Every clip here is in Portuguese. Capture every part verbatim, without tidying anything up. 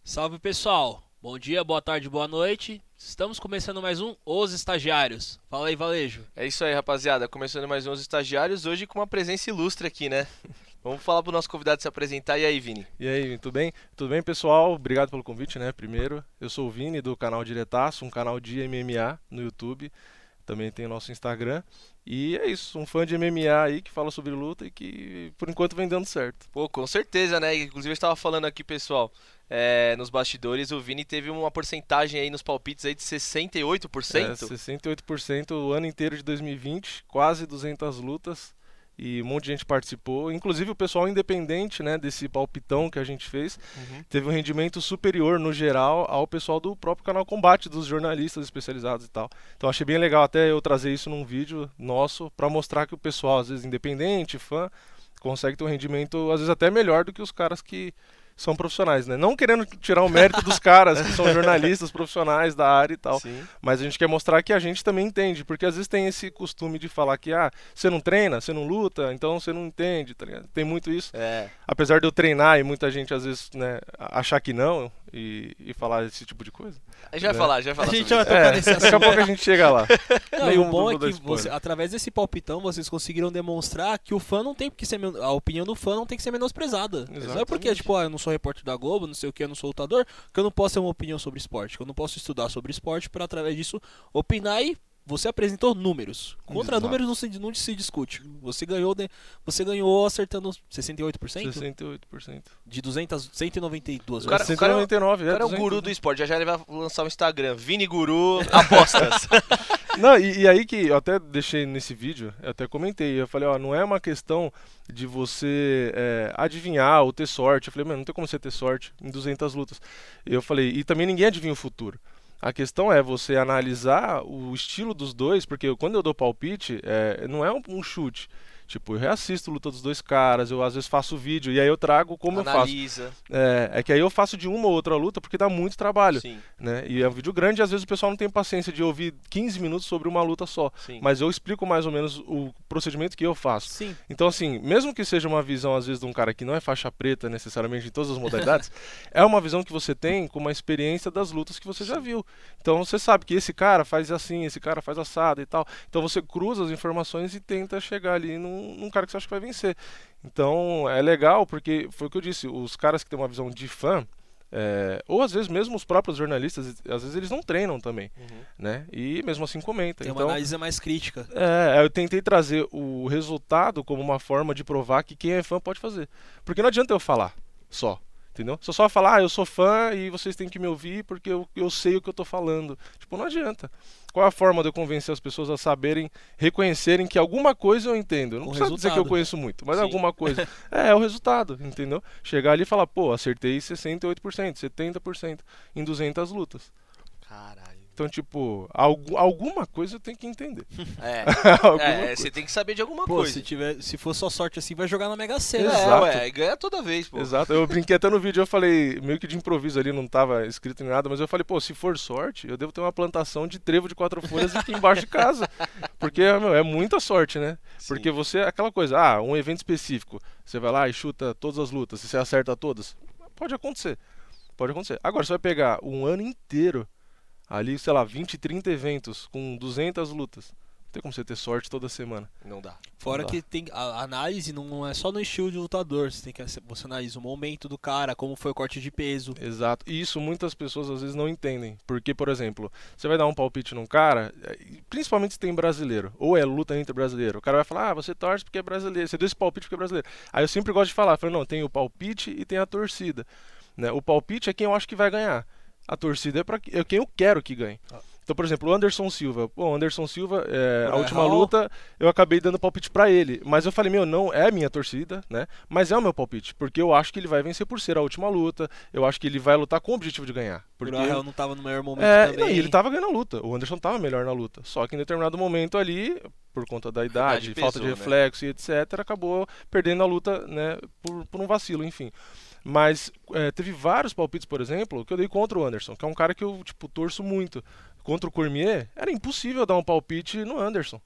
Salve pessoal, bom dia, boa tarde, boa noite. Estamos começando mais um Os Estagiários. Fala aí, Valejo. É isso aí, rapaziada. Começando mais uns estagiários, hoje com uma presença ilustre aqui, né? Vamos falar pro nosso convidado se apresentar. E aí, Vini? E aí, tudo bem? Tudo bem, pessoal? Obrigado pelo convite, né? Primeiro, eu sou o Vini do canal Diretaço, um canal de M M A no YouTube. Também tem o nosso Instagram. E é isso, um fã de M M A aí que fala sobre luta e que por enquanto vem dando certo. Pô, com certeza, né? Inclusive eu estava falando aqui, pessoal, é, nos bastidores, o Vini teve uma porcentagem aí nos palpites aí de sessenta e oito por É, cento. sessenta e oito por cento o ano inteiro de dois mil e vinte, quase duzentas lutas. E um monte de gente participou, inclusive o pessoal independente, né, desse palpitão que a gente fez, Uhum. teve um rendimento superior no geral ao pessoal do próprio canal Combate, dos jornalistas especializados e tal. Então achei bem legal até eu trazer isso num vídeo nosso para mostrar que o pessoal, às vezes independente, fã, consegue ter um rendimento às vezes até melhor do que os caras que são profissionais, né? Não querendo tirar o mérito dos caras que são jornalistas profissionais da área e tal, Sim. mas a gente quer mostrar que a gente também entende, porque às vezes tem esse costume de falar que ah, você não treina, você não luta, então você não entende, tá ligado? Tem muito isso. É. Apesar de eu treinar e muita gente às vezes, né, achar que não e, e falar esse tipo de coisa. A gente vai Né? falar, já vai A falar gente sobre vai isso. tocar É, nesse daqui a assunto. pouco a gente chega lá. Não, e o Não bom é vou dar que spoiler. você, através desse palpitão vocês conseguiram demonstrar que o fã não tem que ser men- a opinião do fã não tem que ser menosprezada. Não é Exatamente. porque tipo, ah, eu não sou repórter da Globo, não sei o que, eu não sou lutador, que eu não posso ter uma opinião sobre esporte, que eu não posso estudar sobre esporte para através disso opinar e você apresentou números. Contra Exato. números não se, não se discute. Você ganhou, de- você ganhou acertando sessenta e oito por cento sessenta e oito por cento. de duzentas, cento e noventa e duas O cara- vezes. o cara- cento e noventa e nove, O cara é o duzentos. guru do esporte, já já ele vai lançar um Instagram, Vini Guru Apostas. Não, e, e aí que eu até deixei nesse vídeo, eu até comentei, eu falei, ó, não é uma questão de você é, adivinhar ou ter sorte. Eu falei, mano, não tem como você ter sorte em duzentas lutas. Eu falei, e também ninguém adivinha o futuro. A questão é você analisar o estilo dos dois, porque eu- quando eu dou palpite, é, não é um, um chute. Tipo, eu reassisto a luta dos dois caras, eu às vezes faço vídeo e aí eu trago como eu faço. Analisa. É, é que aí eu faço de uma ou outra luta porque dá muito trabalho. Sim, Né? E é um vídeo grande e às vezes o pessoal não tem paciência de ouvir quinze minutos sobre uma luta só. sim. Mas eu explico mais ou menos o procedimento que eu faço. Sim. Então, assim, mesmo que seja uma visão, às vezes, de um cara que não é faixa preta necessariamente em todas as modalidades, é uma visão que você tem com uma experiência das lutas que você já viu. Então, você sabe que esse cara faz assim, esse cara faz assado e tal. Então, você cruza as informações e tenta chegar ali num, num cara que você acha que vai vencer. Então, é legal porque, foi o que eu disse, os caras que têm uma visão de fã, é, ou às vezes mesmo os próprios jornalistas, às vezes eles não treinam também, Uhum. né? E mesmo assim comentam. Tem uma Então, análise mais crítica. é, eu tentei trazer o resultado como uma forma de provar que quem é fã pode fazer. Porque não adianta eu falar só, entendeu? Se eu só falar, ah, eu sou fã e vocês têm que me ouvir porque eu, eu sei o que eu tô falando. Tipo, não adianta. Qual é a forma de eu convencer as pessoas a saberem, reconhecerem que alguma coisa eu entendo? Não Com precisa dizer que eu resultado. conheço muito, mas Sim. alguma coisa. É, é o resultado, entendeu? Chegar ali e falar, pô, acertei sessenta e oito por cento, setenta por cento em duzentas lutas. Caralho. Então, tipo, algu- alguma coisa eu tenho que entender. É, Alguma é, coisa. você tem que saber de alguma Pô, coisa. se tiver, se for só sorte assim, vai jogar na Mega Sena. Exato. É, ué, e ganha toda vez, pô. Exato, eu brinquei até no vídeo, eu falei, meio que de improviso ali, não tava escrito em nada, mas eu falei, pô, se for sorte, eu devo ter uma plantação de trevo de quatro folhas aqui embaixo de casa. Porque, meu, é muita sorte, né? Sim. Porque você, aquela coisa, ah, um evento específico, você vai lá e chuta todas as lutas, e você acerta todas, pode acontecer, pode acontecer. Agora, você vai pegar um ano inteiro, ali, sei lá, vinte, trinta eventos, com duzentas lutas, não tem como você ter sorte toda semana. Não dá. Fora Não dá. que tem a a análise não é só no estilo de lutador, você tem que você analisa o momento do cara, como foi o corte de peso. Exato. E isso muitas pessoas às vezes não entendem. Porque, por exemplo, você vai dar um palpite num cara, eh, principalmente se tem brasileiro, ou é luta entre brasileiro. O cara vai falar, ah, você torce porque é brasileiro, você deu esse palpite porque é brasileiro. Aí eu sempre gosto de falar, eu falo, não, tem o palpite e tem a torcida. Né? O palpite é quem eu acho que vai ganhar. A torcida é para é quem eu quero que ganhe. Ah. Então, por exemplo, o Anderson Silva. Pô, o Anderson Silva, é, a Brian última Hall. luta, eu acabei dando palpite pra ele. Mas eu falei, meu, não é a minha torcida, né? Mas é o meu palpite. Porque eu acho que ele vai vencer por ser a última luta. Eu acho que ele vai lutar com o objetivo de ganhar. Porque Porque o Rahel não tava no melhor momento é, também. não, e ele tava ganhando a luta. O Anderson tava melhor na luta. Só que em determinado momento ali, por conta da idade, idade falta de pesou, né? reflexo e etcétera, acabou perdendo a luta, né, por, por um vacilo, enfim. Mas é, teve vários palpites, por exemplo, que eu dei contra o Anderson, que é um cara que eu, tipo, torço muito. Contra o Cormier, era impossível dar um palpite no Anderson.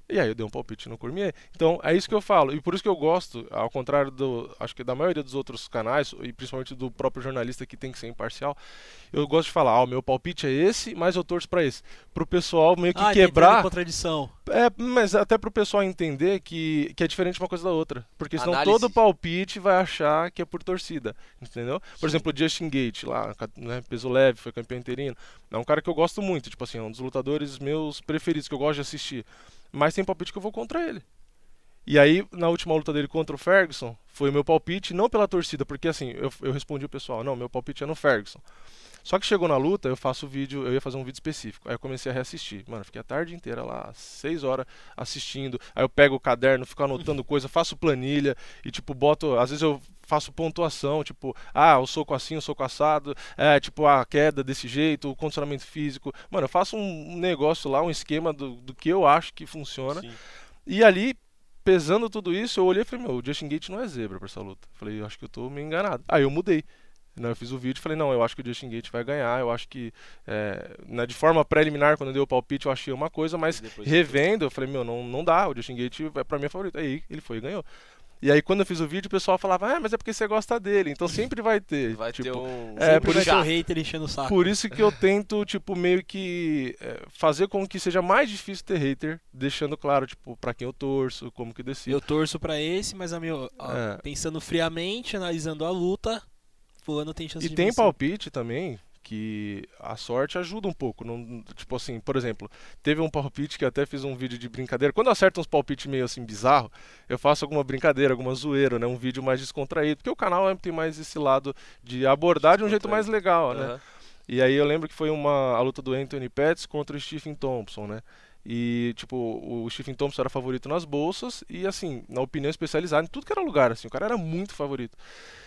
E aí eu dei um palpite no Cormier. Então, é isso que eu falo. E por isso que eu gosto, ao contrário do, acho que da maioria dos outros canais, e principalmente do próprio jornalista que tem que ser imparcial, eu gosto de falar, ah, o meu palpite é esse, mas eu torço pra esse. Pro pessoal meio que Ah, quebrar... contradição. É, mas até pro pessoal entender que, que é diferente uma coisa da outra. Porque senão Análise. todo palpite vai achar que é por torcida, entendeu? Por exemplo, o Justin Gaethje lá, né, peso leve, foi campeão interino. É um cara que eu gosto muito, tipo assim, é um dos lutadores meus preferidos, que eu gosto de assistir. Mas tem palpite que eu vou contra ele. E aí, na última luta dele contra o Ferguson, foi o meu palpite, não pela torcida, porque assim, eu, eu respondi o pessoal, não, meu palpite é no Ferguson. Só que chegou na luta, eu faço vídeo, eu ia fazer um vídeo específico. Aí eu comecei a reassistir. Mano, fiquei a tarde inteira lá, seis horas assistindo. Aí eu pego o caderno, fico anotando coisa, faço planilha e tipo, boto, às vezes eu faço pontuação, tipo, ah, o soco assim, o soco assado, é, tipo, a queda desse jeito, o condicionamento físico. Mano, eu faço um negócio lá, um esquema do, do que eu acho que funciona. Sim. E ali, pesando tudo isso, eu olhei e falei, meu, o Justin Gaethje não é zebra pra essa luta. Falei, eu acho que eu tô meio enganado. Aí eu mudei. Não, eu fiz o vídeo e falei, não, eu acho que o Justin Gaethje vai ganhar, eu acho que é, né, de forma preliminar, quando eu dei o palpite, eu achei uma coisa, mas Depois- revendo, eu falei, meu, não, não dá, o Justin Gaethje é pra mim favorito. Aí ele foi e ganhou. E aí quando eu fiz o vídeo, o pessoal falava, ah, mas é porque você gosta dele, então sempre vai ter. Vai tipo, ter um... é, Sempre por vai isso- ter o hater enchendo o saco. por isso que eu tento, tipo, meio que é, fazer com que seja mais difícil ter hater, deixando claro, tipo, pra quem eu torço, como que decido. Eu torço pra esse, mas a meu, a- É. pensando friamente, analisando a luta, fulano tem chance E de tem vencer. palpite também que a sorte ajuda um pouco. Não, tipo assim, por exemplo, teve um palpite que eu até fiz um vídeo de brincadeira. Quando eu acerto uns palpites meio assim bizarro, eu faço alguma brincadeira, alguma zoeira, né? Um vídeo mais descontraído. Porque o canal é, tem mais esse lado de abordar de um jeito mais legal, né? Aham. E aí eu lembro que foi uma, a luta do Anthony Pettis contra o Stephen Thompson, né? E, tipo, o Stephen Thompson era favorito nas bolsas e, assim, na opinião especializada, em tudo que era lugar, assim, o cara era muito favorito.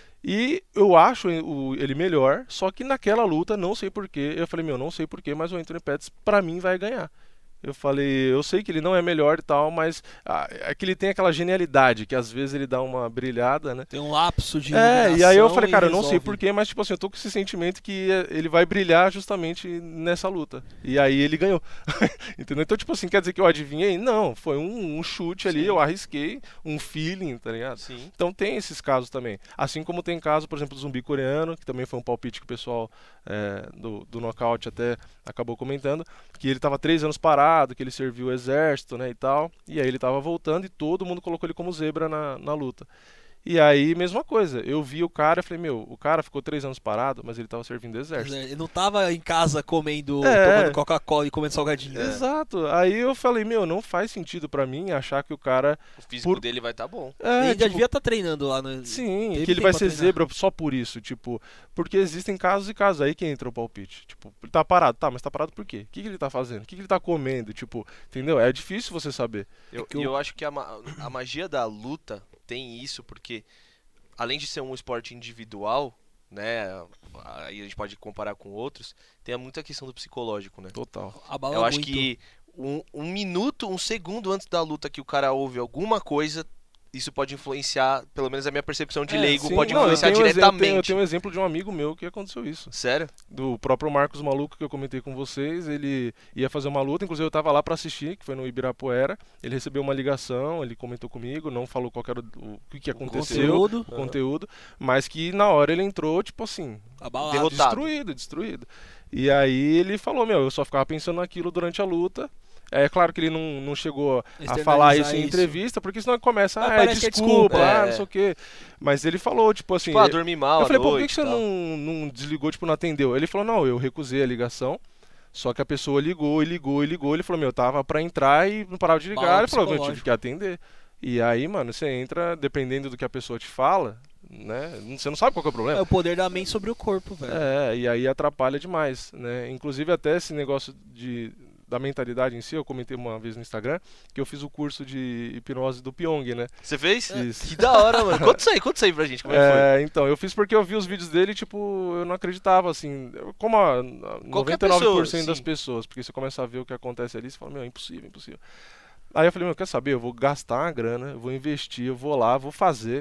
E eu acho o- ele melhor, só que naquela luta, não sei porquê, eu falei, meu, não sei porquê, mas o Anthony Pettis, pra mim, vai ganhar. Eu falei, eu sei que ele não é melhor e tal, mas ah, é que ele tem aquela genialidade, que às vezes ele dá uma brilhada, né? Tem um lapso de É, e aí eu iluminação falei, e cara, eu não sei resolve. porquê, mas tipo assim, eu tô com esse sentimento que eh, ele vai brilhar justamente nessa luta. E aí ele ganhou. Entendeu? Então, tipo assim, quer dizer que eu adivinhei? Não, foi um, um chute ali, Sim. eu arrisquei, um feeling, tá ligado? Sim. Então tem esses casos também. Assim como tem caso, por exemplo, do zumbi coreano, que também foi um palpite que o pessoal é, do, do nocaute até acabou comentando, que ele tava três anos parado, que ele serviu o exército, né, e tal. E aí ele tava voltando e todo mundo colocou ele como zebra na, na luta. E aí, mesma coisa, eu vi o cara e falei, meu, o cara ficou três anos parado, mas ele tava servindo o exército. Ele não tava em casa comendo, É. tomando Coca-Cola e comendo salgadinho. Exato. Aí eu falei, meu, não faz sentido pra mim achar que o cara... O físico Por- dele vai estar bom. É, Ele já tipo, devia estar treinando lá no. sim, Teve que ele tempo vai pra ser treinar. zebra só por isso, tipo, porque existem casos e casos aí que entra o palpite. Tipo, ele tá parado, tá, mas tá parado por quê? O que, que ele tá fazendo? O que, que ele tá comendo? Tipo, entendeu? É difícil você saber. Eu, que e eu- eu acho que a, ma- a magia da luta tem isso, porque além de ser um esporte individual, né? Aí a gente pode comparar com outros, tem muita questão do psicológico, né? Total. Abala Eu acho muito. que um, um minuto, um segundo antes da luta que o cara ouve alguma coisa, isso pode influenciar, pelo menos a minha percepção de É, leigo, Sim, pode não, eu influenciar tenho um exe- eu tenho- Eu diretamente. tenho um exemplo de um amigo meu que aconteceu isso. Sério? Do próprio Marcos Maluco que eu comentei com vocês, ele ia fazer uma luta, inclusive eu tava lá pra assistir, que foi no Ibirapuera. Ele recebeu uma ligação, ele comentou comigo, não falou qual que era o, o que, que aconteceu, conteúdo. o conteúdo, mas que na hora ele entrou, tipo assim, Abalado. Derrotado. destruído, destruído. E aí ele falou, meu, eu só ficava pensando naquilo durante a luta. É claro que ele não, não chegou a Externalizar falar isso em isso. entrevista, porque senão começa, Ah, ah, é parece que é desculpa, desculpa. ah, É. não sei o quê. Mas ele falou, tipo assim... Tipo, ah, dormi mal eu à falei, pô, por que, noite que você e tal. não, não desligou, tipo, não atendeu? Ele falou, não, eu recusei a ligação, só que a pessoa ligou e ligou e ligou. Ele falou, meu, tava pra entrar e não parava de ligar. Bala Ele falou, eu tive psicológico. que atender. E aí, mano, você entra, dependendo do que a pessoa te fala, né? Você não sabe qual que é o problema. É o poder da mente sobre o corpo, velho. É, e aí atrapalha demais, né? Inclusive até esse negócio de, da mentalidade em si, eu comentei uma vez no Instagram, que eu fiz o curso de hipnose do Pyong, né? Você fez? Fiz. Que da hora, mano. Conta isso aí, conta isso aí pra gente, como é que foi? É, então, eu fiz porque eu vi os vídeos dele e, tipo, eu não acreditava, assim, eu- como a, a noventa e nove por cento pessoa, das sim. pessoas, porque você começa a ver o que acontece ali, você fala, meu, é impossível, impossível. Aí eu falei, meu, quer saber, eu vou gastar uma grana, eu vou investir, eu vou lá, vou fazer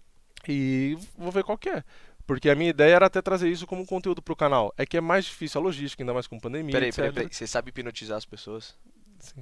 e vou ver qual que é. Porque a minha ideia era até trazer isso como conteúdo pro canal. É que é mais difícil a logística, ainda mais com pandemia, Peraí, etcétera. peraí, peraí. Você sabe hipnotizar as pessoas? Sim.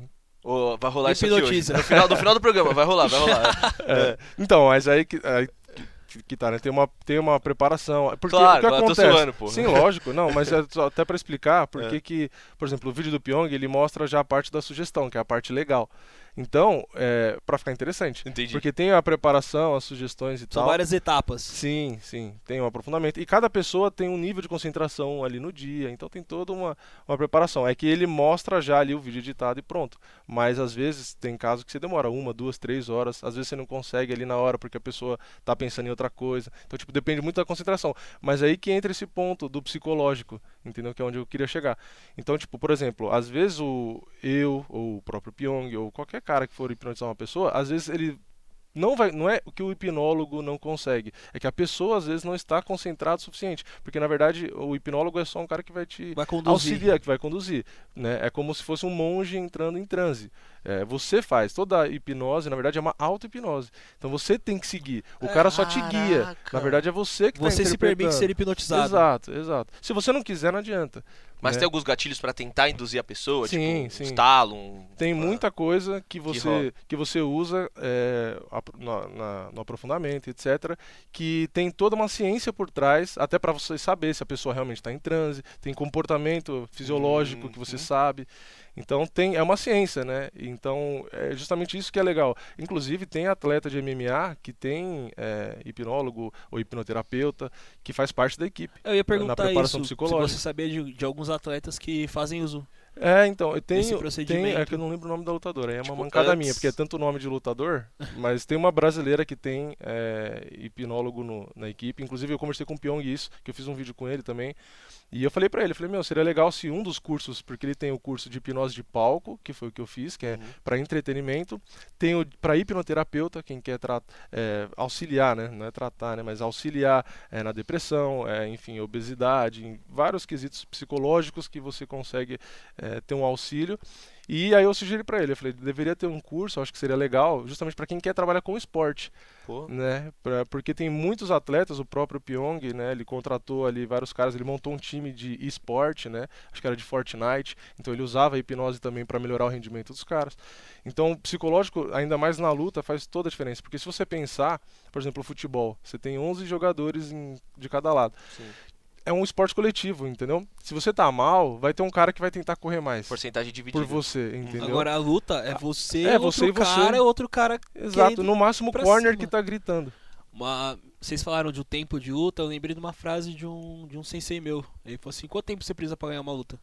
Ô, vai rolar isso aqui hoje. Hipnotiza. No final, no final do programa, vai rolar, vai rolar. É, então, mas aí que, aí que, que tá, né? Tem uma, tem uma preparação. Porque Claro, o que claro, tô acontece? zoando, pô. Sim, lógico. Não, mas é só até pra explicar, porque É. que, por exemplo, o vídeo do Pyong, ele mostra já a parte da sugestão, que é a parte legal. Então, é, pra ficar interessante. Entendi. Porque tem a preparação, as sugestões e São tal. várias etapas. Sim, sim, tem um aprofundamento. E cada pessoa tem um nível de concentração ali no dia, então tem toda uma, uma preparação. É que ele mostra já ali o vídeo editado e pronto. Mas às vezes tem casos que você demora uma, duas, três horas, às vezes você não consegue ali na hora porque a pessoa tá pensando em outra coisa. Então, tipo, depende muito da concentração. Mas aí que entra esse ponto do psicológico, entendeu? Que é onde eu queria chegar. Então, tipo, por exemplo, às vezes o eu, ou o próprio Pyong, ou qualquer cara que for hipnotizar uma pessoa, às vezes ele não vai, não é que o hipnólogo não consegue, é que a pessoa às vezes não está concentrada o suficiente, porque na verdade o hipnólogo é só um cara que vai te Vai conduzir. auxiliar, que vai conduzir, né? É como se fosse um monge entrando em transe. É, você faz toda a hipnose, na verdade é uma auto-hipnose. Então você tem que seguir. O cara só te guia. Caraca. Na verdade é você que está Você se permite ser hipnotizado. Exato, exato. Se você não quiser, não adianta. Mas né? tem alguns gatilhos pra tentar induzir a pessoa? Sim, tipo, um sim. estalo, um... Tem ah, muita coisa que rola. você, que você usa é, apro- na- na- no aprofundamento, etcétera, que tem toda uma ciência por trás, até para você saber se a pessoa realmente está em transe, tem comportamento fisiológico que você Uhum. sabe. Então tem, é uma ciência, né? Então é justamente isso que é legal. Inclusive tem atleta de M M A que tem é, hipnólogo ou hipnoterapeuta que faz parte da equipe. Eu ia perguntar preparação isso, se psicológica. você sabia de, de alguns atletas que fazem uso. É, então, eu Esse tenho, tem, procedimento. é que eu não lembro o nome da lutadora, aí é uma Tipo, mancada antes- minha, porque é tanto nome de lutador, mas tem uma brasileira que tem é, hipnólogo no- na equipe, inclusive eu conversei com o Pyong isso, que eu fiz um vídeo com ele também, e eu falei pra ele, eu falei, meu, seria legal se um dos cursos, porque ele tem o curso de hipnose de palco, que foi o que eu fiz, que é Uhum. pra entretenimento, tem o pra hipnoterapeuta, quem quer tra- é, auxiliar, né, não é tratar, né, mas auxiliar é, na depressão, é, enfim, obesidade, em vários quesitos psicológicos que você consegue é, ter um auxílio. E aí eu sugeri pra ele, eu falei, deveria ter um curso, eu acho que seria legal, justamente pra quem quer trabalhar com esporte, Pô. né? Pra- porque tem muitos atletas, o próprio Pyong, né? Ele contratou ali vários caras, ele montou um time de esporte, né? Acho que era de Fortnite, então ele usava a hipnose também pra melhorar o rendimento dos caras. Então, o psicológico, ainda mais na luta, faz toda a diferença, porque se você pensar, por exemplo, o futebol, você tem onze jogadores em- de cada lado. Sim. É um esporte coletivo, entendeu? Se você tá mal, vai ter um cara que vai tentar correr mais Porcentagem dividida. por você, entendeu? Agora a luta é você, É, outro você e você. cara, outro cara. Exato, querendo no máximo o pra corner cima. que tá gritando. Uma... Vocês falaram de um tempo de luta, eu lembrei de uma frase de um, de um sensei meu. Ele falou assim, quanto tempo você precisa pra ganhar uma luta?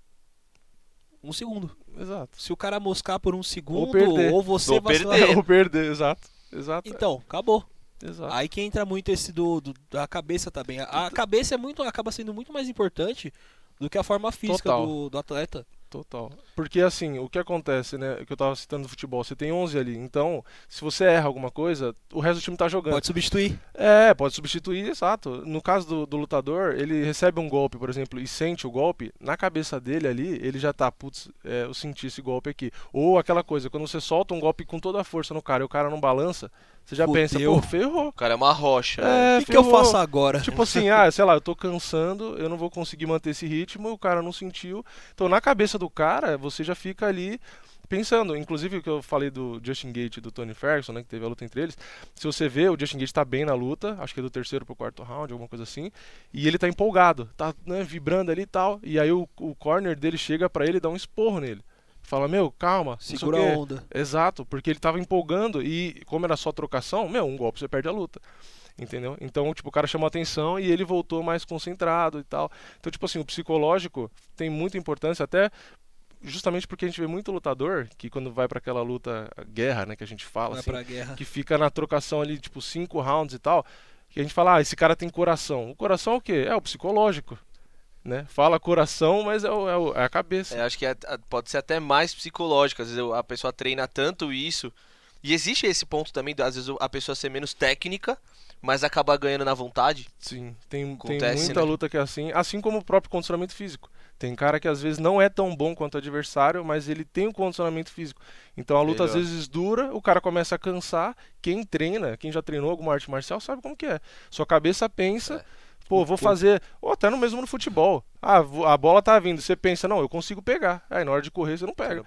Um segundo. Exato. Se o cara moscar por um segundo, ou, perder. você Ou vacilar... perder. Ou perder, exato. Exato. Então, acabou. exato. Aí que entra muito esse do, do- da cabeça também. A, a cabeça é muito, acaba sendo muito mais importante do que a forma física Total. do, do atleta. Total. Porque assim, o que acontece, né? Que eu tava citando no futebol, você tem onze ali. Então, se você erra alguma coisa, o resto do time tá jogando. Pode substituir. É, pode substituir, exato. No caso do, do lutador, ele recebe um golpe, por exemplo, e sente o golpe, na cabeça dele ali, ele já tá, putz, é, eu senti esse golpe aqui. Ou aquela coisa, quando você solta um golpe com toda a força no cara e o cara não balança, você já Fudeu. pensa, pô, ferrou. O cara é uma rocha. É, O que, que eu ferrou. faço agora? Tipo assim, ah, sei lá, eu tô cansando, eu não vou conseguir manter esse ritmo, o cara não sentiu. Então, na cabeça do cara, você já fica ali pensando. Inclusive, o que eu falei do Justin Gaethje e do Tony Ferguson, né, que teve a luta entre eles. Se você vê, o Justin Gaethje tá bem na luta, acho que é do terceiro pro quarto round, alguma coisa assim. E ele tá empolgado, tá, né, vibrando ali e tal. E aí o, o corner dele chega pra ele e dá um esporro nele. Fala, meu, calma, não sei o Segura quê. a onda. Exato, porque ele tava empolgando e como era só trocação, meu, um golpe você perde a luta. Entendeu? Então, tipo, o cara chamou atenção e ele voltou mais concentrado e tal. Então, tipo assim, o psicológico tem muita importância, até justamente porque a gente vê muito lutador que quando vai pra aquela luta, guerra, né, que a gente fala, Vai assim, pra guerra. que fica na trocação ali, tipo, cinco rounds e tal, que a gente fala, ah, esse cara tem coração. O coração é o quê? É o psicológico, né? Fala coração, mas é, o- é o- é a cabeça. É, acho que é- pode ser até mais psicológico. Às vezes eu- a pessoa treina tanto isso. E existe esse ponto também, às vezes a pessoa ser menos técnica, mas acaba ganhando na vontade. Sim, tem, tem Acontece, muita né? luta que é assim, assim como o próprio condicionamento físico. Tem cara que às vezes não é tão bom quanto o adversário, mas ele tem um condicionamento físico. Então a luta às Melhor. vezes dura, o cara começa a cansar. Quem treina, quem já treinou alguma arte marcial sabe como que é. Sua cabeça pensa, É. pô, vou fazer, ou até no mesmo no futebol. Ah, vo- a bola tá vindo, você pensa, não, eu consigo pegar. Aí na hora de correr você não Você pega. não pega.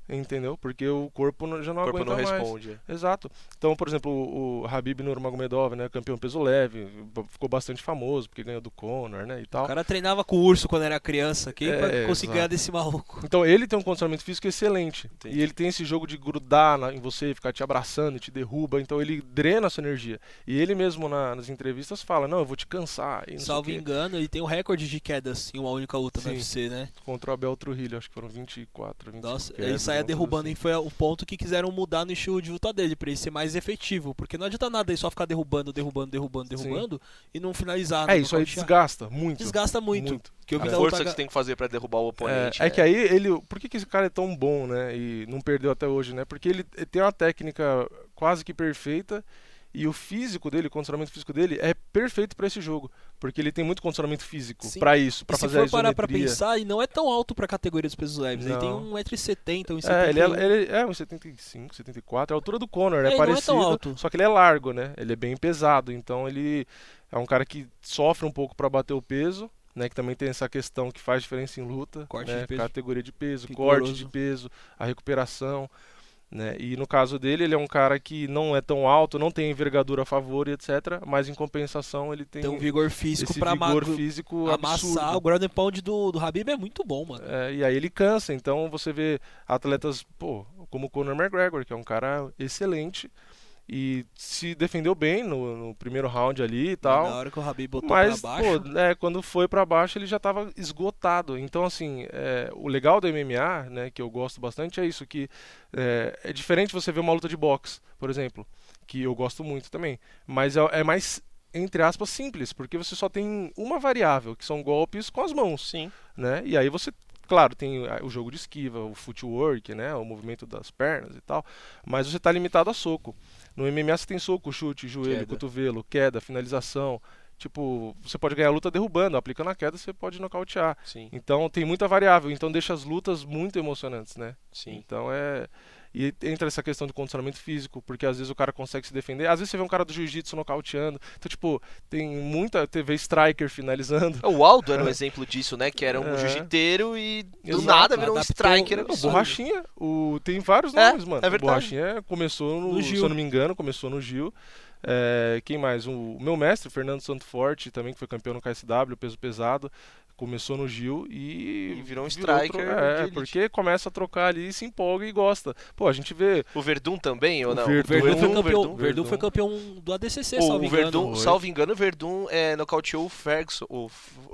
entendeu? Porque o corpo não- já não O corpo aguenta não mais. responde. é. Exato. Então, por exemplo, o, o Khabib Nurmagomedov, né, campeão peso leve, b- ficou bastante famoso porque ganhou do Conor, né, e tal. O cara treinava com o urso quando era criança. Quem É, vai conseguir exato. ganhar desse maluco? Então ele tem um condicionamento físico excelente. Entendi. E ele tem esse jogo de grudar na- em você, ficar te abraçando, te derruba. Então ele drena a sua energia. E ele mesmo na- nas entrevistas fala, não, eu vou te cansar. E não sei o Salvo quê. engano, ele tem um recorde de quedas em uma única luta no Sim. U F C, né? Contra o Abel Trujillo, acho que foram vinte e quatro, vinte e cinco Nossa, quedas, ele saia alguma coisa derrubando assim. e foi o ponto que quiseram mudar no estilo de luta dele, pra ele ser mais efetivo. Porque não adianta nada ele só ficar derrubando, derrubando, derrubando, Sim. derrubando e não finalizar. É, não isso aí nocautear. desgasta muito. Desgasta muito. Muito. Que eu vi A na força luta que você tem que fazer pra derrubar o É, oponente. é que aí ele. Por que, que esse cara é tão bom, né? E não perdeu até hoje, né? Porque ele tem uma técnica quase que perfeita e o físico dele, o condicionamento físico dele é perfeito pra esse jogo. Porque ele tem muito condicionamento físico Sim. pra isso, pra E se fazer a for parar pra isometria. pensar, ele não é tão alto pra categoria dos pesos leves. Ele tem Não. um metro e setenta, um É, ele metro e setenta e um. é, ele é uns setenta e cinco, setenta e quatro, é a altura do Conor, né? É, ele não é Parecido, tão alto. só que ele é largo, né? Ele é bem pesado, então ele é um cara que sofre um pouco pra bater o peso, né? Que também tem essa questão que faz diferença em luta, Corte né? de peso. Categoria de peso, Rigoroso. corte de peso, a recuperação, né? E no caso dele, ele é um cara que não é tão alto, não tem envergadura a favor e etcétera. Mas em compensação ele tem, Tem um vigor físico esse pra vigor ama- físico amassar. absurdo. O ground and pound do, do Khabib é muito bom, mano. É, e aí ele cansa, então você vê atletas, pô, como o Conor McGregor, que é um cara excelente e se defendeu bem no, no primeiro round ali e tal. Na hora que o Khabib botou Mas, pra baixo. pô, é, quando foi pra baixo ele já tava esgotado. Então, assim, é, o legal do M M A, né, que eu gosto bastante, é isso, que é, é diferente você ver uma luta de boxe, por exemplo, que eu gosto muito também. Mas é, é mais, entre aspas, simples, porque você só tem uma variável, que são golpes com as mãos, Sim. né? E aí você, claro, tem o jogo de esquiva, o footwork, né, o movimento das pernas e tal, mas você está limitado a soco. No M M A você tem soco, chute, joelho, Queda. cotovelo, queda, finalização. Tipo, você pode ganhar a luta derrubando, aplicando a queda você pode nocautear. Sim. Então tem muita variável, então deixa as lutas muito emocionantes, né? Sim. Então é... E entra essa questão do condicionamento físico, porque às vezes o cara consegue se defender. Às vezes você vê um cara do jiu-jitsu nocauteando. Então, tipo, tem muita T V striker finalizando. O Aldo era um exemplo disso, né? Que era um É. jiu-jiteiro e do Exato. nada virou um Adaptou- striker. o O absurdo. Borrachinha, o... tem vários É, nomes, mano. é O verdade. Borrachinha começou no, No Gil. se eu não me engano, começou no Gil. É, quem mais? O meu mestre, Fernando Santo Forte, também que foi campeão no K S W, peso pesado, começou no Gil e, E virou um tro- striker de É, elite. porque começa a trocar ali, se empolga e gosta. Pô, a gente vê O Verdun também, ou O não? Verdun- Verdun, foi Verdun, campeão, Verdun. Verdun foi campeão do A D C C, O, salvo o engano. Verdun, Foi. salvo engano, o Verdun é, nocauteou o Ferguson, o,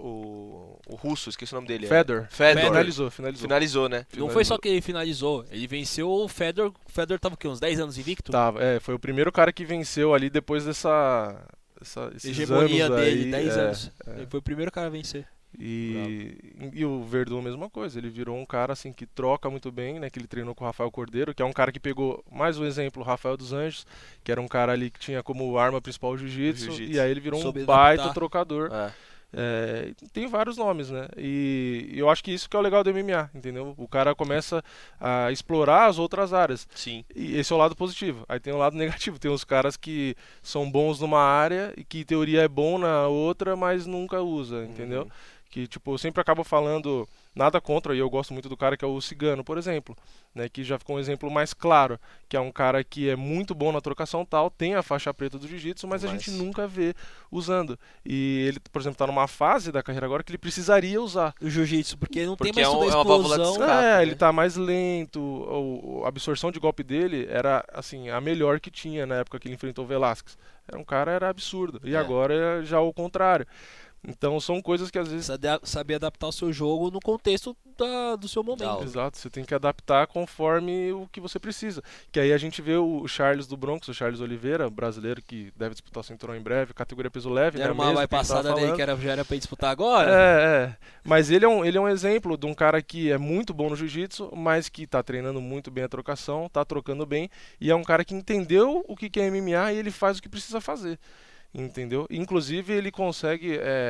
o, o russo, esqueci o nome dele. é. Fedor. Fedor. Finalizou, finalizou. Finalizou, né? Não foi só que ele finalizou, ele venceu o Fedor. O Fedor tava o quê? Uns dez anos invicto? Tava, é, foi o primeiro cara que venceu ali depois dessa... Essa, esses Hegemonia anos dele, aí, dez é, anos. é. Ele foi o primeiro cara a vencer. E, e o Verdun a mesma coisa, ele virou um cara assim que troca muito bem, né? Que ele treinou com o Rafael Cordeiro, que é um cara que pegou mais um exemplo, o Rafael dos Anjos, que era um cara ali que tinha como arma principal o jiu-jitsu, Jiu-jitsu. e aí ele virou Soube um baita adaptar. trocador. É. É, tem vários nomes, né? E, e eu acho que isso que é o legal do M M A, entendeu? O cara começa a explorar as outras áreas. Sim. E esse é o lado positivo. Aí tem o lado negativo. Tem os caras que são bons numa área e que em teoria é bom na outra, mas nunca usa, entendeu? Uhum. Que tipo, eu sempre acabo falando nada contra, e eu gosto muito do cara que é o Cigano, por exemplo, né, que já ficou um exemplo mais claro, que é um cara que é muito bom na trocação tal, tem a faixa preta do jiu-jitsu, mas, Mas- a gente nunca vê usando. E ele, por exemplo, tá numa fase da carreira agora que ele precisaria usar. O jiu-jitsu, porque não Porque tem mais é um- toda a é uma válvula de explosão. escape. É, né? ele tá mais lento, o- o- a absorção de golpe dele era assim, a melhor que tinha na época que ele enfrentou o Velasquez. Era um cara era absurdo. E É. agora é já o contrário. Então são coisas que às vezes Saber, saber adaptar o seu jogo no contexto da- do seu momento. Da- Exato, você tem que adaptar conforme o que você precisa. Que aí a gente vê o Charles do Bronx, o Charles Oliveira, brasileiro que deve disputar o cinturão em breve, categoria peso leve, Era né, uma mesmo vai que a gente tava passada dele falando. que era, já era pra ele disputar agora. É, é. Mas ele é, um, ele é um exemplo de um cara que é muito bom no jiu-jitsu, mas que tá treinando muito bem a trocação, tá trocando bem, e é um cara que entendeu o que que é M M A e ele faz o que precisa fazer. Entendeu? Inclusive ele consegue... é,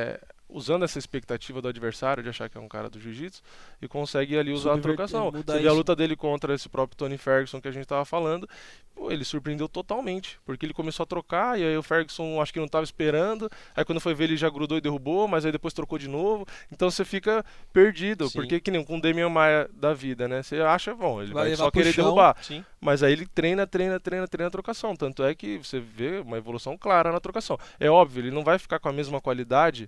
usando essa expectativa do adversário de achar que é um cara do jiu-jitsu e consegue ali usar a Subverter, trocação. mudar Você vê a isso. luta dele contra esse próprio Tony Ferguson que a gente tava falando, pô, ele surpreendeu totalmente, porque ele começou a trocar e aí o Ferguson acho que não tava esperando, aí quando foi ver ele já grudou e derrubou, mas aí depois trocou de novo, então você fica perdido, Sim. porque que nem com o Demian Maia da vida, né? Você acha, bom, ele Vai vai, levar só pro querer chão. derrubar, Sim. mas aí ele treina, treina, treina, treina a trocação, tanto é que você vê uma evolução clara na trocação. É óbvio, ele não vai ficar com a mesma qualidade,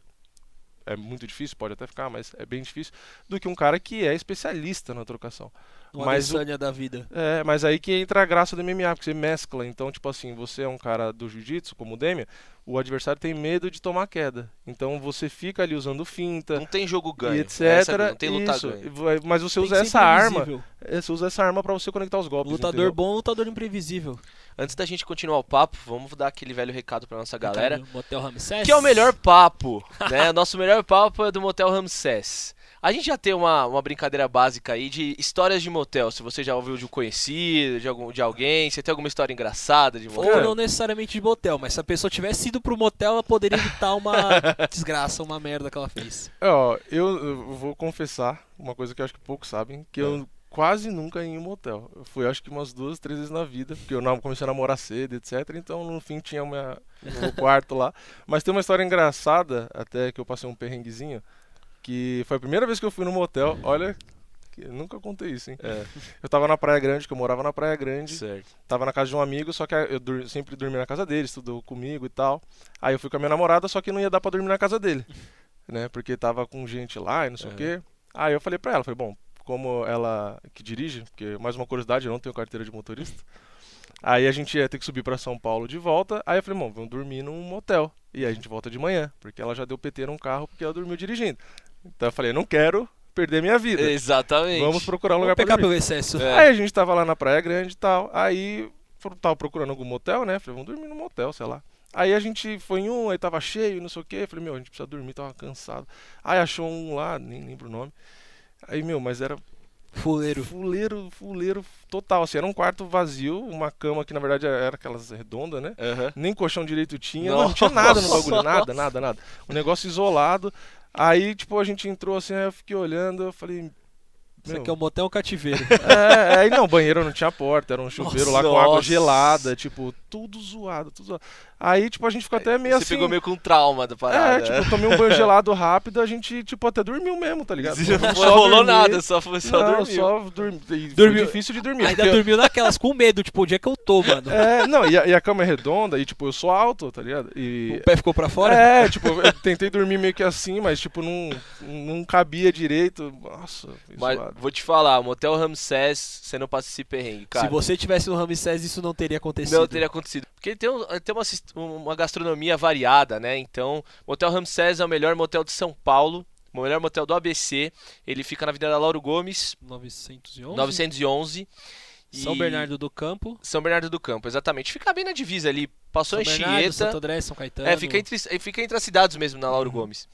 é muito difícil, pode até ficar, mas é bem difícil, do que um cara que é especialista na trocação. Uma Mas o- Adesanya da vida. É, mas aí que entra a graça do M M A, porque você mescla. Então, tipo assim, você é um cara do jiu-jitsu, como o Demian, o adversário tem medo de tomar queda. Então você fica ali usando finta Não tem jogo ganho. e Essa é a etcétera. vida, não tem luta Isso. ganho. E vai- Mas você Tem usa que ser essa arma, imprevisível. é, você usa essa arma pra você conectar os golpes. Lutador entendeu? bom, lutador imprevisível. Antes da gente continuar o papo, vamos dar aquele velho recado pra nossa galera. Ricardo, Motel Ramsés. Que é o melhor papo, né? O nosso melhor papo é do Motel Ramsés. A gente já tem uma, uma brincadeira básica aí de histórias de motel. Se você já ouviu de um conhecido, de, algum, de alguém, se tem alguma história engraçada de Ou motel. não necessariamente de motel, mas se a pessoa tivesse ido pro motel, ela poderia evitar uma desgraça, uma merda que ela fez. É, ó, eu, eu vou confessar uma coisa que eu acho que poucos sabem, que eu quase nunca ia em um motel. Eu fui acho que umas duas, três vezes na vida, porque eu não, comecei a namorar cedo, etcétera. Então no fim tinha o meu quarto lá. Mas tem uma história engraçada, até que eu passei um perrenguezinho, que foi a primeira vez que eu fui no motel. Olha, que eu nunca contei isso, hein? É, Eu tava na Praia Grande, que eu morava na Praia Grande. certo. Tava na casa de um amigo, só que eu dur- sempre dormi na casa dele, estudou comigo e tal. Aí eu fui com a minha namorada, só que não ia dar pra dormir na casa dele, né? Porque tava com gente lá e não sei Uhum. o quê. Aí eu falei pra ela, falei, bom, como ela que dirige, porque mais uma curiosidade, eu não tenho carteira de motorista. Aí a gente ia ter que subir pra São Paulo de volta. Aí eu falei, bom, vamos dormir num motel. E aí a gente volta de manhã, porque ela já deu P T num carro porque ela dormiu dirigindo. Então eu falei, não quero perder minha vida. Exatamente. Vamos procurar um Vamos lugar pra pecar dormir. pelo excesso. É. Aí a gente tava lá na Praia Grande e tal. Aí for- tava procurando algum motel, né? Falei, vamos dormir no motel, sei lá. Aí a gente foi em um, aí tava cheio, não sei o quê. Falei, meu, a gente precisa dormir, tava cansado. Aí achou um lá, nem lembro o nome. Aí, meu, mas era Fuleiro. fuleiro, fuleiro total. Assim, era um quarto vazio, uma cama que na verdade era aquelas redondas, né? Aham. Nem colchão direito tinha, Nossa. não tinha nada no bagulho, nada, nada, nada. Um negócio isolado. Aí, tipo, a gente entrou assim, aí eu fiquei olhando, eu falei. Isso meu, aqui é um motel cativeiro. é, aí não, o banheiro não tinha porta, era um chuveiro lá com água Nossa. gelada, tipo, tudo zoado, tudo zoado. Aí, tipo, a gente ficou até meio Você assim. pegou meio com trauma da parada. É, tipo, eu tomei um banho gelado rápido, a gente, tipo, até dormiu mesmo, tá ligado? não Só rolou dormir. nada, só, foi- só não, dormiu. só dormi. e foi Dormiu. difícil de dormir. Ainda porque- dormiu naquelas com medo, tipo, onde é que eu tô, mano? É, não, e a, e a cama é redonda e, tipo, eu sou alto, tá ligado? E. O pé ficou pra fora? É, tipo, eu tentei dormir meio que assim, mas, tipo, não, não cabia direito. Nossa, foi Mas zoado. vou te falar, o Motel Ramsés, você não passa esse perrengue, cara. Se você tivesse no Ramsés, isso não teria acontecido. Não teria acontecido. Porque tem, um- tem uma, sis- uma gastronomia variada, né? Então, Motel Ramsés é o melhor motel de São Paulo, o melhor motel do A B C. Ele fica na Avenida Lauro Gomes, novecentos e onze? novecentos e onze. São E- Bernardo do Campo. São Bernardo do Campo, exatamente. Fica bem na divisa ali. Passou São em Bernardo, Santo Anchieta. André, São Caetano. É, fica entre, fica entre as cidades mesmo, na Uhum. Lauro Gomes.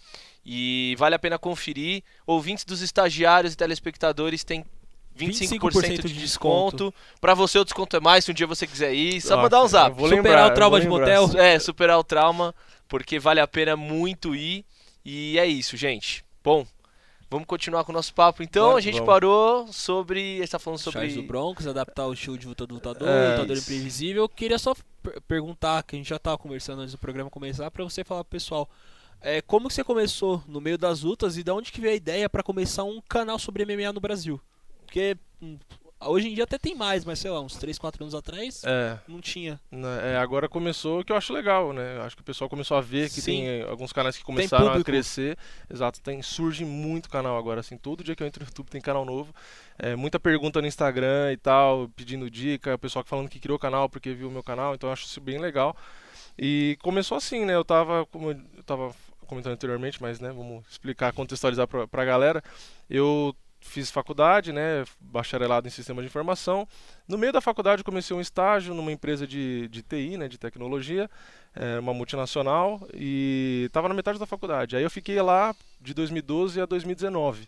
E vale a pena conferir. Ouvintes dos estagiários e telespectadores têm vinte e cinco por cento de desconto. Pra você o desconto é mais, se um dia você quiser ir. Só Nossa, mandar um zap. eu vou Superar lembrar, o trauma eu de vou lembrar. motel. É, superar o trauma, porque vale a pena muito ir. E é isso, gente. Bom, vamos continuar com o nosso papo. Então, Bora, a gente vamos. parou sobre... A gente tá falando sobre... Charles do Broncos, adaptar o estilo de luta do lutador, É, lutador isso. imprevisível. Queria só per- perguntar, que a gente já tava conversando antes do programa começar, pra você falar pro pessoal, é, como que você começou no meio das lutas e de onde que veio a ideia pra começar um canal sobre M M A no Brasil? Porque hum, hoje em dia até tem mais, mas sei lá, uns três, quatro anos atrás É, não tinha. né, é, agora começou, que eu acho legal, né? Acho que o pessoal começou a ver que Sim. tem eh, alguns canais que começaram a público. crescer. Exato, tem, surge muito canal agora, assim, todo dia que eu entro no YouTube tem canal novo. É, muita pergunta no Instagram e tal, pedindo dica, o pessoal falando que criou o canal porque viu o meu canal, então eu acho isso bem legal. E começou assim, né? Eu tava, como eu tava comentando anteriormente, mas né, vamos explicar, contextualizar pra, pra galera. Eu fiz faculdade, né, bacharelado em sistema de informação. No meio da faculdade eu comecei um estágio numa empresa de, de T I, né, de tecnologia, é, uma multinacional, e estava na metade da faculdade. Aí eu fiquei lá de dois mil e doze a dois mil e dezenove.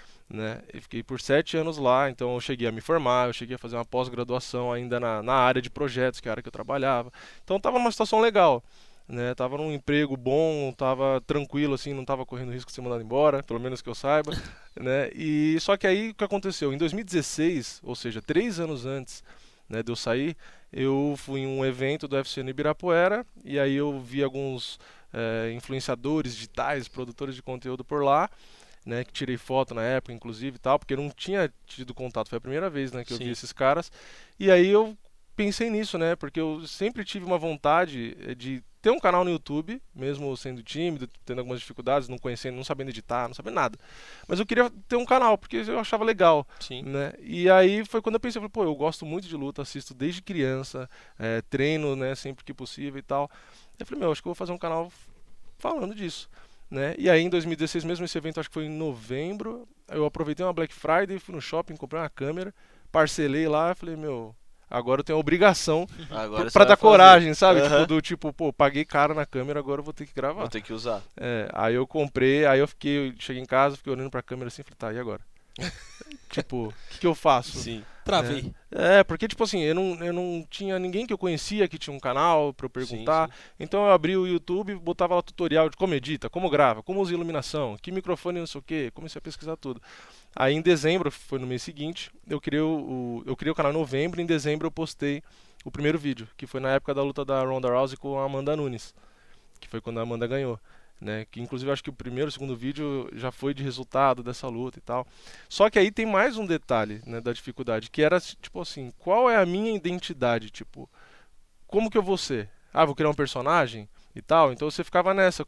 Né? Eu fiquei por sete anos lá, então eu cheguei a me formar, eu cheguei a fazer uma pós-graduação ainda na, na área de projetos, que é a área que eu trabalhava. Então estava numa situação legal. né? Tava num emprego bom, tava tranquilo, assim, não tava correndo risco de ser mandado embora, pelo menos que eu saiba, né? E só que aí o que aconteceu? Em dois mil e dezesseis, ou seja, três anos antes, né, de eu sair, eu fui em um evento do U F C no Ibirapuera e aí eu vi alguns é, influenciadores digitais, produtores de conteúdo por lá, né, que tirei foto na época, inclusive, e tal, porque eu não tinha tido contato, foi a primeira vez, né, que eu Sim. vi esses caras. E aí eu pensei nisso, né, porque eu sempre tive uma vontade de ter um canal no YouTube, mesmo sendo tímido, tendo algumas dificuldades, não conhecendo, não sabendo editar, não sabendo nada. Mas eu queria ter um canal, porque eu achava legal, Sim. né? E aí foi quando eu pensei, falei, pô, eu gosto muito de luta, assisto desde criança, é, treino, né, sempre que possível e tal. Eu falei, meu, acho que eu vou fazer um canal falando disso. Né? E aí em dois mil e dezesseis, mesmo esse evento, acho que foi em novembro, eu aproveitei uma Black Friday, fui no shopping, comprei uma câmera, parcelei lá, falei, meu, agora eu tenho a obrigação Agora pra, você pra vai dar fazer. coragem, sabe? Aham. Tipo, do tipo, pô, paguei caro na câmera, agora eu vou ter que gravar. Vou ter que usar. É, aí eu comprei, aí eu fiquei, cheguei em casa, fiquei olhando pra câmera assim, falei, tá, e agora? Tipo, o que, que eu faço? Sim. Travei. É, porque, tipo assim, eu não, eu não tinha ninguém que eu conhecia que tinha um canal pra eu perguntar. Sim, sim. Então eu abri o YouTube, botava lá tutorial de como edita, como grava, como usa iluminação, que microfone não sei o que, comecei a pesquisar tudo. Aí em dezembro, foi no mês seguinte, eu criei o, eu criei o canal em novembro, em dezembro eu postei o primeiro vídeo, que foi na época da luta da Ronda Rousey com a Amanda Nunes, que foi quando a Amanda ganhou. Né, que inclusive acho que o primeiro, o segundo vídeo já foi de resultado dessa luta e tal. Só que aí tem mais um detalhe, né, da dificuldade, que era tipo assim, qual é a minha identidade, tipo, como que eu vou ser? Ah, vou criar um personagem e tal. Então você ficava nessa.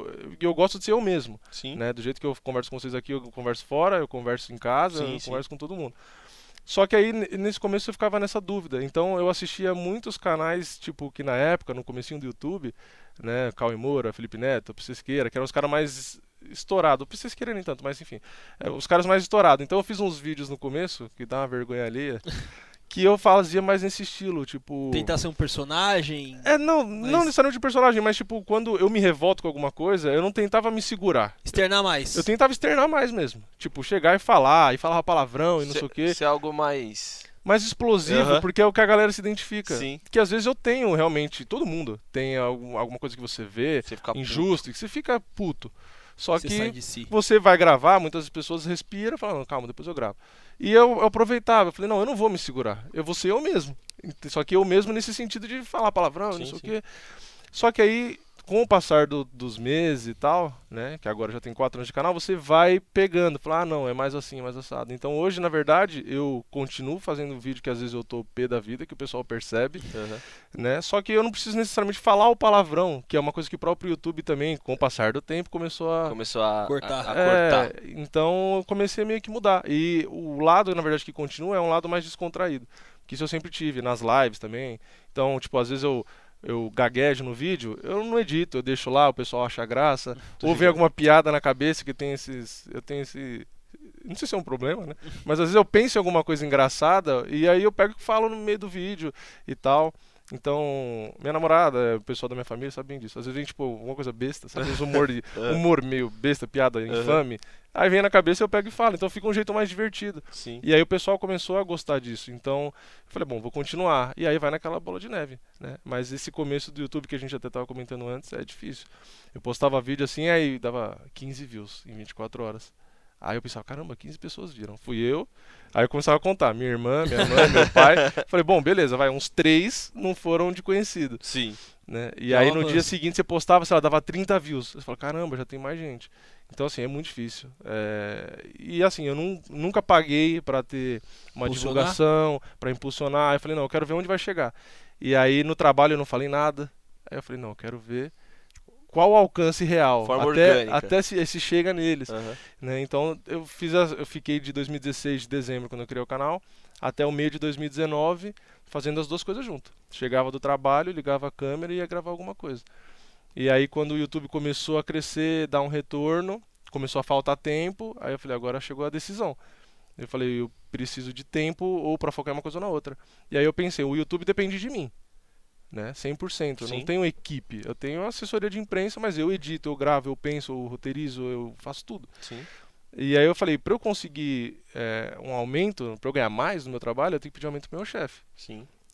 E eu gosto de ser eu mesmo, Sim. né? Do jeito que eu converso com vocês aqui, eu converso fora, eu converso em casa, Sim, eu sim. converso com todo mundo. Só que aí, nesse começo, eu ficava nessa dúvida. Então, eu assistia muitos canais, tipo, que na época, no comecinho do YouTube, né, Cauê Moura, Felipe Neto, Pissesqueira, que eram os caras mais estourados. Pissesqueira nem tanto, mas enfim. É, os caras mais estourados. Então, eu fiz uns vídeos no começo, que dá uma vergonha alheia, que eu fazia mais nesse estilo, tipo... Tentar ser um personagem. É, não, mas... não necessariamente de personagem, mas tipo, quando eu me revolto com alguma coisa, eu não tentava me segurar. Externar mais. Eu tentava externar mais mesmo. Tipo, chegar e falar, e falava palavrão e não Se- sei o quê. Se é algo mais. Mais explosivo, Aham. porque é o que a galera se identifica. Sim. Que às vezes eu tenho realmente, todo mundo tem algum, alguma coisa que você vê Você fica injusto e que você fica puto. Só Você que sai de si. você vai gravar, muitas pessoas respiram e falam, "Não, calma, depois eu gravo." E eu, eu aproveitava, eu falei, não, eu não vou me segurar, eu vou ser eu mesmo. Só que eu mesmo nesse sentido de falar palavrão, Sim, não sei sim. o quê. Só que aí, com o passar do- dos meses e tal, né, que agora já tem quatro anos de canal, você vai pegando, fala, ah, não, é mais assim, é mais assado. Então hoje, na verdade, eu continuo fazendo vídeo que às vezes eu tô pé da vida, que o pessoal percebe, Aham. né, só que eu não preciso necessariamente falar o palavrão, que é uma coisa que o próprio YouTube também, com o passar do tempo, começou a... Começou a Cortar. a- a É, cortar. então eu comecei a meio que mudar. E o lado, na verdade, que continua é um lado mais descontraído. Que isso eu sempre tive, nas lives também. Então, tipo, às vezes eu, eu gaguejo no vídeo, eu não edito, eu deixo lá, o pessoal acha graça. Tô Ou vem ligado. alguma piada na cabeça que tem esses. Eu tenho esse. Não sei se é um problema, né? Mas às vezes eu penso em alguma coisa engraçada e aí eu pego e falo no meio do vídeo e tal. Então, minha namorada, o pessoal da minha família sabe bem disso. Às vezes vem, tipo, alguma coisa besta, sabe? Uns humor, de, humor meio besta, piada infame. Aí vem na cabeça e eu pego e falo. Então fica um jeito mais divertido. Sim. E aí o pessoal começou a gostar disso. Então, eu falei, bom, vou continuar. E aí vai naquela bola de neve, né? Mas esse começo do YouTube que a gente até tava comentando antes é difícil. Eu postava vídeo assim, aí dava quinze views em vinte e quatro horas. Aí eu pensava, caramba, quinze pessoas viram. Fui eu. Aí eu começava a contar, minha irmã, minha mãe, meu pai. Falei, bom, beleza, vai, uns três não foram de conhecido, Sim. né? E É um aí no avanço. dia seguinte você postava, sei lá, dava trinta views. Você fala, caramba, já tem mais gente. Então, assim, é muito difícil. É, E assim, eu não, nunca paguei pra ter uma Impulsionar? divulgação, pra impulsionar. Aí eu falei, não, eu quero ver onde vai chegar. E aí no trabalho eu não falei nada. Aí eu falei, não, eu quero ver qual o alcance real. Forma até orgânica. até se, se chega neles. Aham. Né? Então eu fiz a- eu fiquei de dois mil e dezesseis, de dezembro, quando eu criei o canal, até o meio de dois mil e dezenove, fazendo as duas coisas junto. Chegava do trabalho, ligava a câmera e ia gravar alguma coisa. E aí quando o YouTube começou a crescer, dar um retorno, começou a faltar tempo, aí eu falei, agora chegou a decisão. Eu falei, eu preciso de tempo ou para focar em uma coisa ou na outra. E aí eu pensei, o YouTube depende de mim. Né, cem por cento. Eu Sim. não tenho equipe. Eu tenho assessoria de imprensa, mas eu edito, eu gravo, eu penso, eu roteirizo, eu faço tudo. Sim. E aí eu falei, para eu conseguir é, um aumento, para eu ganhar mais no meu trabalho, eu tenho que pedir aumento pro meu chefe. Sim.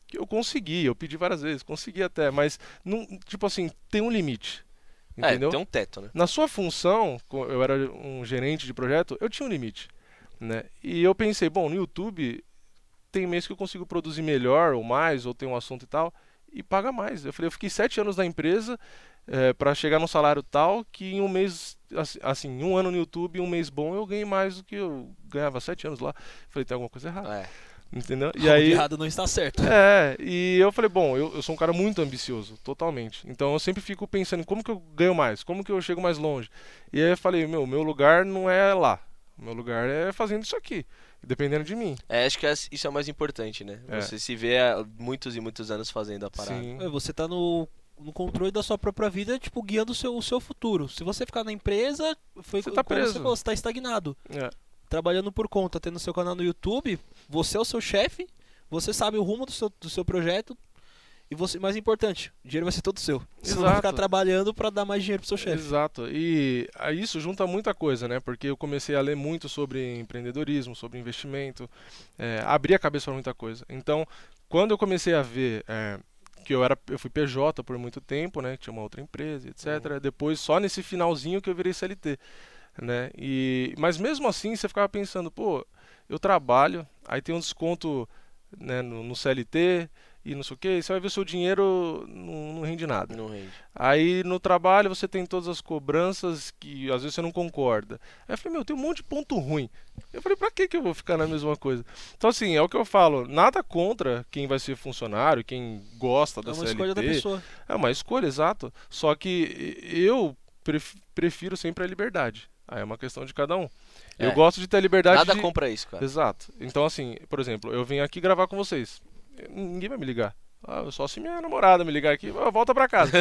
que eu consegui, eu pedi várias vezes, consegui até, mas, não, tipo assim, tem um limite, entendeu? É, tem um teto, né? Na sua função, co- eu era um gerente de projeto, eu tinha um limite, né? E eu pensei, bom, no YouTube tem mês que eu consigo produzir melhor ou mais, ou tem um assunto e tal, e paga mais. Eu falei, eu fiquei sete anos na empresa é, para chegar num salário tal que em um mês, assim, assim, em um ano no YouTube, um mês bom, eu ganhei mais do que eu ganhava sete anos lá. Eu falei, tem alguma coisa errada, É. entendeu? E Algo aí, errado não está certo. é, e eu falei, bom, eu, eu sou um cara muito ambicioso, totalmente. Então eu sempre fico pensando em como que eu ganho mais, como que eu chego mais longe. E aí eu falei, meu, meu lugar não é lá. O meu lugar é fazendo isso aqui, dependendo de mim. É, acho que é- isso é o mais importante, né? É. Você se vê há muitos e muitos anos fazendo a parada. Sim. É, Você tá no, no controle da sua própria vida, tipo, guiando o seu, o seu futuro. Se você ficar na empresa, foi Você tá como você preso. falou, você tá estagnado. É. Trabalhando por conta, tendo seu canal no YouTube, você é o seu chefe, você sabe o rumo do seu, do seu projeto, e você, mais importante, o dinheiro vai ser todo seu. Você não vai Exato. ficar trabalhando pra dar mais dinheiro pro seu chefe. Exato. E a isso junta muita coisa, né? Porque eu comecei a ler muito sobre empreendedorismo, sobre investimento, é, abri a cabeça para muita coisa. Então, quando eu comecei a ver é, que eu era, eu fui P J por muito tempo, né? Tinha uma outra empresa, etcétera. Depois, só nesse finalzinho que eu virei C L T, né? E, mas mesmo assim, você ficava pensando, pô, eu trabalho, aí tem um desconto, né, no, no C L T e não sei o que, você vai ver o seu dinheiro não, não rende nada. Não rende. Aí no trabalho você tem todas as cobranças que às vezes você não concorda. Aí eu falei, meu, tem um monte de ponto ruim. Eu falei, pra que que eu vou ficar na mesma coisa? Então assim, é o que eu falo, nada contra quem vai ser funcionário, quem gosta da É uma C L T. escolha da pessoa. É uma escolha, exato. Só que eu pref- prefiro sempre a liberdade. Aí é uma questão de cada um. É. Eu gosto de ter a liberdade Nada de... compra isso, cara. Exato. Então assim, por exemplo, eu vim aqui gravar com vocês. Ninguém vai me ligar. Ah, só se minha namorada me ligar aqui, ah, volta pra casa.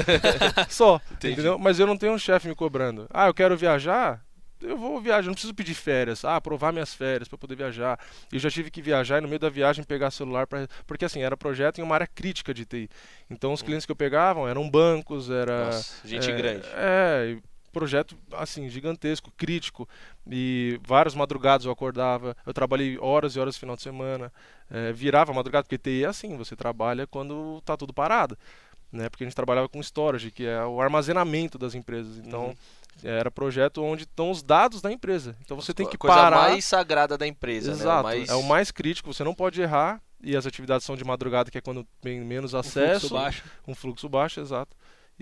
Só, Entendi. entendeu? Mas eu não tenho um chefe me cobrando. Ah, eu quero viajar, eu vou viajar, não preciso pedir férias. Ah, aprovar minhas férias pra poder viajar. Eu já tive que viajar e no meio da viagem pegar celular para, porque assim, era projeto em uma área crítica de T I. Então os clientes que eu pegavam eram bancos, era Nossa, gente é, grande. É, e projeto assim gigantesco, crítico, e várias madrugadas eu acordava, eu trabalhei horas e horas no final de semana, é, virava madrugada, porque T I é assim, você trabalha quando tá tudo parado, né? Porque a gente trabalhava com storage, que é o armazenamento das empresas, então Uhum. era projeto onde estão os dados da empresa, então você tem A que coisa parar. mais sagrada da empresa, Exato, né? O mais... é o mais crítico, você não pode errar, e as atividades são de madrugada, que é quando tem menos Um acesso, fluxo baixo. um fluxo baixo, exato.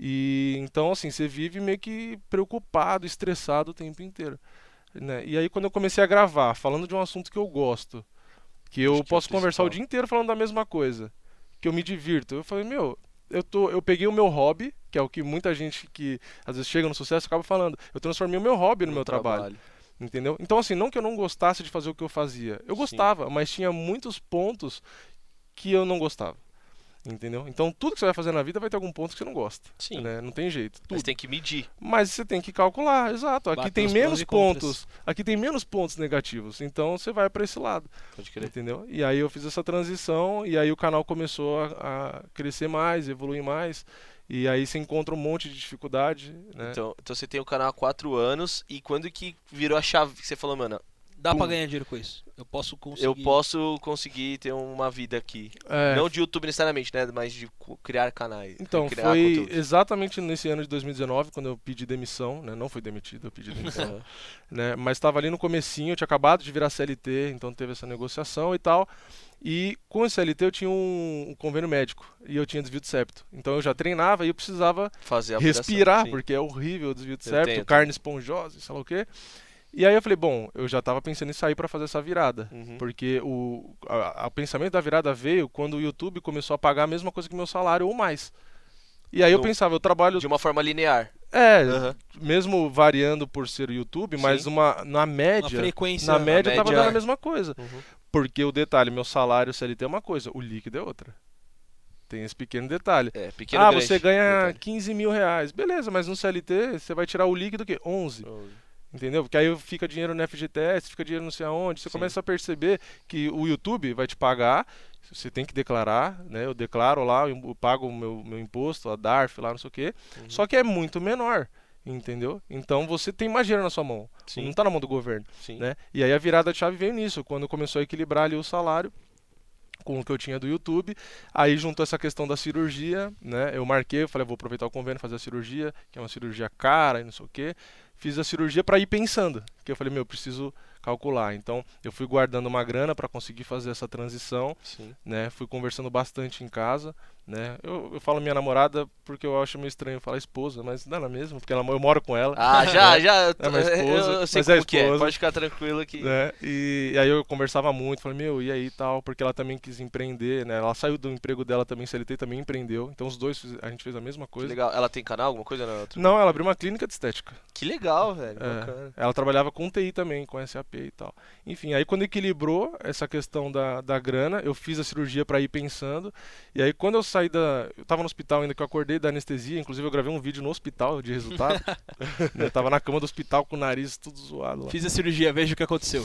E então assim, você vive meio que preocupado, estressado o tempo inteiro, né? E aí quando eu comecei a gravar, falando de um assunto que eu gosto, que eu Acho que é o posso conversar o principal. dia inteiro falando da mesma coisa, que eu me divirto. Eu falei, meu, eu tô, eu peguei o meu hobby, que é o que muita gente que às vezes chega no sucesso acaba falando. Eu transformei o meu hobby no meu trabalho. Entendeu? Então, assim, não que eu não gostasse de fazer o que eu fazia. Eu Sim. gostava, mas tinha muitos pontos que eu não gostava. Entendeu? Então, tudo que você vai fazer na vida vai ter algum ponto que você não gosta. Sim. Né? Não tem jeito. Mas Tudo. tem que medir. Mas você tem que calcular, exato. Aqui Bater tem os menos prós e contras. pontos. Aqui tem menos pontos negativos. Então, você vai para esse lado. Pode crer. Entendeu? E aí eu fiz essa transição e aí o canal começou a, a crescer mais, evoluir mais. E aí você encontra um monte de dificuldade, né? Então, então você tem o canal há quatro anos e quando que virou a chave que você falou, mano, Dá pra Pum. ganhar dinheiro com isso. Eu posso conseguir. eu posso conseguir ter uma vida aqui. É, Não de YouTube necessariamente, né? Mas de cu- criar canais. então, criar foi conteúdos. exatamente nesse ano de dois mil e dezenove, quando eu pedi demissão, né? Não fui demitido, eu pedi demissão. Né? Mas estava ali no comecinho, eu tinha acabado de virar C L T, então teve essa negociação e tal. E com o C L T eu tinha um, um convênio médico e eu tinha desvio de septo. Então eu já treinava e eu precisava Fazer a respirar, operação, sim. porque é horrível o desvio de Eu septo, tenho, carne esponjosa, sei lá o quê. E aí eu falei, bom, eu já estava pensando em sair para fazer essa virada. Uhum. Porque o a, a pensamento da virada veio quando o YouTube começou a pagar a mesma coisa que o meu salário ou mais. E aí eu No- pensava, eu trabalho... De uma forma linear. É, Aham. mesmo variando por ser o YouTube, mas Sim. uma, na Uma média... frequência. Na média eu tava média- dando a mesma coisa. Uhum. Porque o detalhe, meu salário C L T é uma coisa, o líquido é outra. Tem esse pequeno detalhe. É, pequeno Ah, grande. você ganha Detalhe. quinze mil reais. Beleza, mas no C L T você vai tirar o líquido o quê? onze. Entendeu? Porque aí fica dinheiro no F G T S, fica dinheiro não sei aonde. Você Sim. começa a perceber que o YouTube vai te pagar, você tem que declarar, né? Eu declaro lá, eu pago o meu, meu imposto, a D A R F lá, não sei o quê. Uhum. Só que é muito menor, entendeu? Então você tem mais dinheiro na sua mão. Sim. Não tá na mão do governo, Sim. né? E aí a virada de chave veio nisso, quando começou a equilibrar ali o salário com o que eu tinha do YouTube. Aí juntou essa questão da cirurgia, né? Eu marquei, eu falei, vou aproveitar o convênio, fazer a cirurgia, que é uma cirurgia cara e não sei o quê. Fiz a cirurgia para ir pensando, que eu falei, meu, eu preciso calcular. Então, eu fui guardando uma grana para conseguir fazer essa transição, Sim. né? Fui conversando bastante em casa, né? Eu, eu falo minha namorada porque eu acho meio estranho falar esposa, mas não é ela mesmo, porque ela, eu moro com ela. Ah, já, já. Eu, É minha esposa, eu, eu sei mas como é que é. esposa. Pode ficar tranquilo que... Né? E, e aí eu conversava muito, falei, meu, e aí e tal, porque ela também quis empreender, né? Ela saiu do emprego dela também, C L T, também empreendeu. Então os dois, fiz- a gente fez a mesma Que coisa. legal. Ela tem canal, alguma coisa ou não? Não, ela abriu uma clínica de estética. Que legal, velho. É, Bacana. ela trabalhava com T I também, com S A P e tal. Enfim, aí quando equilibrou essa questão da, da grana, eu fiz a cirurgia pra ir pensando. E aí quando eu saí da... Eu tava no hospital ainda, que eu acordei da anestesia. Inclusive eu gravei um vídeo no hospital de resultado. Eu tava na cama do hospital com o nariz tudo zoado lá. Fiz a cirurgia, veja o que aconteceu.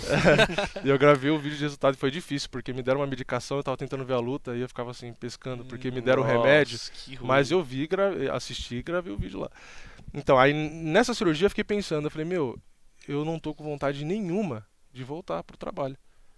E eu gravei o vídeo de resultado e foi difícil, porque me deram uma medicação, eu tava tentando ver a luta e eu ficava assim, pescando, porque me deram o Nossa, remédio. que ruim. Mas eu vi, gra- assisti e gravei o vídeo lá. Então, aí nessa cirurgia eu fiquei pensando, eu falei, meu, eu não tô com vontade nenhuma de voltar pro trabalho.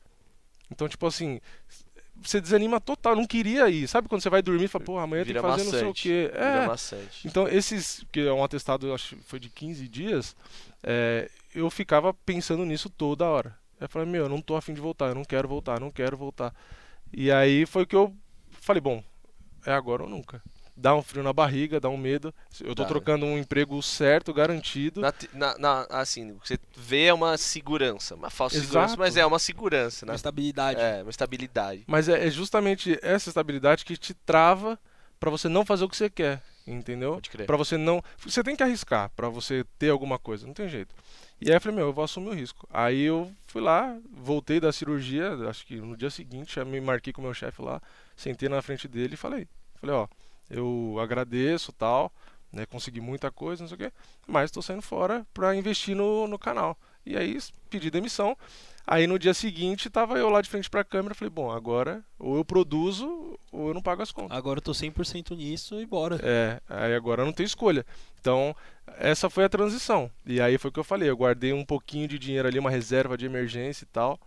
Então, tipo assim, você desanima total, eu não queria ir. Sabe quando você vai dormir e fala, pô, amanhã tem Vira que fazer não sei o maçante. quê. Vira É, maçante. então esses, que é um atestado, eu acho que foi de quinze dias, é, eu ficava pensando nisso toda hora. Eu falei, meu, eu não tô afim de voltar, eu não quero voltar, eu não quero voltar. E aí foi que eu falei, bom, é agora ou nunca. Dá um frio na barriga, dá um medo. Eu tô Dá. trocando um emprego certo, garantido. Na, te- na- na- assim, o que você vê é uma segurança, uma falsa segurança, Exato. mas é uma segurança, né? Uma estabilidade. É, uma estabilidade. Mas é, é justamente essa estabilidade que te trava pra você não fazer o que você quer, entendeu? Pode crer. Pra você não, você tem que arriscar pra você ter alguma coisa, não tem jeito. E aí eu falei, meu, eu vou assumir o risco. Aí eu fui lá, voltei da cirurgia, acho que no dia seguinte, já me marquei com o meu chefe lá, sentei na frente dele e falei, falei, ó, eu agradeço, tal, né, consegui muita coisa, não sei o quê, mas estou saindo fora pra investir no, no canal. E aí pedi demissão. Aí no dia seguinte tava eu lá de frente pra câmera, falei, bom, agora ou eu produzo ou eu não pago as contas. Agora eu tô cem por cento nisso e bora. É, aí agora eu não tenho escolha. Então, essa foi a transição. E aí foi o que eu falei, eu guardei um pouquinho de dinheiro ali, uma reserva de emergência e tal,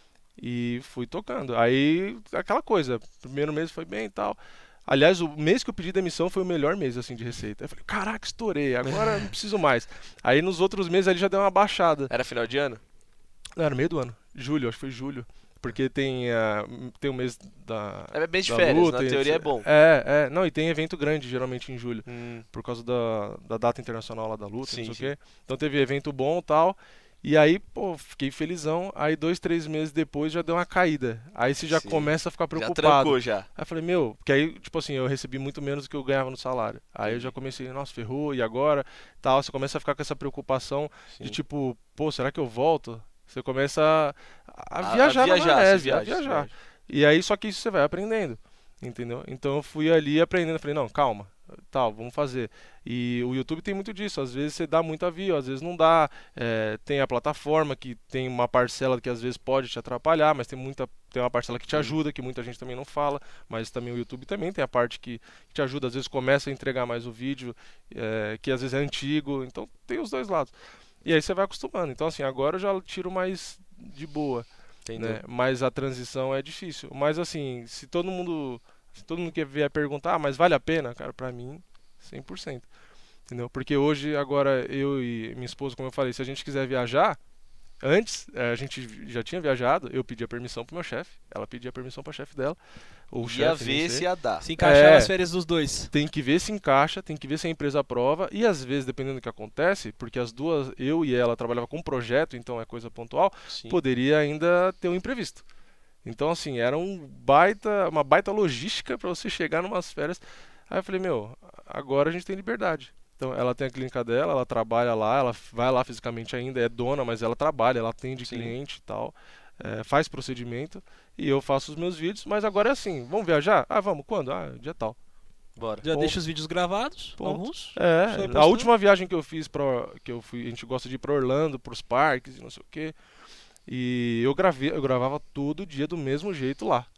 e fui tocando. Aí, aquela coisa, primeiro mês foi bem e tal. Aliás, o mês que eu pedi demissão foi o melhor mês, assim, de receita. Aí eu falei, caraca, estourei, agora não preciso mais. Aí nos outros meses ele já deu uma baixada. Era final de ano? Não, era meio do ano. Julho, acho que foi julho. Porque tem, ah, tem o mês da. É mês de da férias, luta, na e teoria é etcétera. bom. É, é. Não, e tem evento grande, geralmente em julho. Hum, Por causa da, da data internacional lá da luta, Sim, não sei sim. o quê. Então teve evento bom e tal. E aí, pô, fiquei felizão. Aí dois, três meses depois já deu uma caída. Aí você já Sim. começa a ficar já preocupado. trancou já. Aí eu falei, meu, porque aí, tipo assim, eu recebi muito menos do que eu ganhava no salário. Aí eu já comecei, nossa, ferrou, e agora? Tal, você começa a ficar com essa preocupação Sim. de tipo, pô, será que eu volto? Você começa a, a A- a viajar na viajar, maionese, se a viaja, se viajar. viaja. E aí, só que isso você vai aprendendo, entendeu? Então eu fui ali aprendendo, falei, não, calma, tal, vamos fazer. E o YouTube tem muito disso, às vezes você dá muita view, às vezes não dá. É, tem a plataforma que tem uma parcela que às vezes pode te atrapalhar, mas tem muita, tem uma parcela que te ajuda, que muita gente também não fala, mas também o YouTube também tem a parte que te ajuda, às vezes começa a entregar mais o vídeo, é, que às vezes é antigo, então tem os dois lados. E aí você vai acostumando. Então assim, agora eu já tiro mais de boa. Entendeu? Né? Mas a transição é difícil. Mas assim, se todo mundo, se todo mundo quer vier perguntar, ah, mas vale a pena? Cara, pra mim, cem por cento. Entendeu? Porque hoje, agora, eu e minha esposa, como eu falei, se a gente quiser viajar, antes, eh, a gente já tinha viajado, eu pedia permissão pro meu chefe, ela pedia permissão pra chefe dela, ou o Ia chefe, nem ver sei. se ia dar. Se encaixar É. nas férias dos dois. Tem que ver se encaixa, tem que ver se a empresa aprova, e às vezes, dependendo do que acontece, porque as duas, eu e ela, trabalhava com um projeto, então é coisa pontual, Sim. poderia ainda ter um imprevisto. Então, assim, era um baita, uma baita logística para você chegar numas férias. Aí eu falei, meu, agora a gente tem liberdade. Então, ela tem a clínica dela, ela trabalha lá, ela vai lá fisicamente ainda, é dona, mas ela trabalha, ela atende Sim. cliente e tal, é, faz procedimento, e eu faço os meus vídeos, mas agora é assim, vamos viajar? Ah, vamos, quando? Ah, dia tal. Bora. Já Ponto. deixa os vídeos gravados, Ponto. alguns. Só É, vai a postando. última viagem que eu fiz para que eu fui, a gente gosta de ir para Orlando, para os parques e não sei o quê. E eu gravei, eu gravava todo dia do mesmo jeito lá.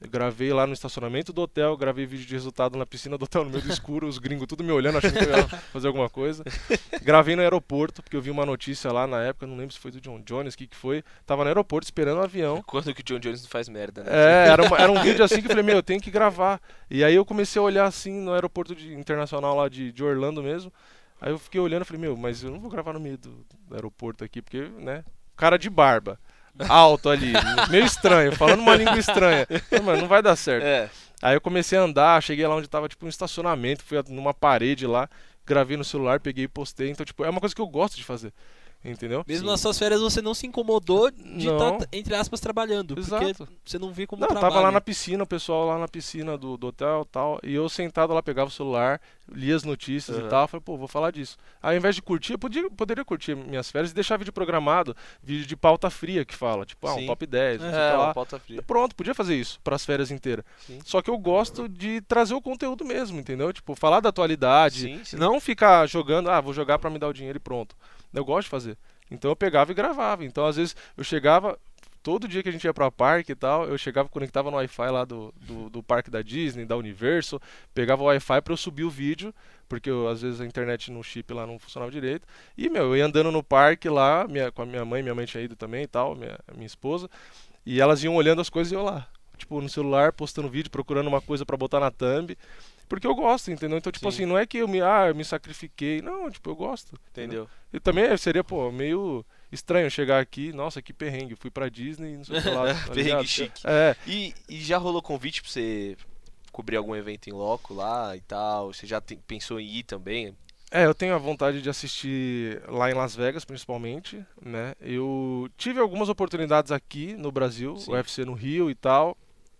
Eu gravei lá no estacionamento do hotel, gravei vídeo de resultado na piscina do hotel no meio do escuro, os gringos tudo me olhando, achando que eu ia fazer alguma coisa. Gravei no aeroporto, porque eu vi uma notícia lá na época, não lembro se foi do John Jones, o que que foi. Tava no aeroporto esperando o avião. Quando que o John Jones não faz merda, né? É, era, uma, era um vídeo assim que eu falei, meu, eu tenho que gravar. E aí eu comecei a olhar assim no aeroporto de, internacional lá de, de Orlando mesmo. Aí eu fiquei olhando e falei, meu, mas eu não vou gravar no meio do, do aeroporto aqui, porque, né, cara de barba. Alto ali, meio estranho, falando uma língua estranha. Falei, mano, não vai dar certo. É. Aí eu comecei a andar, cheguei lá onde tava tipo um estacionamento, fui numa parede lá, gravei no celular, peguei e postei. Então, tipo, é uma coisa que eu gosto de fazer. Entendeu? Mesmo Sim. nas suas férias você não se incomodou de Não. estar, entre aspas, trabalhando. Exato. Porque você não vê como Não, eu trabalho. tava lá na piscina, o pessoal lá na piscina do, do hotel e tal, e eu sentado lá, pegava o celular, lia as notícias Uhum. e tal, falei, pô, vou falar disso. Aí ao invés de curtir, eu podia, poderia curtir minhas férias e deixar vídeo programado, vídeo de pauta fria que fala, tipo, ah, um Sim. top dez, não sei o É, que uma lá. pauta fria. Pronto, podia fazer isso pras férias inteiras. Sim. Só que eu gosto de trazer o conteúdo mesmo, entendeu? Tipo, falar da atualidade, Sim, sim. não ficar jogando, ah, vou jogar pra me dar o dinheiro e pronto. Eu gosto de fazer. Então eu pegava e gravava. Então às vezes eu chegava, todo dia que a gente ia pra parque e tal, eu chegava, conectava no Wi-Fi lá do, do, do parque da Disney, da Universal, pegava o Wi-Fi pra eu subir o vídeo, porque eu, às vezes a internet no chip lá não funcionava direito. E, meu, eu ia andando no parque lá, minha, com a minha mãe, minha mãe tinha ido também e tal, minha, minha esposa, e elas iam olhando as coisas e eu lá. Tipo, no celular, postando vídeo, procurando uma coisa pra botar na thumb. Porque eu gosto, entendeu? Então, tipo Sim. assim, não é que eu me, ah, eu me sacrifiquei. Não, tipo, eu gosto. Entendeu? E também seria, pô, meio estranho chegar aqui, nossa, que perrengue, fui pra Disney e não sei o que lá. tá Perrengue ligado? chique. É, E, e já rolou convite pra você cobrir algum evento em loco lá e tal? Você já tem- pensou em ir também? é, eu tenho a vontade de assistir lá em Las Vegas, principalmente, né? Eu tive algumas oportunidades aqui no Brasil, Sim. o U F C no Rio e tal,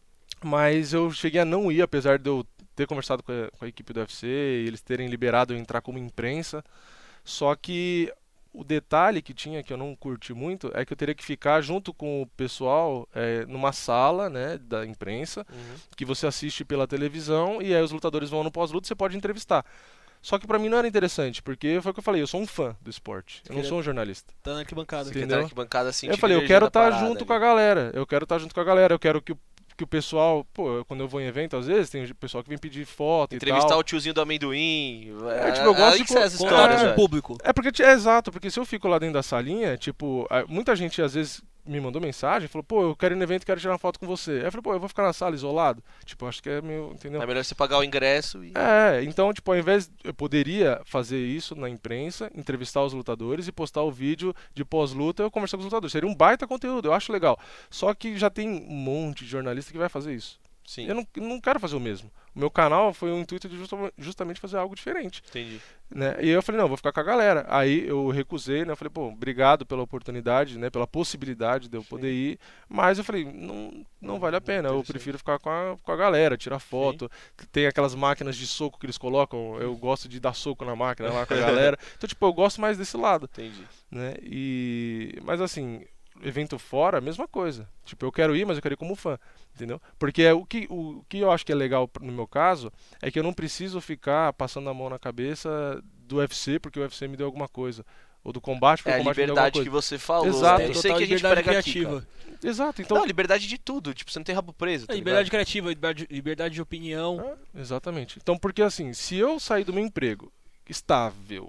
mas eu cheguei a não ir, apesar de eu ter conversado com a, com a equipe do U F C e eles terem liberado eu entrar como imprensa. Só que o detalhe que tinha, que eu não curti muito, é que eu teria que ficar junto com o pessoal é, numa sala, né, da imprensa, que você assiste pela televisão e aí os lutadores vão no pós-luta e você pode entrevistar. Só que pra mim não era interessante, porque foi o que eu falei, eu sou um fã do esporte, eu não Queria- sou um jornalista. Tá na arquibancada. Você Entendeu? quer estar na arquibancada assim, Eu falei, eu quero estar junto com a galera, eu quero estar junto com a galera, eu quero que o, que o pessoal, pô, eu- quando eu vou em evento, às vezes tem pessoal que vem pedir foto Entrevistar e tal. o tiozinho do amendoim. É, tipo, eu gosto aí de que sai co- as co- histórias, Contato com é. o velho. público. É porque é exato, porque se eu fico lá dentro da salinha, tipo, a- muita gente às vezes me mandou mensagem, falou, pô, eu quero ir no evento, quero tirar uma foto com você. Aí eu falei, pô, eu vou ficar na sala isolado? Tipo, acho que é meio, entendeu? É melhor você pagar o ingresso e... É, então, tipo, ao invés, eu poderia fazer isso na imprensa, entrevistar os lutadores e postar o vídeo de pós-luta eu conversar com os lutadores. Seria um baita conteúdo, eu acho legal. Só que já tem um monte de jornalista que vai fazer isso. Sim, Eu não, não quero fazer o mesmo. O meu canal foi o intuito de justa- justamente fazer algo diferente. entendi. Né? E eu falei, não, eu vou ficar com a galera. Aí eu recusei, né? Eu falei, pô, obrigado pela oportunidade, né? Pela possibilidade de eu poder ir. Mas eu falei, não, não vale a pena. Eu Interessante. prefiro ficar com a, com a galera, tirar foto. Tem aquelas máquinas de soco que eles colocam. Eu gosto de dar soco na máquina lá com a galera. Então, tipo, eu gosto mais desse lado, Entendi. né? E... Mas assim, evento fora, mesma coisa. Tipo, eu quero ir, mas eu quero ir como fã. Entendeu? Porque é o que, o, o que eu acho que é legal no meu caso é que eu não preciso ficar passando a mão na cabeça do U F C porque o U F C me deu alguma coisa. Ou do combate porque É o a combate me deu alguma liberdade que coisa. você falou. Exato. É Tem isso aí total que a gente liberdade prega aqui, criativa. cara. Exato, então. Não, liberdade de tudo. Tipo, você não tem rabo preso, tá É, ligado? liberdade criativa, liberdade, liberdade de opinião. É, exatamente. Então, porque assim, se eu sair do meu emprego estável,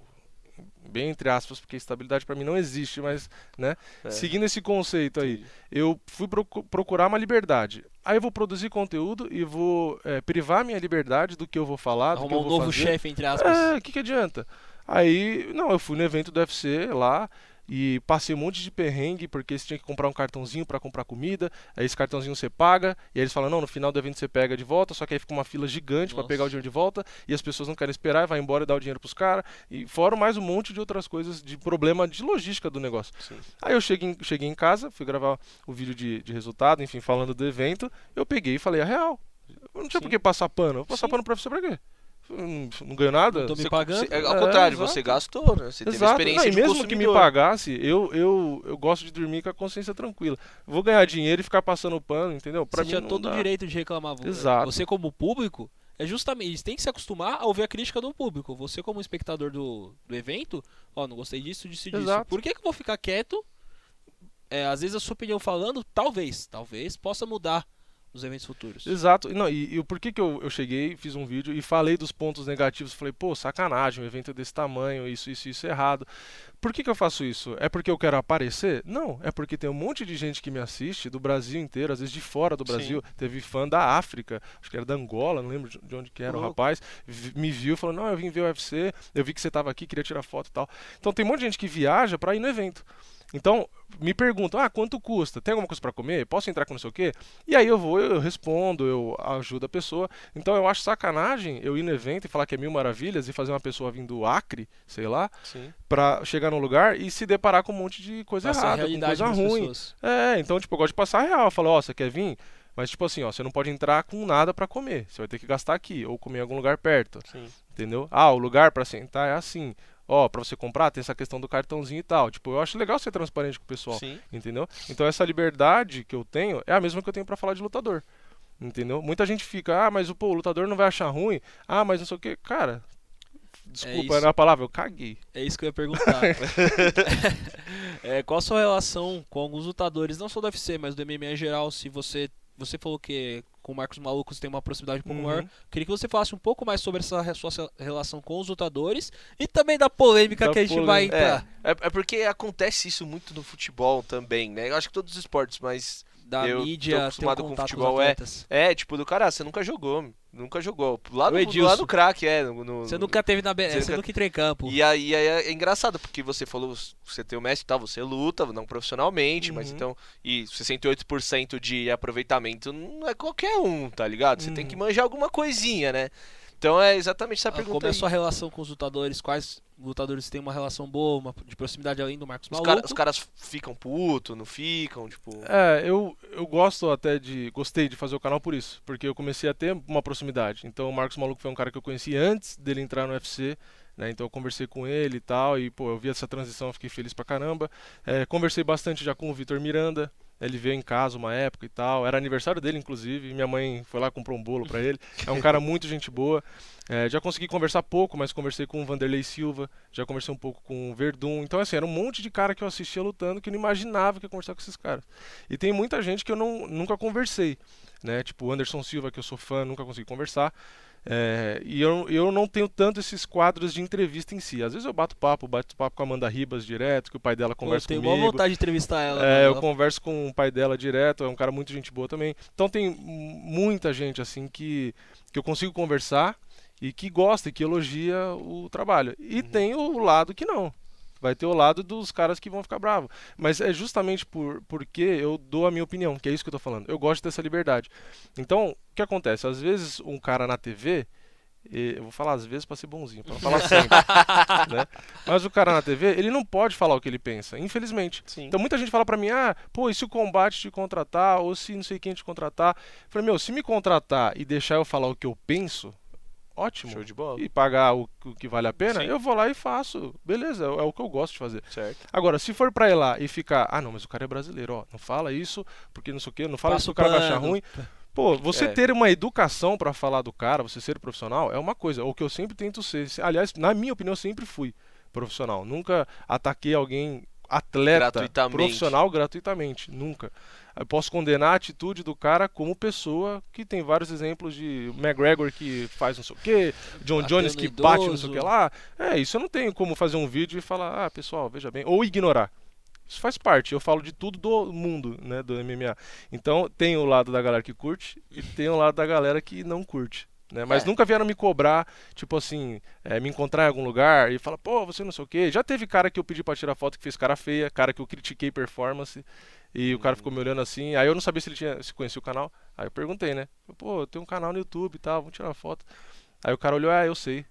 bem entre aspas, porque estabilidade pra mim não existe, mas, né? É. Seguindo esse conceito aí, Entendi. eu fui procu- procurar uma liberdade. Aí eu vou produzir conteúdo e vou é, privar minha liberdade do que eu vou falar, do que Arrumar eu um vou novo fazer. chefe, entre aspas. É, o que, que adianta? Aí, não, eu fui no evento do U F C lá e passei um monte de perrengue porque você tinha que comprar um cartãozinho pra comprar comida. Aí esse cartãozinho você paga e aí eles falam, não, no final do evento você pega de volta, só que aí fica uma fila gigante pra Nossa. pegar o dinheiro de volta e as pessoas não querem esperar, vai embora e dá o dinheiro pros caras. E fora mais um monte de outras coisas de problema de logística do negócio. Sim. Aí eu cheguei em, cheguei em casa, fui gravar o vídeo de, de resultado, enfim, falando do evento, eu peguei e falei a real. Eu não tinha Sim. por que passar pano. Eu vou passar Sim. pano pra você pra quê? Eu Não, não ganho nada? Não tô me Você- pagando? você- ao É, contrário, exato. você gastou, né? Você teve Exato. experiência Não, e de mesmo que me consumidor. pagasse, eu, eu, eu gosto de dormir com a consciência tranquila. Vou ganhar dinheiro e ficar passando pano, entendeu? Pra Você mim tinha não todo o dá. direito de reclamar. Vo- Exato. Você como público, é justamente, eles têm que se acostumar a ouvir a crítica do público. Você como espectador do, do evento, ó, não gostei disso, disso e disso. Exato. Por que que eu vou ficar quieto? É, às vezes a sua opinião falando, talvez, talvez possa mudar nos eventos futuros. Exato. Não, e, e o porquê que eu, eu cheguei, fiz um vídeo e falei dos pontos negativos. Falei, pô, sacanagem, um evento desse tamanho, isso, isso, isso errado. Por que que eu faço isso? É porque eu quero aparecer? Não, é porque tem um monte de gente que me assiste, do Brasil inteiro, às vezes de fora do Brasil. Sim. Teve fã da África, acho que era da Angola, não lembro de onde que era o Louco. rapaz. vi- Me viu e falou, não, eu vim ver o U F C, eu vi que você estava aqui, queria tirar foto e tal. Então tem um monte de gente que viaja para ir no evento. Então, me perguntam, ah, quanto custa? Tem alguma coisa para comer? Posso entrar com não sei o quê? E aí eu vou, eu respondo, eu ajudo a pessoa. Então eu acho sacanagem eu ir no evento e falar que é mil maravilhas e fazer uma pessoa vir do Acre, sei lá, Sim. pra chegar num lugar e se deparar com um monte de coisa Passa a errada, com realidade coisa das ruim. pessoas. É, então, tipo, eu gosto de passar a real. Eu falo, ó, você quer vir? Mas, tipo assim, ó, você não pode entrar com nada pra comer. Você vai ter que gastar aqui, ou comer em algum lugar perto. Sim. Entendeu? Ah, o lugar pra sentar é assim. Ó, pra você comprar, tem essa questão do cartãozinho e tal. Tipo, eu acho legal ser transparente com o pessoal. Sim. Entendeu? Então essa liberdade que eu tenho é a mesma que eu tenho pra falar de lutador. Entendeu? Muita gente fica, ah, mas o, pô, o lutador não vai achar ruim. Ah, mas não sei o que. Cara, desculpa, isso. era a palavra, eu caguei. É isso que eu ia perguntar. É, qual a sua relação com alguns lutadores, não só do U F C, mas do M M A em geral? Se você, você falou que com o Marcos Maluco você tem uma proximidade um pouco Uhum. maior. Queria que você falasse um pouco mais sobre essa re- sua relação com os lutadores e também da polêmica Da que a gente vai polêmica. entrar. É, é, é porque acontece isso muito no futebol também, né? Eu acho que todos os esportes, mas Da eu tô mídia, ter o acostumado com contato futebol, dos é. atletas. É, tipo, do cara, ah, você nunca jogou, nunca jogou. Lá O no, Edilson. lá no crack, é. No, no- Você nunca teve na B... Você Você nunca- nunca entrou em campo. E aí, aí é engraçado, porque você falou, você tem o mestre e tal, você luta, não profissionalmente, mas Uhum. então. E sessenta e oito por cento de aproveitamento não é qualquer um, tá ligado? Você tem Uhum. que manjar alguma coisinha, né? Então é exatamente essa Ah, pergunta Como é a aí. sua relação com os lutadores? Quais lutadores têm uma relação boa, uma de proximidade além do Marcos Os, Maluco? cara- os caras ficam puto, não ficam, tipo. É, eu, eu gosto até de. Gostei de fazer o canal por isso. Porque eu comecei a ter uma proximidade. Então o Marcos Maluco foi um cara que eu conheci antes dele entrar no U F C. Né, então eu conversei com ele e tal. E, pô, eu vi essa transição, fiquei feliz pra caramba. É, conversei bastante já com o Vitor Miranda. Ele veio em casa uma época e tal. Era aniversário dele, inclusive. Minha mãe foi lá, comprou um bolo pra ele. É um cara muito gente boa. É, já consegui conversar pouco, mas conversei com o Vanderlei Silva. Já conversei um pouco com o Verdun. Então, assim, era um monte de cara que eu assistia lutando que eu não imaginava que ia conversar com esses caras. E tem muita gente que eu não, nunca conversei. Né? Tipo o Anderson Silva, que eu sou fã, nunca consegui conversar. É, e eu, eu não tenho tanto esses quadros de entrevista em si. Às vezes eu bato papo, bato papo com a Amanda Ribas direto, que o pai dela Pô, eu conversa tenho comigo. maior vontade de entrevistar ela. É, mano. eu Ela- converso com o pai dela direto, é um cara muito gente boa também. Então tem mu- muita gente assim que, que eu consigo conversar e que gosta e que elogia o trabalho. E Uhum. tem o lado que não. Vai ter o lado dos caras que vão ficar bravos. Mas é justamente por, porque eu dou a minha opinião, que é isso que eu tô falando. Eu gosto dessa liberdade. Então, o que acontece? Às vezes um cara na T V, e- eu vou falar às vezes pra ser bonzinho, pra não falar sempre. Né? Mas o cara na T V, ele não pode falar o que ele pensa, infelizmente. Sim. Então muita gente fala pra mim, ah, pô, e se o combate te contratar, ou se não sei quem te contratar? Eu falei, meu, se me contratar e deixar eu falar o que eu penso, ótimo. Show de bola. E pagar o, o que vale a pena, Sim. eu vou lá e faço. Beleza, é, é o que eu gosto de fazer. Certo. Agora, se for pra ir lá e ficar, ah, não, mas o cara é brasileiro, ó, não fala isso, porque não sei o quê, não fala Passa isso, o o cara vai achar pano. ruim. Pô, você É. ter uma educação pra falar do cara, você ser profissional, é uma coisa. O que eu sempre tento ser. Aliás, na minha opinião, eu sempre fui profissional. Nunca ataquei alguém atleta Gratuitamente. profissional gratuitamente. Nunca. Eu posso condenar a atitude do cara como pessoa, que tem vários exemplos de McGregor que faz não sei o quê, John Batendo Jones que idoso. bate não sei o que lá. É, isso eu não tenho como fazer um vídeo e falar, ah, pessoal, veja bem. Ou ignorar. Isso faz parte, eu falo de tudo do mundo, né, do M M A. Então tem o lado da galera que curte e tem o lado da galera que não curte. Né? Mas É. nunca vieram me cobrar, tipo assim, é, me encontrar em algum lugar e falar, pô, você não sei o quê. Já teve cara que eu pedi pra tirar foto que fez cara feia, cara que eu critiquei performance e o cara ficou me olhando assim. Aí eu não sabia se ele tinha, se conhecia o canal. Aí eu perguntei, né? Pô, eu tenho um canal no YouTube e tal, vamos tirar foto. Aí o cara olhou, ah, eu sei.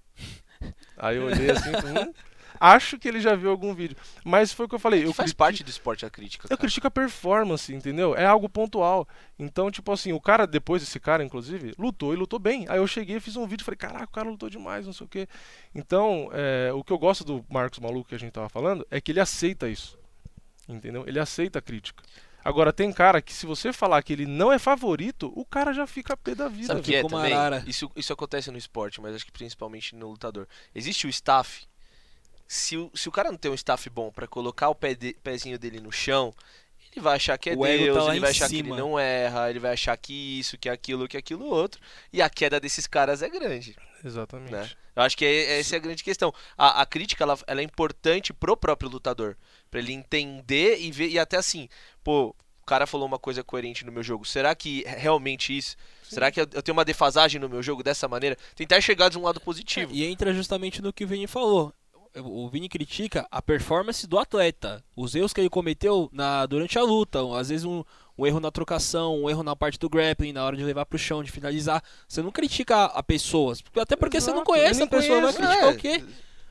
Aí eu olhei assim, hum, acho que ele já viu algum vídeo. Mas foi o que eu falei. Que Eu faz criti- parte do esporte a crítica. eu cara. critico a performance, entendeu? É algo pontual. Então, tipo assim, o cara, depois esse cara, inclusive, lutou e lutou bem. Aí eu cheguei, fiz um vídeo e falei, caraca, o cara lutou demais, não sei o quê. Então, é, o que eu gosto do Marcos Maluco que a gente tava falando é que ele aceita isso. Entendeu? Ele aceita a crítica. Agora, tem cara que se você falar que ele não é favorito, o cara já fica pé da vida. Sabe O velho. que é Ficou também, marara. isso, isso acontece no esporte, mas acho que principalmente no lutador. Existe o staff. Se o, se o cara não tem um staff bom pra colocar o pé de- pezinho dele no chão, ele vai achar que é O ego tá Deus, lá ele em vai achar que ele cima. não erra, ele vai achar que isso, que aquilo, que aquilo outro. E a queda desses caras é grande, Exatamente. né? Eu acho que é, essa é a grande questão. A, a crítica, ela, ela é importante pro próprio lutador. Pra ele entender e ver, e até assim, pô, o cara falou uma coisa coerente no meu jogo. Será que é realmente isso? Sim. Será que eu, eu tenho uma defasagem no meu jogo dessa maneira? Tentar chegar de um lado positivo. E entra justamente no que o Vini falou. O Vini critica a performance do atleta, os erros que ele cometeu na, durante a luta, às vezes um, um erro na trocação, um erro na parte do grappling, na hora de levar pro chão, de finalizar. Você não critica a, a pessoas, até porque Exato, você não conhece eu a pessoa, vai conheço, criticar é. o quê?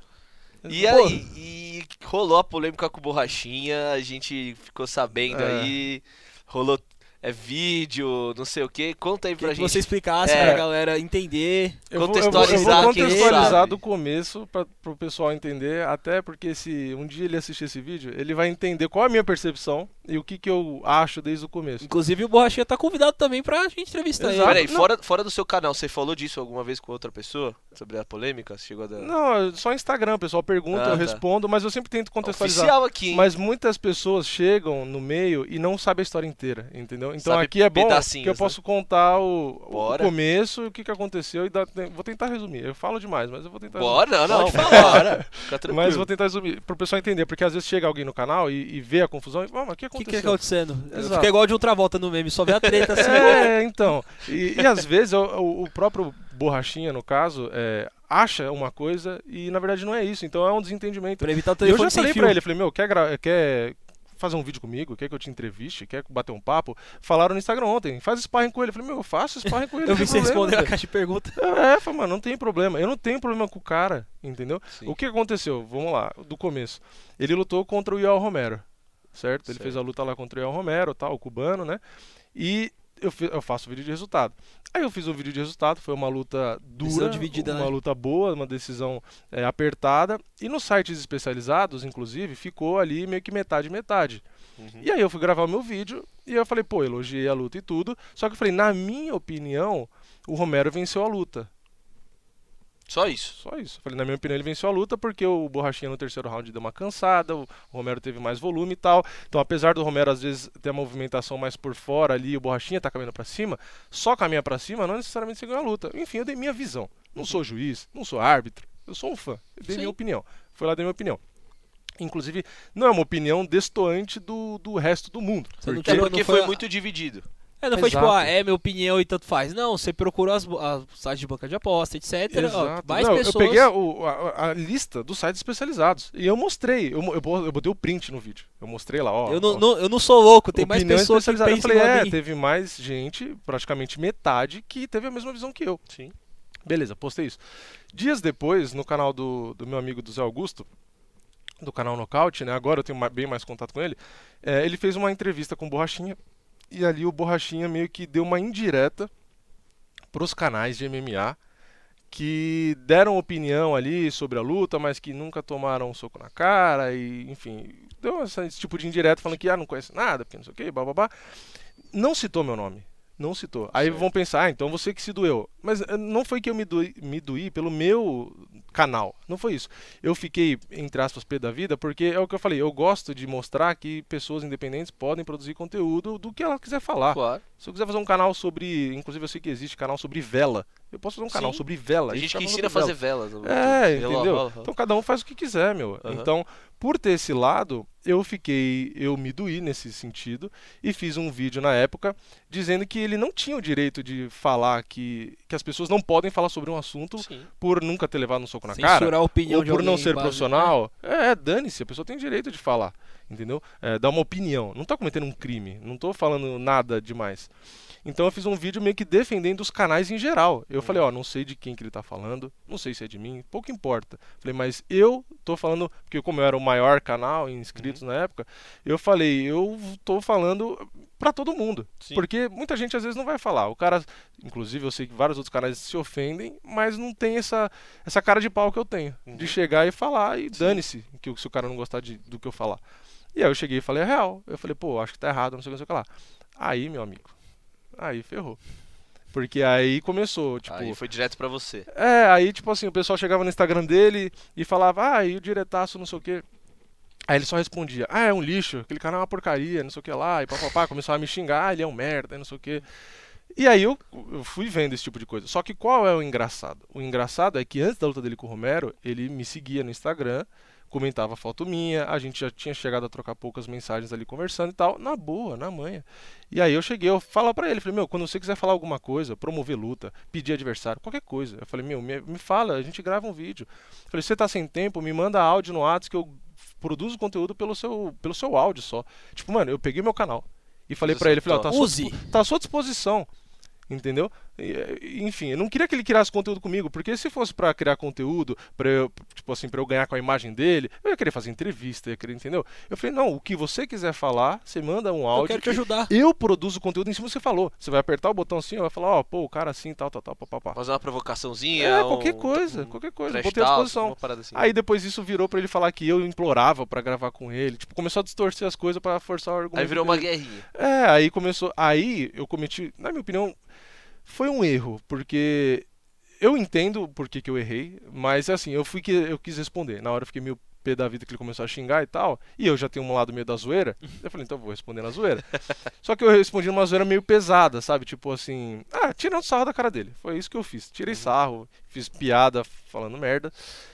E Pô, aí, e rolou a polêmica com o Borrachinha, a gente ficou sabendo É. aí, rolou é, vídeo, não sei o que. Conta aí pra Queria que gente. você explicasse É. pra galera entender. Eu vou, eu vou, contextualizar eu vou quem contextualizar sabe. do começo para o pessoal entender, até porque se um dia ele assistir esse vídeo, ele vai entender qual é a minha percepção e o que, que eu acho desde o começo. Inclusive o Borrachinha tá convidado também pra gente entrevistar Exato. Peraí, ele. Não. fora, fora do seu canal, você falou disso alguma vez com outra pessoa? Sobre a polêmica? Você chegou a dar... Não, só Instagram, o pessoal pergunta, Ah, eu tá. respondo, mas eu sempre tento contextualizar. Oficial aqui, hein? Mas muitas pessoas chegam no meio e não sabem a história inteira, entendeu? Então Sabe aqui é bom pedacinhos, que eu né? posso contar o, o Bora. começo, o que, que aconteceu e dar- vou tentar resumir. Eu falo demais, mas eu vou tentar resumir. Bora, não, não, Pode falar. Bora. Fica tranquilo. Mas vou tentar resumir, pro pessoal entender, porque às vezes chega alguém no canal e, e vê a confusão e fala, mas o que O que, aconteceu? que é acontecendo? Exato. Fica igual de outra volta no meme, só vê a treta assim. É, então. E, e às vezes o, o- o próprio Borrachinha, no caso, é, acha uma coisa e na verdade não é isso. Então é um desentendimento. Pra evitar o E eu telefone já sem falei fio. pra ele, falei, meu, quer, gra- quer fazer um vídeo comigo? Quer que eu te entreviste? Quer bater um papo? Falaram no Instagram ontem, faz sparring com ele. Eu falei, meu, eu faço sparring com ele. Eu não vi tem você problema, responder a velho. caixa de pergunta. É, falei, mano, não tem problema. Eu não tenho problema com o cara, entendeu? Sim. O que aconteceu? Vamos lá, do começo. Ele lutou contra o Yoel Romero, certo? Ele Certo. fez a luta lá contra o Yoel Romero, tal, o cubano, né? E eu, fi- eu faço vídeo de resultado. Aí eu fiz um vídeo de resultado, foi uma luta Decisão dura, dividida, uma né? luta boa, uma decisão é, apertada. E nos sites especializados, inclusive, ficou ali meio que metade, metade. Uhum. E aí eu fui gravar o meu vídeo e eu falei, pô, elogiei a luta e tudo. Só que eu falei, na minha opinião, o Romero venceu a luta. Só isso. Só isso. Falei, na minha opinião, ele venceu a luta porque o Borrachinha no terceiro round deu uma cansada, o Romero teve mais volume e tal. Então, apesar do Romero às vezes ter a movimentação mais por fora ali, o Borrachinha tá caminhando pra cima, só caminhar pra cima não necessariamente você ganha a luta. Enfim, eu dei minha visão. Não sou juiz, não sou árbitro, eu sou um fã. Eu dei Sim. minha opinião. Fui lá, dei minha opinião. Inclusive, não é uma opinião destoante do, do resto do mundo. Você não Porque- É Tipo, porque não foi foi- muito dividido. É, não foi tipo, Exato. ah, é minha opinião e tanto faz. Não, você procurou as, as sites de banca de aposta, etcétera. Ó, Exato. mais Não, pessoas. Eu peguei a, o- a- a lista dos sites especializados e eu mostrei. Eu, mo- eu, bo- eu botei o print no vídeo. Eu mostrei lá, ó. eu, não, ó, não- eu não sou louco, tem mais opinião pessoas que especializada. pensam Eu falei, igual a é, mim. teve mais gente, praticamente metade, que teve a mesma visão que eu. Sim. Beleza, postei isso. Dias depois, no canal do, do meu amigo do Zé Augusto, do canal Nocaute, né? Agora eu tenho ma- bem mais contato com ele. É, ele fez uma entrevista com o Borrachinha e ali o Borrachinha meio que deu uma indireta pros canais de M M A que deram opinião ali sobre a luta, mas que nunca tomaram um soco na cara e, enfim, deu essa- esse tipo de indireta falando que ah, não conhece nada, porque não sei o que, bababá. Não citou meu nome. Não citou. Aí Certo. vão pensar, ah, então você que se doeu. Mas eh, não foi que eu me doí, me doí pelo meu canal. Não foi isso. Eu fiquei, entre aspas, pé da vida, porque é o que eu falei, eu gosto de mostrar que pessoas independentes podem produzir conteúdo do que ela quiser falar. Claro. Se eu quiser fazer um canal sobre, inclusive eu sei que existe canal sobre vela, eu posso fazer um canal Sim. sobre vela. Tem e gente ficar que falando ensina a sobre fazer vela. velas. É, Vela, entendeu? vela. Então cada um faz o que quiser, meu. Aham. Então, por ter esse lado, eu fiquei, eu me doí nesse sentido e fiz um vídeo na época dizendo que ele não tinha o direito de falar que, que as pessoas não podem falar sobre um assunto Sim. por nunca ter levado um soco na cara. Censurar a opinião Ou de por não alguém ser em base- profissional. É, dane-se, a pessoa tem direito de falar, entendeu? É, dar uma opinião. Não tá cometendo um crime, não tô falando nada demais. Então eu fiz um vídeo meio que defendendo os canais em geral. Eu falei, ó, não sei de quem que ele tá falando, não sei se é de mim, pouco importa. Falei, mas eu tô falando, porque como eu era o maior canal em inscritos na época, eu falei, eu tô falando pra todo mundo. Sim. Porque muita gente às vezes não vai falar. O cara, inclusive eu sei que vários outros canais se ofendem, mas não tem essa, essa cara de pau que eu tenho. Uhum. De chegar e falar e dane-se que o- se o cara não gostar de, do que eu falar. E aí eu cheguei e falei a real. Eu falei, pô, acho que tá errado, não sei o que, não sei o que lá. Aí, meu amigo, aí ferrou. Porque aí começou, tipo... Aí foi direto pra você. É, aí tipo assim, o pessoal chegava no Instagram dele e falava, ah, e o diretaço, não sei o quê. Aí ele só respondia, ah, é um lixo, aquele canal é uma porcaria, não sei o que lá, e papapá, começava a me xingar, ah, ele é um merda, não sei o que. E aí eu, eu fui vendo esse tipo de coisa. Só que qual é o engraçado? O engraçado é que antes da luta dele com o Romero, ele me seguia no Instagram, comentava foto minha, a gente já tinha chegado a trocar poucas mensagens ali conversando e tal, na boa, na manha. E aí eu cheguei, eu falar pra ele, falei, meu, quando você quiser falar alguma coisa, promover luta, pedir adversário, qualquer coisa. Eu falei, meu, me, me fala, a gente grava um vídeo. Eu falei, você tá sem tempo, me manda áudio no WhatsApp que eu produzo conteúdo pelo seu, pelo seu áudio só. Tipo, mano, eu peguei meu canal e falei pra ele, falei, ó, tá, à sua Use. dispo- tá à sua disposição. Entendeu? E, enfim, eu não queria que ele criasse conteúdo comigo, porque se fosse pra criar conteúdo, pra eu, tipo assim, para eu ganhar com a imagem dele, eu ia querer fazer entrevista, ia querer, entendeu? Eu falei, não, o que você quiser falar, você manda um Eu áudio. quero te que ajudar. Eu produzo o conteúdo em cima do que você falou. Você vai apertar o botão assim, vai falar, ó, pô, o cara assim, tal, tal, tal, papapá. Fazer uma provocaçãozinha. É, um- qualquer coisa, um qualquer coisa, trash botei à talk, disposição. uma parada assim. Aí depois isso virou pra ele falar que eu implorava pra gravar com ele, tipo, começou a distorcer as coisas pra forçar o argumento. Aí virou uma dele. guerrinha. É, aí começou. Aí eu cometi, na minha opinião, foi um erro, porque eu entendo por que, que eu errei, mas assim, eu fui que eu quis responder. Na hora eu fiquei meio pé da vida que ele começou a xingar e tal, e eu já tenho um lado meio da zoeira. Eu falei, então eu vou responder na zoeira. Só que eu respondi numa zoeira meio pesada, sabe? Tipo assim, ah, tirando sarro da cara dele. Foi isso que eu fiz. Tirei sarro, fiz piada falando merda.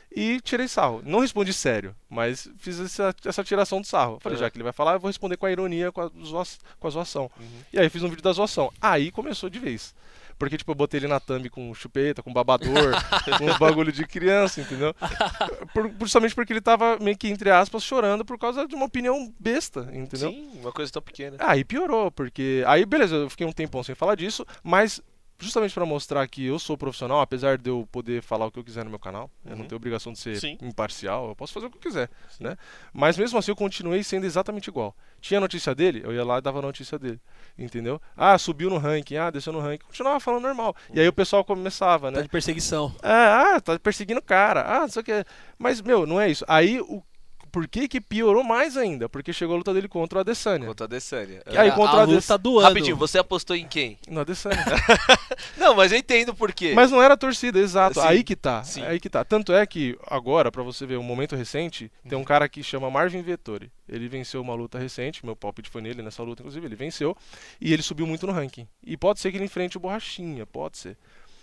E tirei sarro. Não respondi sério, mas fiz essa, essa tiração de sarro. Falei, Uhum. já que ele vai falar, eu vou responder com a ironia, com a, zoa, com a zoação. Uhum. E aí fiz um vídeo da zoação. Aí começou de vez. Porque, tipo, eu botei ele na thumb com chupeta, com babador, com uns bagulho de criança, entendeu? Por, justamente porque ele tava meio que, entre aspas, chorando por causa de uma opinião besta, entendeu? Sim, uma coisa tão pequena. Aí piorou, porque. Aí, beleza, eu fiquei um tempão sem falar disso, mas justamente pra mostrar que eu sou profissional, apesar de eu poder falar o que eu quiser no meu canal, eu não Uhum. tenho obrigação de ser Sim. imparcial, eu posso fazer o que eu quiser, né? Mas mesmo assim eu continuei sendo exatamente igual. Tinha notícia dele, eu ia lá e dava a notícia dele, entendeu? Ah, subiu no ranking, ah, desceu no ranking, continuava falando normal. E aí o pessoal começava, Tá né? de perseguição. É, ah, tá perseguindo o cara. Ah, não sei o que. Mas, meu, não é isso. Aí, o... por que que piorou mais ainda? Porque chegou a luta dele contra o Adesanya. Contra a Adesanya. E aí, a, contra a a Ades- luta do ano. Rapidinho, você apostou em quem? No Adesanya. Não, mas eu entendo por quê. Mas não era a torcida, exato. Sim, Aí que tá. sim. Aí que tá. Tanto é que, agora, pra você ver um momento recente, tem um cara que chama Marvin Vettori. Ele venceu uma luta recente, meu palpite foi nele nessa luta, inclusive, ele venceu. E ele subiu muito no ranking. E pode ser que ele enfrente o Borrachinha, pode ser.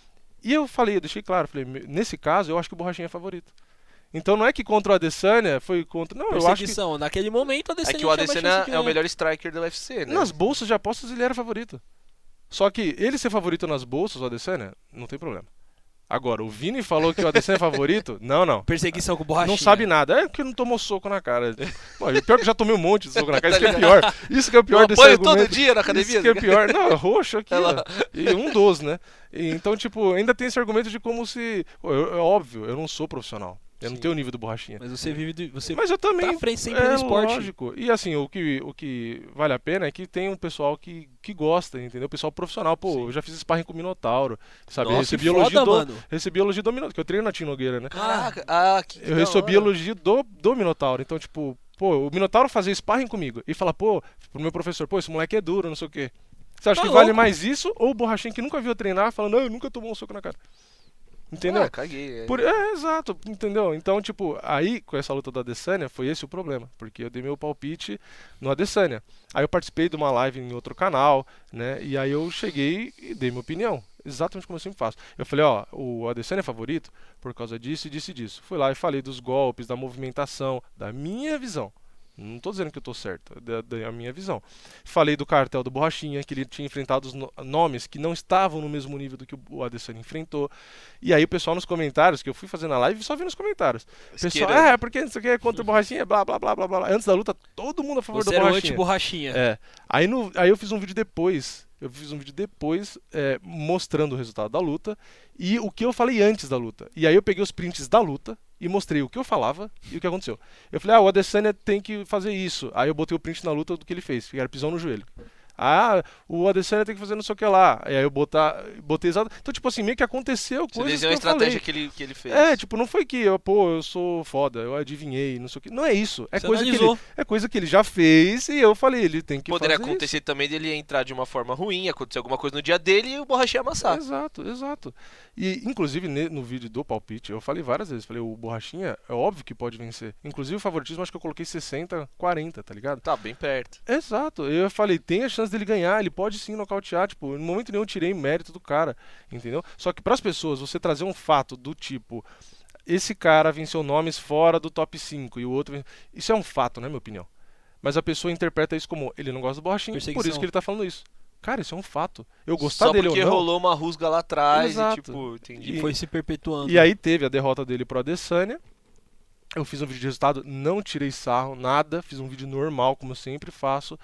E eu falei, eu deixei claro, falei, nesse caso, eu acho que o Borrachinha é favorito. Então não é que contra o Adesanya foi contra. Não, eu acho que. Perseguição. Naquele momento, a É Adesanya que o tinha mais Adesanya chance de é o ganhar. melhor striker do U F C, né? Nas bolsas de apostas ele era favorito. Só que ele ser favorito nas bolsas, o Adesanya, não tem problema. Agora, o Vini falou que o Adesanya é favorito? Não, não. Perseguição com borrachinha. Não sabe nada. É porque não tomou soco na cara. Pô, e pior que já tomei um monte de soco na cara. Isso que é pior. Isso que é o pior Eu desse apoio argumento. todo dia na academia. Isso que é pior. Não, é roxo aqui, Ela- ó. E um doze, né? E, então, tipo, ainda tem esse argumento de como se... Pô, eu- é óbvio, eu não sou profissional. Eu não Sim. tenho o nível do Borrachinha. Mas você vive... Do, você Mas eu também... tá à frente sempre é no esporte. lógico. E assim, o que, o que vale a pena é que tem um pessoal que, que gosta, entendeu? Pessoal profissional. Pô, Sim. eu já fiz sparring com o Minotauro, sabe? Nossa, recebi que elogio foda, do, mano. recebi elogio do Minotauro, que eu treino na Tim Nogueira, né? Caraca, ah, que Eu da recebi hora. elogio do, do Minotauro. Então, tipo, pô, o Minotauro fazia sparring comigo e fala, pô, pro meu professor, pô, esse moleque é duro, não sei o quê. Você acha Tá que vale louco. mais isso ou o Borrachinha que nunca viu eu treinar falando, não, eu nunca tomou um soco na cara? Entendeu? Ah, caguei. é. Por- é, exato, entendeu? Então, tipo, aí com essa luta do Adesanya foi esse o problema, porque eu dei meu palpite no Adesanya. Aí eu participei de uma live em outro canal, né? E aí eu cheguei e dei minha opinião, exatamente como eu sempre faço. Eu falei, ó, o Adesanya é favorito por causa disso e disso e disso. Fui lá e falei dos golpes, da movimentação, da minha visão. Não tô dizendo que eu tô certo, da, da minha visão. Falei do cartel do Borrachinha, que ele tinha enfrentado os no- nomes que não estavam no mesmo nível do que o Adesanya enfrentou. E aí o pessoal nos comentários, que eu fui fazer na live, só vi nos comentários. O pessoal, Esquerda. ah, é porque não sei o que é contra o Borrachinha, blá, blá, blá, blá, blá. Antes da luta, todo mundo a favor Você do era o Borrachinha. anti-borrachinha. É. Aí, no, aí eu fiz um vídeo depois. Eu fiz um vídeo depois é, mostrando o resultado da luta e o que eu falei antes da luta. E aí eu peguei os prints da luta e mostrei o que eu falava e o que aconteceu. Eu falei, ah, o Adesanya tem que fazer isso. Aí eu botei o print na luta do que ele fez, que era pisão no joelho. Ah, o Adesanya tem que fazer não sei o que lá. E aí eu botar, botei exato. Então, tipo assim, meio que aconteceu Você coisas desenhou que a estratégia eu que ele, que ele fez. falei. É, tipo, não foi que, eu, pô, eu sou foda, eu adivinhei, não sei o que. Não é isso. É Você coisa que, ele, analisou. é coisa que ele já fez e eu falei, ele tem que Poderia fazer acontecer também dele entrar de uma forma ruim, acontecer alguma coisa no dia dele e o Borrachinha amassar. Exato, exato. E, inclusive, ne- no vídeo do palpite, eu falei várias vezes, falei, o Borrachinha é óbvio que pode vencer. Inclusive, o favoritismo, acho que eu coloquei sessenta, quarenta, tá ligado? Tá bem perto. Exato. Eu falei, tem a chance dele ganhar, ele pode sim nocautear, tipo, no momento nenhum eu tirei mérito do cara, entendeu? Só que pras pessoas, você trazer um fato do tipo, esse cara venceu nomes fora do top cinco e o outro... ven- Isso é um fato, né, minha opinião? Mas a pessoa interpreta isso como, ele não gosta do Borrachinha, por Perseguição. isso que ele tá falando isso. Cara, isso é um fato. Eu gostar Só dele ou porque não... rolou uma rusga lá atrás Exato. e tipo, entendi. E foi se perpetuando. E aí teve a derrota dele pro Adesanya. Eu fiz um vídeo de resultado, não tirei sarro, nada. Fiz um vídeo normal, como eu sempre faço.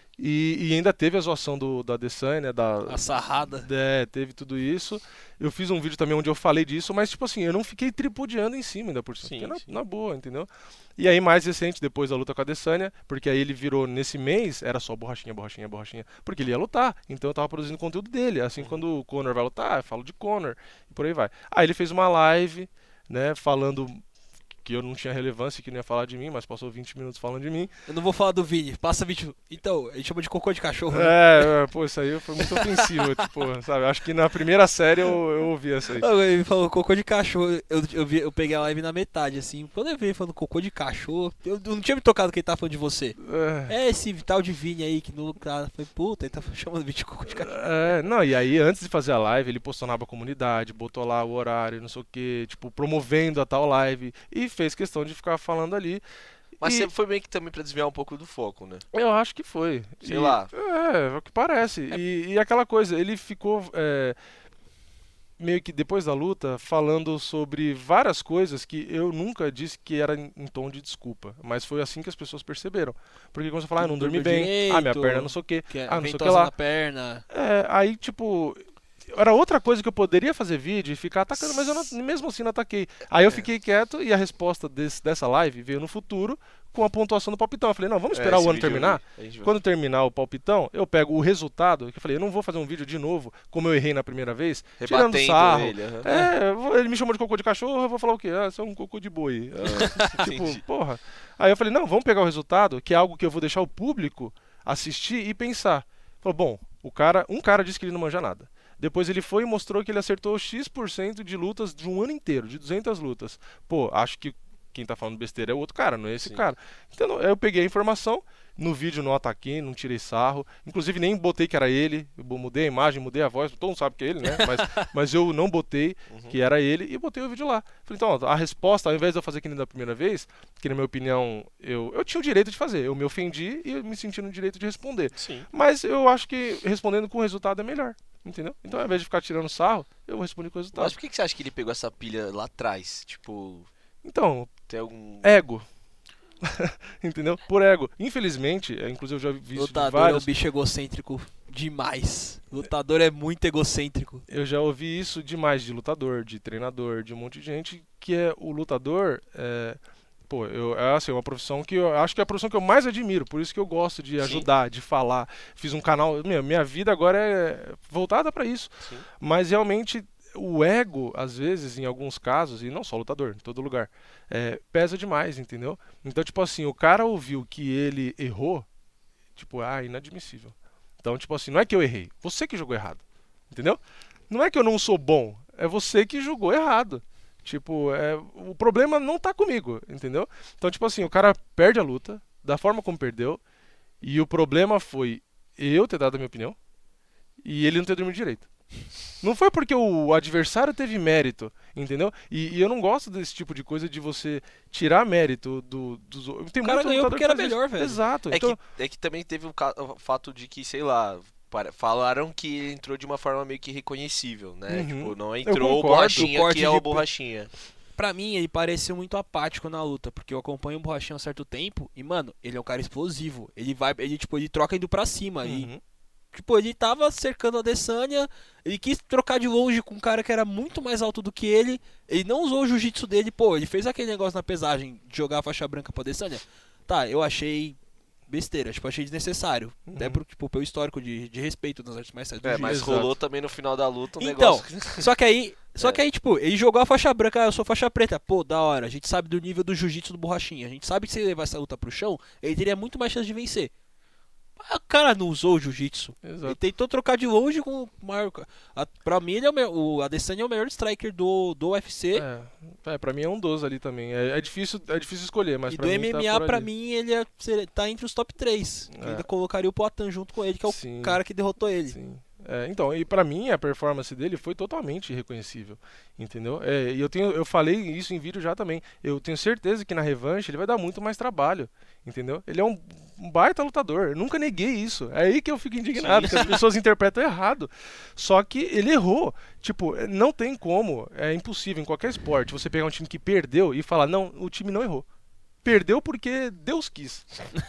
E, e ainda teve a zoação do, da Adesanya, da... A sarrada. É, teve tudo isso. Eu fiz um vídeo também onde eu falei disso, mas tipo assim, eu não fiquei tripudiando em cima ainda por cima. Sim, Fiquei na, sim. na boa, entendeu? E aí mais recente, depois da luta com a Adesanya, porque aí ele virou, nesse mês, era só borrachinha, borrachinha, borrachinha. Porque ele ia lutar, então eu tava produzindo conteúdo dele. Assim, quando o Conor vai lutar, eu falo de Conor, e por aí vai. Aí ele fez uma live, né, falando que eu não tinha relevância, que não ia falar de mim, mas passou vinte minutos falando de mim. Eu não vou falar do Vini. Passa vinte. Então, a gente chama de cocô de cachorro. né? É, é, pô, isso aí foi muito ofensivo, tipo, sabe? Acho que na primeira série eu, eu ouvi essa aí. Não, ele falou cocô de cachorro. Eu, eu, vi, eu peguei a live na metade, assim. Quando eu vi ele falando cocô de cachorro, eu, eu não tinha me tocado que ele tava falando de você. É, É esse tal de Vini aí que no cara foi puta, ele tá chamando o Vini de cocô de cachorro. é, não, e aí antes de fazer a live, ele postou na aba comunidade, botou lá o horário, não sei o que, tipo, promovendo a tal live, e fez questão de ficar falando ali. Mas E sempre foi meio que também pra desviar um pouco do foco, né? eu acho que foi. Sei E- lá. É, é o que parece. E, e aquela coisa, ele ficou é, meio que depois da luta falando sobre várias coisas que eu nunca disse que era em, em tom de desculpa. Mas foi assim que as pessoas perceberam. Porque quando você fala, ah, não dormi Dormiu bem, ah, minha direito, perna não sei o que, Que é ah, não sei o que ventosa lá. na perna. É, aí tipo. Era outra coisa que eu poderia fazer vídeo e ficar atacando, mas eu não- mesmo assim não ataquei. Aí eu fiquei quieto e a resposta desse- dessa live veio no futuro com a pontuação do palpitão. Eu falei, não, vamos esperar É, o esse ano vídeo eu terminar. vi, a gente viu. Quando terminar o palpitão, eu pego o resultado. Que eu falei, eu não vou fazer um vídeo de novo, como eu errei na primeira vez, tirando Rebatendo sarro. ele. aham. É, eu vou- ele me chamou de cocô de cachorro, eu vou falar o quê? Ah, você é um cocô de boi. Ah, tipo, Entendi. porra. Aí eu falei, não, vamos pegar o resultado, que é algo que eu vou deixar o público assistir e pensar. Falou, bom, o cara, um cara disse que ele não manja nada. Depois ele foi e mostrou que ele acertou X por cento de lutas de um ano inteiro, de duzentas lutas. Pô, acho que quem tá falando besteira é o outro cara, não é esse Sim. cara. Então eu peguei a informação, no vídeo não ataquei, não tirei sarro. Inclusive nem botei que era ele, eu mudei a imagem, mudei a voz, todo mundo sabe que é ele, né? Mas, mas eu não botei que era ele e botei o vídeo lá. Falei, então, ó, a resposta, ao invés de eu fazer que nem da primeira vez, que na minha opinião eu, eu tinha o direito de fazer, eu me ofendi e eu me senti no direito de responder. Sim. Mas eu acho que respondendo com o resultado é melhor, entendeu? Então ao invés de ficar tirando sarro, eu respondi com o resultado. Mas por que que você acha que ele pegou essa pilha lá atrás? Tipo, Então, tem algum. ego. Entendeu? Por ego. Infelizmente, é, inclusive eu já vi isso de Lutador é um vários. bicho egocêntrico demais. Lutador é muito egocêntrico. Eu já ouvi isso demais de lutador, de treinador, de um monte de gente, que é o lutador. É, pô, eu, é assim, uma profissão que eu acho que é a profissão que eu mais admiro, por isso que eu gosto de Sim. ajudar, de falar. Fiz um canal. Minha, minha vida agora é voltada pra isso. Sim. Mas realmente o ego, às vezes, em alguns casos, e não só lutador, em todo lugar, é, pesa demais, entendeu? Então, tipo assim, o cara ouviu que ele errou, tipo, ah, inadmissível. Então, tipo assim, não é que eu errei, você que jogou errado, entendeu? Não é que eu não sou bom, é você que jogou errado. Tipo, é, o problema não tá comigo, entendeu? Então, tipo assim, o cara perde a luta, da forma como perdeu, e o problema foi eu ter dado a minha opinião, e ele não ter dormido direito. Não foi porque o adversário teve mérito, entendeu? E, e eu não gosto desse tipo de coisa de você tirar mérito do, dos outros. Tem O cara muito ganhou lutador porque que era faz isso. melhor, velho. Exato. É, Então, que, é que também teve o, ca- o fato de que, sei lá, para- falaram que ele entrou de uma forma meio que reconhecível, né? Uhum. Tipo, não entrou o concordo, Borrachinha, o corte que é de- o Borrachinha. Pra mim, ele pareceu muito apático na luta, porque eu acompanho o Borrachinha há um certo tempo e, mano, ele é um cara explosivo. Ele vai, ele, tipo, ele troca indo pra cima. E, uhum. tipo, ele tava cercando a Adesanya, ele quis trocar de longe com um cara que era muito mais alto do que ele. Ele não usou o jiu-jitsu dele, pô, ele fez aquele negócio na pesagem de jogar a faixa branca pra Adesanya. Tá, eu achei besteira, tipo, achei desnecessário. Uhum. Até por, tipo, pelo histórico de, de respeito nas artes marciais do É, mas jiu-jitsu. rolou também no final da luta um Então, negócio. só que aí, só É. que aí, tipo, ele jogou a faixa branca, ah, eu sou faixa preta. Pô, da hora, a gente sabe do nível do jiu-jitsu do Borrachinha. A gente sabe que se ele levar essa luta pro chão, ele teria muito mais chance de vencer. Mas o cara não usou o jiu-jitsu. Ele Exato. tentou trocar de longe com o maior. A, pra mim, ele é o, me- o Adesanya é o melhor striker do, do U F C. É, é, pra mim é um doze ali também. É, é difícil, é difícil escolher, mas e pra do mim M M A, tá por pra ali. mim, ele é, ser- tá entre os top três. É. Ainda colocaria o Poatan junto com ele, que é o Sim. cara que derrotou ele. Sim. É, então, e pra mim a performance dele foi totalmente irreconhecível, entendeu? É, e eu tenho, eu falei isso em vídeo já também. Eu tenho certeza que na revanche ele vai dar muito mais trabalho, entendeu? Ele é um, um baita lutador. Eu nunca neguei isso. É aí que eu fico indignado, que as pessoas interpretam errado. Só que ele errou. Tipo, não tem como, é impossível em qualquer esporte você pegar um time que perdeu e falar não, o time não errou. Perdeu porque Deus quis.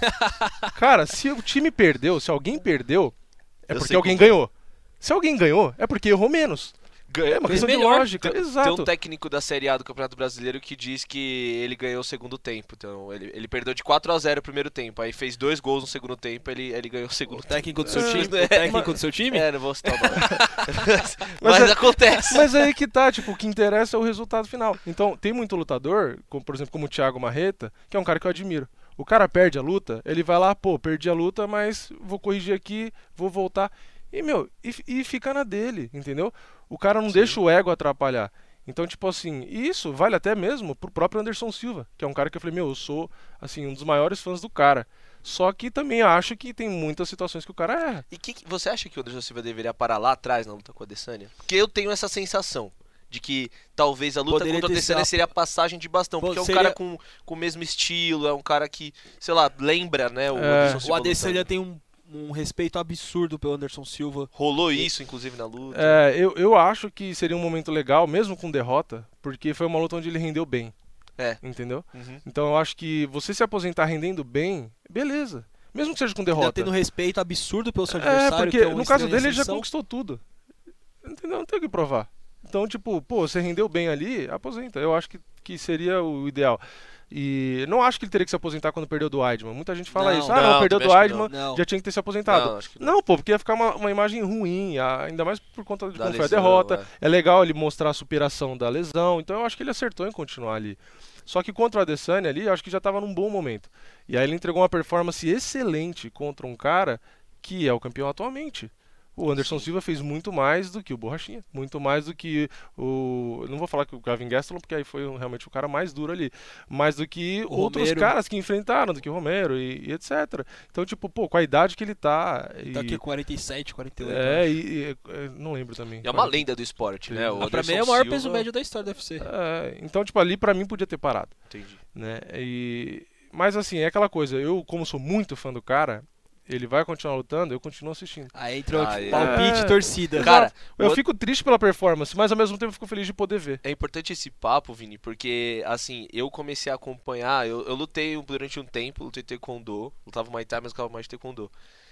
Cara, se o time perdeu, se alguém perdeu, é Eu porque sei alguém como é. ganhou. Se alguém ganhou, é porque errou menos. É uma Fez questão de melhor. lógica. Tem, Exato. tem um técnico da Série A do Campeonato Brasileiro que diz que ele ganhou o segundo tempo. Então, ele, ele perdeu de quatro a zero o primeiro tempo. Aí fez dois gols no segundo tempo, ele, ele ganhou o segundo O tempo. técnico do seu É, time? é, O técnico do seu time? É, não vou citar o nome. mas Mas é- acontece. Mas aí que tá, tipo, o que interessa é o resultado final. Então, tem muito lutador, como, por exemplo, como o Thiago Marreta, que é um cara que eu admiro. O cara perde a luta, ele vai lá, pô, perdi a luta, mas vou corrigir aqui, vou voltar. E, meu, e, e fica na dele, entendeu? O cara não Sim. deixa o ego atrapalhar. Então, tipo assim, e isso vale até mesmo pro próprio Anderson Silva, que é um cara que eu falei, meu, eu sou, assim, um dos maiores fãs do cara. Só que também acho que tem muitas situações que o cara erra. E que, você acha que o Anderson Silva deveria parar lá atrás na luta com a Adesanya? Porque eu tenho essa sensação de que talvez a luta Poderia contra o ter Adesanya sido- seria a passagem de bastão. Pô, Porque é um seria- cara com, com o mesmo estilo, é um cara que, sei lá, lembra, né, o É. Anderson Silva O Adesanya lutando. tem um, um respeito absurdo pelo Anderson Silva. Rolou isso, inclusive, na luta. É, eu, eu acho que seria um momento legal, mesmo com derrota, porque foi uma luta onde ele rendeu bem. É. Entendeu? Uhum. Então eu acho que você se aposentar rendendo bem, beleza. Mesmo que seja com Ainda derrota. tendo respeito absurdo pelo seu É, adversário. porque que é um no caso estrela em dele ele já ascensão. conquistou tudo. Entendeu? Não tem o que provar. Então, tipo, pô, você rendeu bem ali, aposenta. Eu acho que, que seria o ideal. E não acho que ele teria que se aposentar quando perdeu do Weidman. Muita gente fala Não, isso. Ah, não, não, perdeu também do acho que Weidman, Não. já tinha que ter se aposentado. Não, acho que não. Não, pô, porque ia ficar uma, uma imagem ruim, a- ainda mais por conta de Da como foi a lesão, derrota. é. É legal ele mostrar a superação da lesão, então eu acho que ele acertou em continuar ali. Só que contra o Adesanya ali, eu acho que já estava num bom momento. E aí ele entregou uma performance excelente contra um cara que é o campeão atualmente. O Anderson Silva fez muito mais do que o Borrachinha, muito mais do que o... eu não vou falar que o Gavin Gastelum, porque aí foi realmente o cara mais duro ali, mais do que O outros Romero. caras que enfrentaram, do que o Romero e, e etcétera. Então, tipo, pô, com a idade que ele tá... E... Tá aqui quarenta e sete, quarenta e oito. É, acho. e, e- é, não lembro também. É uma lenda do esporte, né? O Ah, pra Anderson mim é o maior Silva- peso médio da história do U F C. É, então, tipo, ali pra mim podia ter parado, Entendi. né? E... Mas assim, é aquela coisa, eu como sou muito fã do cara, ele vai continuar lutando, eu continuo assistindo. Aí entrou Ah, tipo, é. palpite, É. torcida. Cara, Eu o- fico triste pela performance, mas ao mesmo tempo eu fico feliz de poder ver. é importante esse papo, Vini, porque, assim, eu comecei a acompanhar, eu, eu lutei durante um tempo, lutei taekwondo, lutava Muay Thai, mas ficava mais de taekwondo.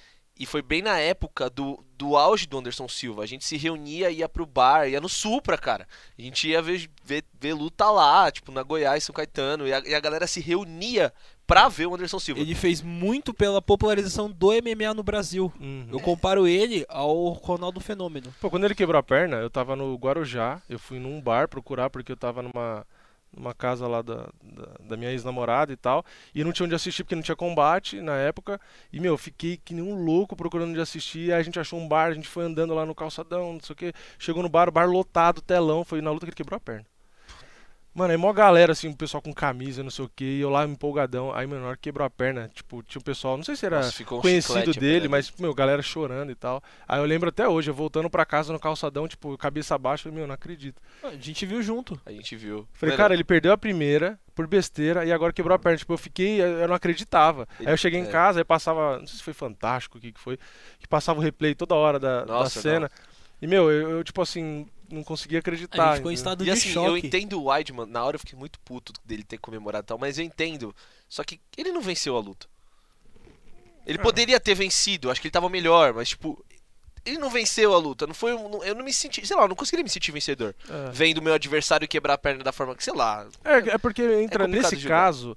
E foi bem na época do, do auge do Anderson Silva. A gente se reunia, ia pro bar, ia no Supra, cara. A gente ia ver, ver, ver luta lá, tipo, na Goiás, São Caetano. E a, e a galera se reunia pra ver o Anderson Silva. Ele fez muito pela popularização do M M A no Brasil. Uhum. Eu comparo ele ao Ronaldo Fenômeno. Pô, quando ele quebrou a perna, eu tava no Guarujá, eu fui num bar procurar porque eu tava numa, numa casa lá da, da, da minha ex-namorada e tal, e não tinha onde assistir porque não tinha combate na época, e meu, eu fiquei que nem um louco procurando onde assistir, aí a gente achou um bar, a gente foi andando lá no calçadão, não sei o que, chegou no bar, o bar lotado, telão, foi na luta que ele quebrou a perna. Mano, aí mó galera, assim, o pessoal com camisa, não sei o que, e eu lá empolgadão, aí mano, na hora que quebrou a perna, tipo, tinha o pessoal, não sei se era Nossa, ficou um conhecido chiclete, dele, velho. mas, meu, galera chorando e tal. Aí eu lembro até hoje, eu voltando pra casa no calçadão, tipo, cabeça baixa, eu falei, meu, não acredito. A gente viu junto. A gente viu. Falei, Mano, cara, ele perdeu a primeira por besteira e agora quebrou a perna. Tipo, eu fiquei, eu não acreditava. Ele- Aí eu cheguei em é. casa, aí passava, não sei se foi Fantástico, o que que foi, que passava o replay toda hora da, da Nossa, cena. E, meu, eu, eu, tipo assim, não conseguia acreditar. A gente ficou em entendeu? estado E de assim, eu choque. entendo o Weidman, na hora eu fiquei muito puto dele ter comemorado e tal, mas eu entendo. Só que ele não venceu a luta. Ele É. poderia ter vencido, acho que ele tava melhor, mas tipo, ele não venceu a luta. Não foi, um- eu não me senti, sei lá, eu não conseguiria me sentir vencedor. É. Vendo o meu adversário quebrar a perna da forma que, sei lá. É, é porque entra complicado nesse de julgar. caso,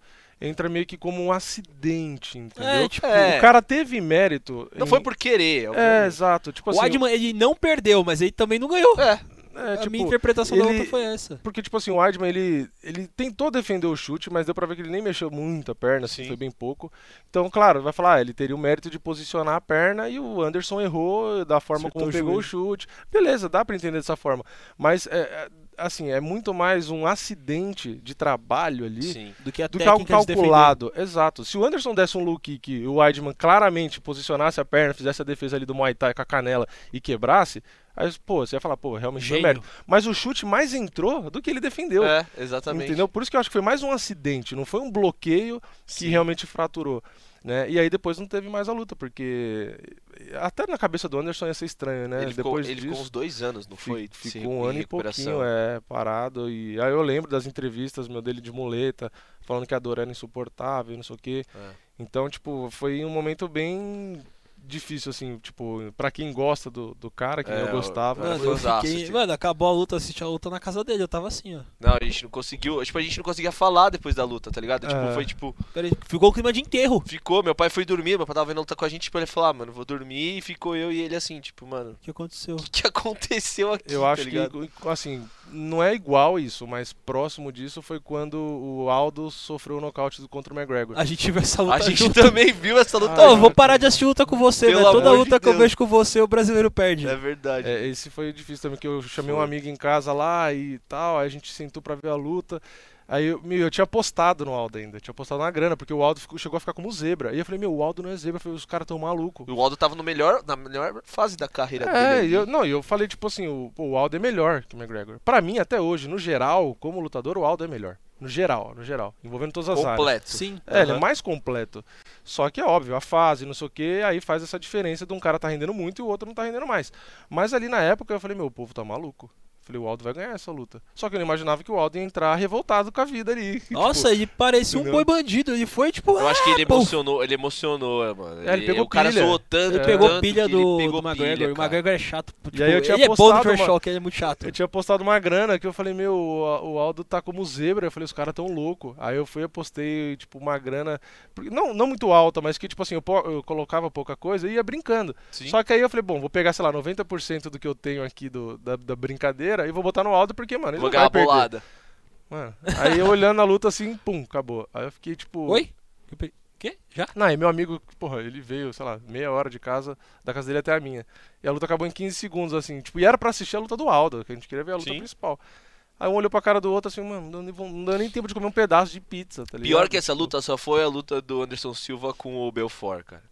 entra meio que como um acidente, entendeu? É, tipo, É. O cara teve mérito. Não em- foi por querer. É, obviamente. exato. Tipo o assim, Weidman, ele não perdeu, mas ele também não ganhou. É. é, a tipo, minha interpretação da ele- luta foi essa. Porque, tipo assim, o Weidman, ele, ele tentou defender o chute, mas deu pra ver que ele nem mexeu muito a perna, assim, Sim. foi bem pouco. Então, claro, vai falar, ah, ele teria o mérito de posicionar a perna e o Anderson errou da forma Acertou como o pegou o chute. Beleza, dá pra entender dessa forma. Mas, é, é, assim, é muito mais um acidente de trabalho ali Sim. Do que a do que algo técnica de defender. calculado. Exato. Se o Anderson desse um low kick e o Weidman claramente posicionasse a perna, fizesse a defesa ali do Muay Thai com a canela e quebrasse, aí, pô, você ia falar, pô, realmente foi Gênio. mérito. Mas o chute mais entrou do que ele defendeu. É, exatamente. Entendeu? Por isso que eu acho que foi mais um acidente, não foi um bloqueio que Sim. realmente fraturou. Né? E aí depois não teve mais a luta, porque até na cabeça do Anderson ia ser estranho, né? Ele, ficou, depois ele disso, ficou uns dois anos, não fi- foi? ficou Se- um em ano e recuperação. pouquinho, é, parado. E aí eu lembro das entrevistas, meu, dele de muleta, falando que a dor era insuportável, não sei o quê. É. Então, tipo, foi um momento bem difícil, assim, tipo, pra quem gosta do, do cara, que nem É, eu gostava. Era Mano, eu fãzaço, fiquei... assim. Mano, acabou a luta, assisti a luta na casa dele, eu tava assim, ó. Não, a gente não conseguiu. Tipo, a gente não conseguia falar depois da luta, tá ligado? Tipo, É. foi tipo. Pera aí, ficou o clima de enterro. Ficou, meu pai foi dormir, meu pai tava vendo a luta com a gente, tipo, ele falou, ah, mano, vou dormir, e ficou eu e ele assim, tipo, mano, O que aconteceu? o que aconteceu aqui? Eu tá acho ligado? que, assim, não é igual isso, mas próximo disso foi quando o Aldo sofreu o nocaute do- contra o McGregor. A gente viu essa luta A gente junto. também viu essa luta. Ah, Ô, eu vou parar de assistir luta com você, Pelo né? Toda amor luta de que eu Deus. vejo com você, o brasileiro perde. É verdade. É, esse foi difícil também, que eu chamei um Foi. amigo em casa lá e tal, aí a gente sentou pra ver a luta. Aí eu, meu, eu tinha apostado no Aldo ainda, tinha apostado na grana, porque o Aldo ficou- chegou a ficar como zebra. E eu falei, meu, o Aldo não é zebra, eu falei, os caras tão malucos. O Aldo tava no melhor, na melhor fase da carreira dele. É, ali. e eu, não, e eu falei tipo assim, o, pô, o Aldo é melhor que o McGregor. Pra mim, até hoje, no geral, como lutador, o Aldo é melhor. No geral, no geral, envolvendo todas as áreas. Completo. Sim. É, ele é Aham. mais completo. Só que é óbvio, a fase, não sei o que, aí faz essa diferença de um cara tá rendendo muito e o outro não tá rendendo mais. Mas ali na época eu falei, meu, o povo tá maluco. Falei, o Aldo vai ganhar essa luta. Só que eu não imaginava que o Aldo ia entrar revoltado com a vida ali. Tipo, Nossa, ele parecia um entendeu? boi bandido. Ele foi tipo. Eu acho que ele pô. emocionou, ele emocionou, mano. É, ele pegou o cara pilha. zoou tanto, Ele pegou tanto pilha que ele do, pegou do McGregor. pilha, o cara. McGregor é chato. Tipo, aí eu tinha ele é bom no postado uma- Shock, ele é muito chato. eu tinha postado uma grana que eu falei, meu, o, o Aldo tá como zebra. Eu falei, os caras tão loucos. Aí eu fui e postei, tipo, uma grana. porque- Não, não muito alta, mas que, tipo assim, eu, po- eu colocava pouca coisa e ia brincando. Sim. Só que aí eu falei, bom, vou pegar, sei lá, noventa por cento do que eu tenho aqui do, da, da brincadeira e vou botar no Aldo, porque, mano, ele Vou não ganhar vai uma perder. bolada. Mano, aí eu olhando a luta assim, pum, acabou. Aí eu fiquei tipo. Oi? Eu pe- Quê? Já? Não, e meu amigo, porra, ele veio, sei lá, meia hora de casa, da casa dele até a minha. E a luta acabou em quinze segundos, assim. Tipo, e era pra assistir a luta do Aldo, que a gente queria ver a luta Sim. principal. Aí um olhou pra cara do outro assim, mano, não deu, nem- não deu nem tempo de comer um pedaço de pizza, tá ligado? Pior que essa Tipo, luta só foi a luta do Anderson Silva com o Belfort, cara.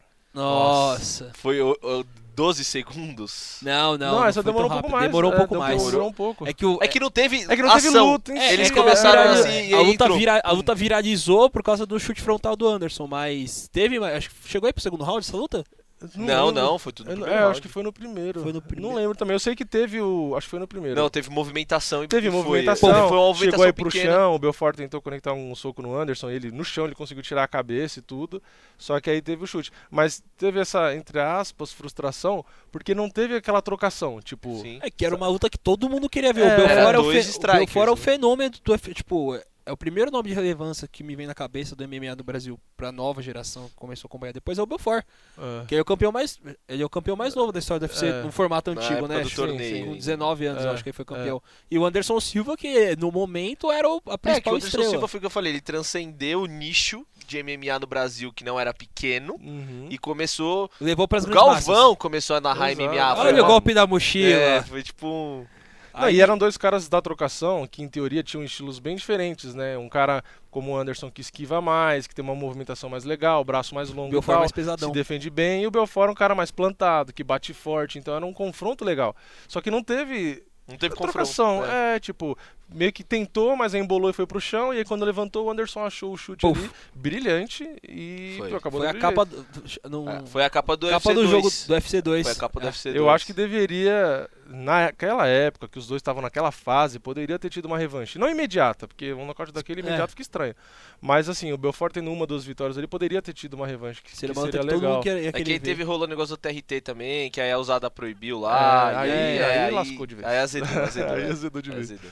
Nossa. Foi o, o doze segundos. Não, não. Não, não essa foi demorou tão um pouco rápido. mais. Demorou um é, pouco demorou- mais. Demorou um pouco. É que o. É que não teve É que não teve ação. luta, hein? É, Eles é, começaram vira- assim e a aí luta, entrou. vira- a luta viralizou por causa do chute frontal do Anderson, mas teve, acho que chegou aí pro segundo round essa luta? Não, lembro. não, foi tudo Eu no não- primeiro é, round. acho que foi no primeiro. Foi no primeiro. Não lembro também. Eu sei que teve o. Acho que foi no primeiro. Não, teve movimentação e Teve e foi- movimentação, Pô, foi uma movimentação chegou aí pro pequena. chão, o Belfort tentou conectar um soco no Anderson, ele no chão ele conseguiu tirar a cabeça e tudo, só que aí teve o chute. Mas teve essa, entre aspas, frustração, porque não teve aquela trocação, tipo... Sim. É que era uma luta que todo mundo queria ver. É, o Belfort era é o, dois fe- o strikers, Belfort é o né? fenômeno do F- tipo, é o primeiro nome de relevância que me vem na cabeça do M M A do Brasil pra nova geração que começou a acompanhar depois é o Belfort, é. que ele é o campeão mais, ele é o campeão mais novo da história do U F C É. no formato Na antigo, época né? do Sim, torneio com ainda. dezenove anos, eu É, acho que ele foi campeão. E o Anderson Silva que no momento era o, a É, que o principal Anderson estrela. Silva foi o que eu falei, ele transcendeu o nicho de M M A no Brasil, que não era pequeno, Uhum. e começou... Levou pras O grandes Galvão massas. começou a narrar Exato. M M A. Olha foi Olha o uma- golpe da mochila. É, foi tipo um... Não, Aí- e eram dois caras da trocação que, em teoria, tinham estilos bem diferentes, né? Um cara como o Anderson que esquiva mais, que tem uma movimentação mais legal, braço mais longo e Belfort tal, mais pesadão. se defende bem, e o Belfort é um cara mais plantado, que bate forte, então era um confronto legal. Só que não teve Não teve trocação, confronto. É. é, tipo, meio que tentou, mas aí embolou e foi pro chão, e aí quando levantou, o Anderson achou o chute Puf. ali, brilhante, e Foi. acabou Foi a daquele capa jeito. do, no- É, Foi a capa do capa U F C do dois. jogo do U F C dois. Foi a capa do É. U F C dois. Eu acho que deveria, naquela época, que os dois estavam naquela fase, poderia ter tido uma revanche. Não imediata, porque um nocaute daquele imediato É. fica estranho. Mas assim, o Belfort tendo uma, duas vitórias ali, poderia ter tido uma revanche, que, Seria que uma luta seria que todo legal. mundo quer, ia É querer que aí ver. teve rolando o negócio do T R T também, que aí a usada proibiu lá. É, e aí- é, aí lascou de vez. Aí azedou, azedou. Aí é. azedou de vez. Azedou.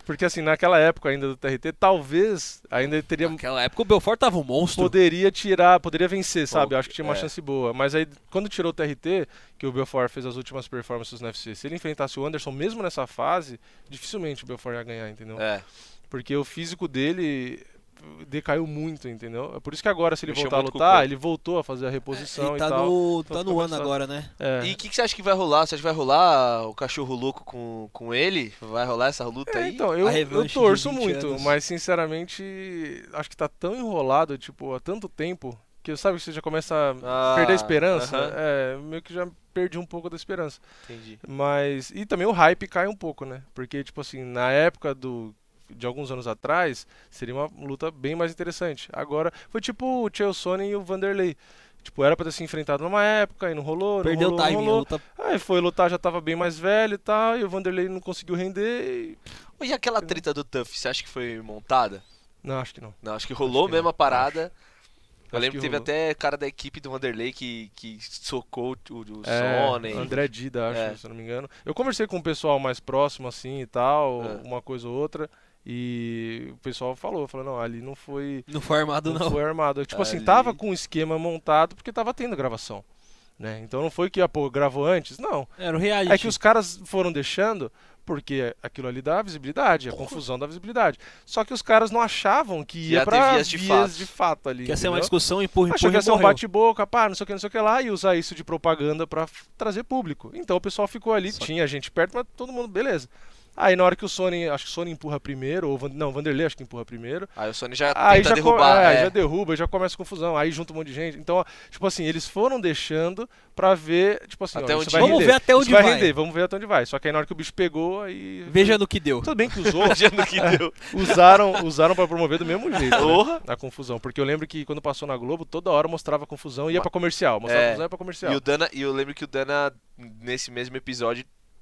Porque assim, naquela época ainda do T R T, talvez ainda teria... Naquela época o Belfort tava um monstro. Poderia tirar, poderia vencer, sabe? Pô, Eu acho que tinha uma é. chance boa. Mas aí, quando tirou o T R T, que o Belfort fez as últimas performances no U F C, se ele enfrentasse o Anderson mesmo nessa fase, dificilmente o Belfort ia ganhar, entendeu? É. Porque o físico dele decaiu muito, entendeu? É por isso que agora, se ele Mexeu voltar a muito com o lutar, corpo. ele voltou a fazer a reposição Ele tá e tal. no, Então tá fica no mais ano fácil. agora, né? É. E o que, que você acha que vai rolar? Você acha que vai rolar o cachorro louco com, com ele? Vai rolar essa luta É, aí? então, eu, A eu revanche de torço vinte muito, anos. mas sinceramente, acho que tá tão enrolado, tipo, há tanto tempo, que sabe que você já começa a Ah, perder a esperança. aham. É, meio que já perdi um pouco da esperança. Entendi. Mas. E também o hype cai um pouco, né? Porque, tipo assim, na época do. De alguns anos atrás, seria uma luta bem mais interessante. Agora, foi tipo o Chael Sonnen e o Vanderlei. Tipo, era pra ter se enfrentado numa época e não rolou, não Perdeu o rolou, não timing, a rolou. luta. Aí foi lutar, já tava bem mais velho e tal, e o Vanderlei não conseguiu render e... E aquela treta do Tuff, você acha que foi montada? Não, acho que não. Não, acho que rolou Acho que mesmo não, a parada. Eu Acho lembro que que teve rolou. até cara da equipe do Vanderlei que, que socou o, o É, Sonnen. André Dida, acho, É. se eu não me engano. Eu conversei com o pessoal mais próximo, assim, e tal, É. uma coisa ou outra, e o pessoal falou, falou, não, ali não foi... Não foi armado, Não, não. foi armado. Tipo assim, Ali- tava com o esquema montado porque tava tendo gravação, né? Então não foi que, ah, pô, gravou antes, não. Era o reality. É que os caras foram deixando porque aquilo ali dá visibilidade, a confusão da visibilidade. Só que os caras não achavam que Que ia ia ter pra vias de fato. de fato ali. Quer ser uma entendeu? discussão, empurra, Achou empurra que ia e ser um morreu. bate-boca, pá, não sei o que, não sei o que lá, e usar isso de propaganda pra f- trazer público. Então o pessoal ficou ali, Só que- tinha gente perto, mas todo mundo, beleza. Aí na hora que o Sony, acho que o Sony empurra primeiro, ou Van- não, o Vanderlei acho que empurra primeiro. Aí o Sony já Aí tenta já, co- derrubar. é, aí é. já derruba, já começa a confusão, aí junta um monte de gente. Então, tipo assim, eles foram deixando pra ver, tipo assim, Até ó, onde isso vai Vamos render, ver até isso onde vai, vai. render, vamos ver até onde vai. Só que aí na hora que o bicho pegou, aí... Veja no que deu. Tudo bem que usou, Imagina o que deu. usaram, usaram pra promover do mesmo jeito, né, Porra. a confusão. Porque eu lembro que quando passou na Globo, toda hora mostrava confusão e ia pra comercial. Mostrava É. confusão e ia pra comercial. E o Dana, e eu lembro que o Dana, nesse mesmo episódio,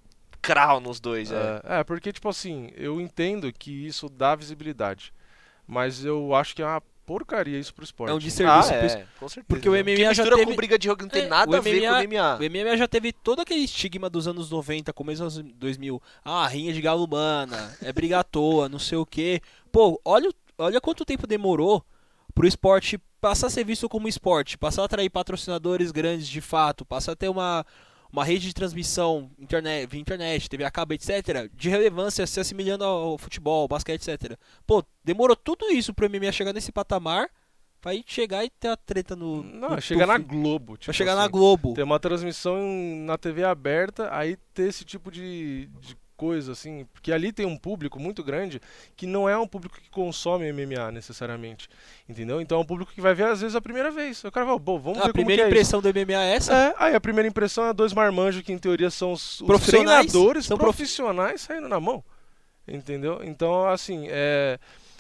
crau nos dois. É. É, é, porque, tipo assim, eu entendo que isso dá visibilidade. Mas eu acho que é uma porcaria isso pro esporte. É um Ah, desserviço. é, por isso- com certeza. Porque o M M A Que já mistura teve... com briga de jogo, não tem É, nada o a ver com o M M A. O M M A já teve todo aquele estigma dos anos noventa, começo dos anos dois mil. Ah, rinha de galo humana, é briga à toa, não sei o quê. Pô, olha, o- olha quanto tempo demorou pro esporte passar a ser visto como esporte, passar a atrair patrocinadores grandes de fato, passar a ter uma, uma rede de transmissão internet, via internet, T V a cabo, etcétera, de relevância, se assimilando ao futebol, ao basquete, etcétera. Pô, demorou tudo isso pro M M A chegar nesse patamar, vai chegar e ter a treta no... Não, no chega na tuf. Globo. Vai Tipo chegar na assim, Globo. ter uma transmissão em- na T V aberta, aí ter esse tipo de, de coisa, assim. Porque ali tem um público muito grande que não é um público que consome M M A necessariamente. Entendeu? Então é um público que vai ver às vezes a primeira vez. O cara vai, bom, vamos Ah, ver a como primeira que é impressão do M M A é isso. essa? É, aí a primeira impressão é dois marmanjos que em teoria são os, os Profissionais, treinadores são prof- profissionais saindo na mão. Entendeu? Então, assim, é.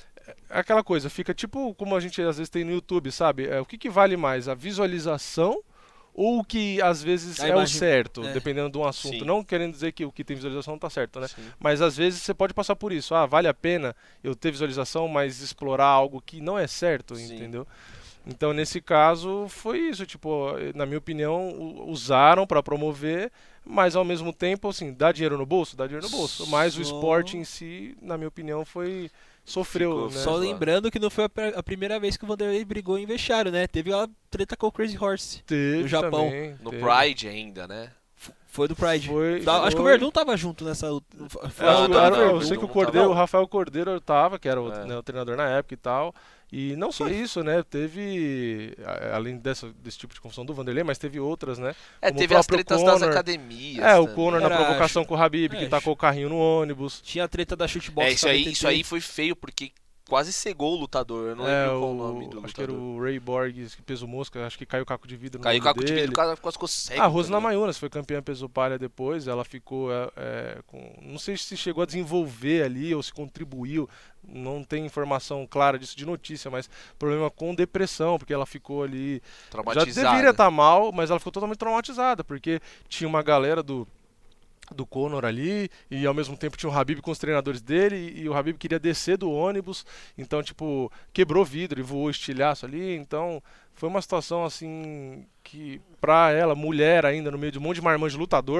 é aquela coisa, fica tipo como a gente às vezes tem no YouTube, sabe? É, o que, que vale mais, a visualização ou o que às vezes A é o imagem- certo, é. dependendo de um assunto. Sim. Não querendo dizer que o que tem visualização não tá certo, né? Sim. Mas às vezes você pode passar por isso. Ah, vale a pena eu ter visualização, mas explorar algo que não é certo, Sim. entendeu? Então, nesse caso, foi isso. Tipo, na minha opinião, u- usaram para promover, mas ao mesmo tempo, assim, dá dinheiro no bolso? Dá dinheiro no bolso. Mas o Só- esporte em si, na minha opinião, foi... Sofreu, Ficou- né? Só Exato. lembrando que não foi a, pre- a primeira vez que o Vanderlei brigou em vestiário, né? Teve a treta com o Crazy Horse. Teve no Japão. também, No teve. Pride ainda, né? Foi do Pride. Foi, Tá, acho que o foi. Verdun tava junto nessa luta. Foi É, a eu, luta não, do era- eu Verdun. sei que o não Cordeiro, tava. o Rafael Cordeiro tava, que era o, É. né, o treinador na época e tal. E não só Sim. isso, né? Teve, a- além dessa, desse tipo de confusão do Vanderlei, mas teve outras, né? É, Como o teve as próprio tretas das Conor. academias. É, o também. Conor na Era, provocação com o Habib, é, que tacou o carrinho no ônibus. Tinha a treta da shootbox. É, isso aí, K B T T. isso aí foi feio porque quase cegou o lutador. Eu não É, lembro qual o, o nome do acho que era lutador. o Ray Borges, que peso mosca, acho que caiu o caco de vidro no Caiu o olho caco de dele. vidro, o cara quase ficou cego. Ah, a Rose tá ligado? Namajunas foi campeã peso palha depois, ela ficou é, é, com... Não sei se chegou a desenvolver ali ou se contribuiu, não tem informação clara disso de notícia, mas problema com depressão, porque ela ficou ali... Já Traumatizada. deveria estar mal, mas ela ficou totalmente traumatizada, porque tinha uma galera do... do Conor ali, e ao mesmo tempo tinha o Habib com os treinadores dele, e, e o Habib queria descer do ônibus, então, tipo, quebrou vidro e voou estilhaço ali, então foi uma situação, assim, que pra ela, mulher ainda, no meio de um monte de marmanjo lutador,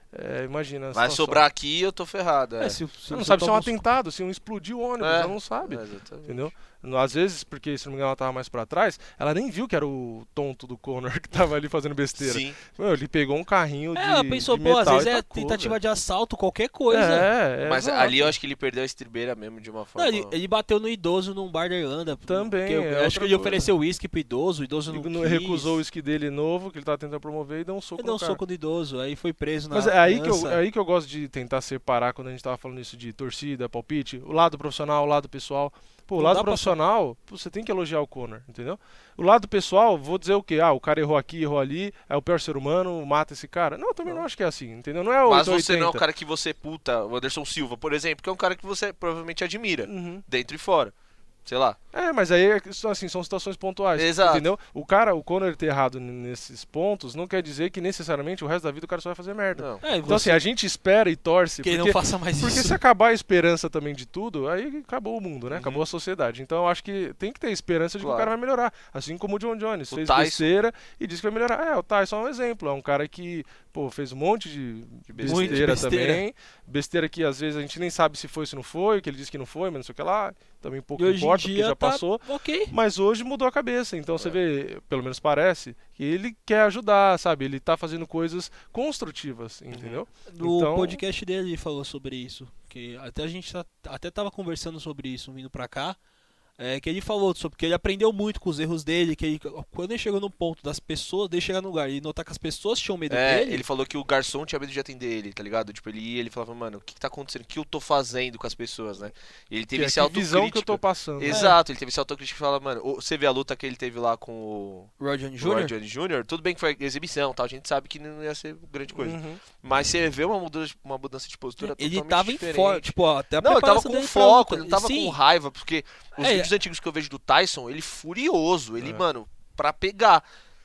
É, imagina a Vai situação. sobrar aqui eu tô ferrado. É. É, se, se Você não você sabe se é um toma uns- atentado, se um explodiu o ônibus, É. ela não sabe. É, exatamente. Entendeu? Às vezes, porque se não me engano ela tava mais pra trás, ela nem viu que era o tonto do Connor que tava ali fazendo besteira. Sim. Meu, ele pegou um carrinho de É, ela pensou, de pô, às metal vezes e é tacou, tentativa velho. de assalto, qualquer coisa. É, é, Mas exato. ali eu acho que ele perdeu a estribeira mesmo de uma Não, forma. ele, ele bateu no idoso num bar da Irlanda. Também, porque eu, é eu acho outra que ele coisa. ofereceu uísque pro idoso, o idoso não, Ele não quis. recusou o uísque dele novo, que ele tava tentando promover, e deu um soco Ele deu no um cara. soco no idoso, aí foi preso na Mas é aí, que eu, França. é aí que eu gosto de tentar separar quando a gente tava falando isso de torcida, palpite, o lado profissional, o lado pessoal. Pô, o Não lado dá pra- profissional, pô, você tem que elogiar o Conor, entendeu? O lado pessoal, vou dizer o quê? Ah, o cara errou aqui, errou ali, é o pior ser humano, mata esse cara. Não, eu também não, acho que é assim, entendeu? Não é o Mas oitocentos você e não é o oitenta. cara que você puta, o Anderson Silva, por exemplo, que é um cara que você provavelmente admira, Uhum. dentro e fora. Sei lá. É, mas aí é que são, assim, são situações pontuais, Exato. entendeu? O cara, o Conor ter errado n- nesses pontos não quer dizer que necessariamente o resto da vida o cara só vai fazer merda. Não. É, Então assim, você- a gente espera e torce, que ele porque, não faça mais porque isso. se acabar a esperança também de tudo, aí acabou o mundo, né? Uhum. Acabou a sociedade. Então eu acho que tem que ter esperança de que Claro. o cara vai melhorar. Assim como o John Jones O fez Tyson. besteira e disse que vai melhorar. É, o Tyson é um exemplo, é um cara que, pô, fez um monte de, de besteira, Muito besteira. também. Besteira que às vezes a gente nem sabe se foi, se não foi, que ele disse que não foi, mas não sei o que lá. Também pouco E hoje em importa, porque dia já tá passou. ok. Mas hoje mudou a cabeça, então você É. vê, pelo menos parece, que ele quer ajudar, sabe? Ele tá fazendo coisas construtivas, entendeu? No Então- podcast dele ele falou sobre isso. Que até a gente tá, até tava conversando sobre isso vindo pra cá. É, que ele falou sobre que ele aprendeu muito com os erros dele, que ele, quando ele chegou no ponto das pessoas, de chegar no lugar e notar que as pessoas tinham medo É, dele, ele falou que o garçom tinha medo de atender ele, tá ligado? Tipo, ele ia, ele falava, mano, o que, que tá acontecendo? O que eu tô fazendo com as pessoas, né? E ele teve Que é esse que visão que eu tô autocrítica. passando. Exato, ele teve esse autocrítica e fala, mano, o- você vê a luta que ele teve lá com o Roger Roy Júnior Jones Júnior, tudo bem que foi exibição, tal, a gente sabe que não ia ser grande coisa. Uhum. Mas você vê uma mudança, uma mudança de postura ele totalmente tava em diferente. forte, tipo, ó, até a Não, ele tava preparação com dele pra foco, luta. ele não tava Sim, com raiva, porque os É, vídeos antigos que eu vejo do Tyson, ele furioso, ele, É. mano, pra pegar.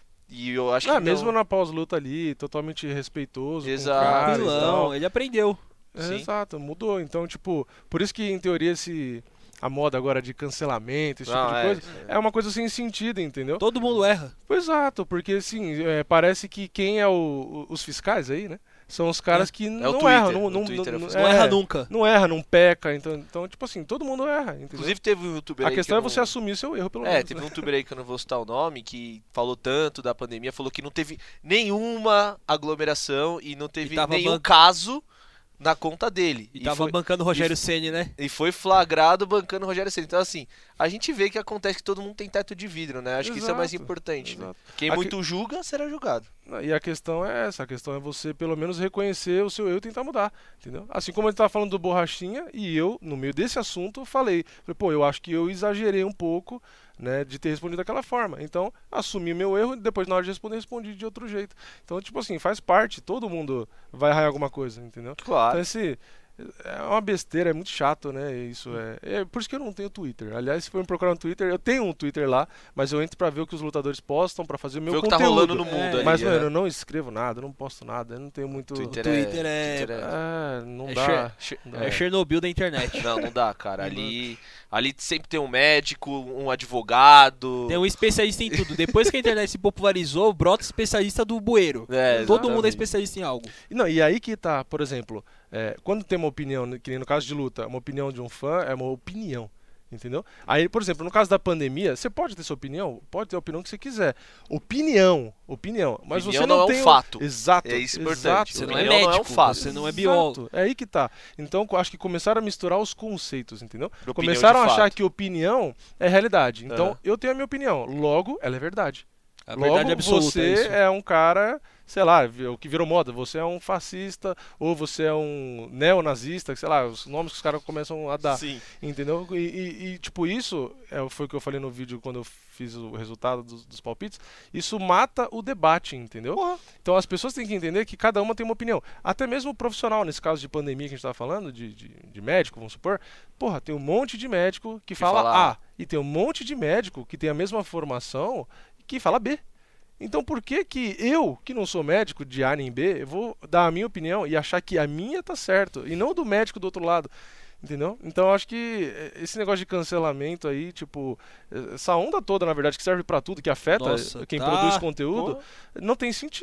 E eu acho Ah, que mesmo não. na pós-luta ali, totalmente respeitoso Exato. com o cara e vilão, tal. ele aprendeu. É, Sim. exato, mudou. Então, tipo, por isso que em teoria esse a moda agora de cancelamento, esse Não, tipo de é, coisa, é. é uma coisa sem sentido, entendeu? Todo mundo erra. Exato, porque assim, é, parece que quem é o- o- os fiscais aí, né? São os caras que não Twitter, erram, não, o não, Twitter é o não, fiscal. Não é, erra nunca. não erra, não peca, então, então, tipo assim, todo mundo erra, entendeu? Inclusive teve um youtuber a aí questão que é eu você não- assumir o seu erro, pelo É, menos. teve né? um youtuber aí que eu não vou citar o nome, que falou tanto da pandemia, falou que não teve nenhuma aglomeração e não teve tava nenhum ban- caso na conta dele. E, E tava foi, bancando o Rogério Ceni, né? e foi flagrado bancando o Rogério Ceni. Então, assim, a gente vê que acontece que todo mundo tem teto de vidro, né? Acho que isso é mais Exato, importante, né? exato. Quem Aqui- muito julga, será julgado. E a questão é essa, a questão é você pelo menos reconhecer o seu erro e tentar mudar, entendeu? Assim como ele tava falando do Borrachinha e eu, no meio desse assunto, falei, falei, pô, eu acho que eu exagerei um pouco, né, de ter respondido daquela forma. Então, assumi meu erro e depois na hora de responder, respondi de outro jeito. Então, tipo assim, faz parte, todo mundo vai errar em alguma coisa, entendeu? Então Claro. esse é uma besteira, é muito chato, né? Isso é, é por isso que eu não tenho Twitter. Aliás, se for me procurar no Twitter, eu tenho um Twitter lá, mas eu entro pra ver o que os lutadores postam, pra fazer o meu Vê o que tá conteúdo. rolando no mundo É, ali, Mas, né? mano, eu não escrevo nada, eu não posto nada, eu não tenho muito. Twitter, Twitter é... é- Twitter é- É, não É dá. Cher- Che- não dá. É Chernobyl da internet. Não, não dá, cara. Não Ali, ali sempre tem um médico, um advogado. Tem um especialista em tudo. Depois que a internet se popularizou, brota especialista do bueiro. É, Todo mundo é exatamente. especialista em algo. E, não, e aí que tá, por exemplo, é, quando tem uma opinião, que nem no caso de luta, uma opinião de um fã é uma opinião. Entendeu? Aí, por exemplo, no caso da pandemia, você pode ter sua opinião, pode ter a opinião que você quiser. Opinião, opinião. Mas Opinião você não, não é um tem fato. Exato. É isso importante. exato. Você não é Opinião não é um médico, fato. você não é biólogo. Exato, é aí que tá. Então, eu acho que começaram a misturar os conceitos, entendeu? Opinião Começaram de a achar fato. que opinião é realidade. Então, Aham. eu tenho a minha opinião. Logo, ela é verdade. A Logo, verdade absoluta você é isso. é um cara, sei lá, vi- o que virou moda. Você é um fascista ou você é um neonazista, sei lá, os nomes que os caras começam a dar. Sim. Entendeu? E, e- e, tipo, isso é, foi o que eu falei no vídeo quando eu fiz o resultado dos, dos palpites. Isso mata o debate, entendeu? Então as pessoas têm que entender que cada uma tem uma opinião. Até mesmo o profissional, nesse caso de pandemia que a gente tava falando, de, de, de médico, vamos supor. Porra, tem um monte de médico que, fala fala A. E tem um monte de médico que tem a mesma formação que fala B. Então por que que eu, que não sou médico de A nem B, eu vou dar a minha opinião e achar que a minha tá certo e não do médico do outro lado? Entendeu? Então eu acho que esse negócio de cancelamento aí, tipo, essa onda toda, na verdade, que serve pra tudo, que afeta Nossa, quem tá. produz conteúdo, não tem sentido.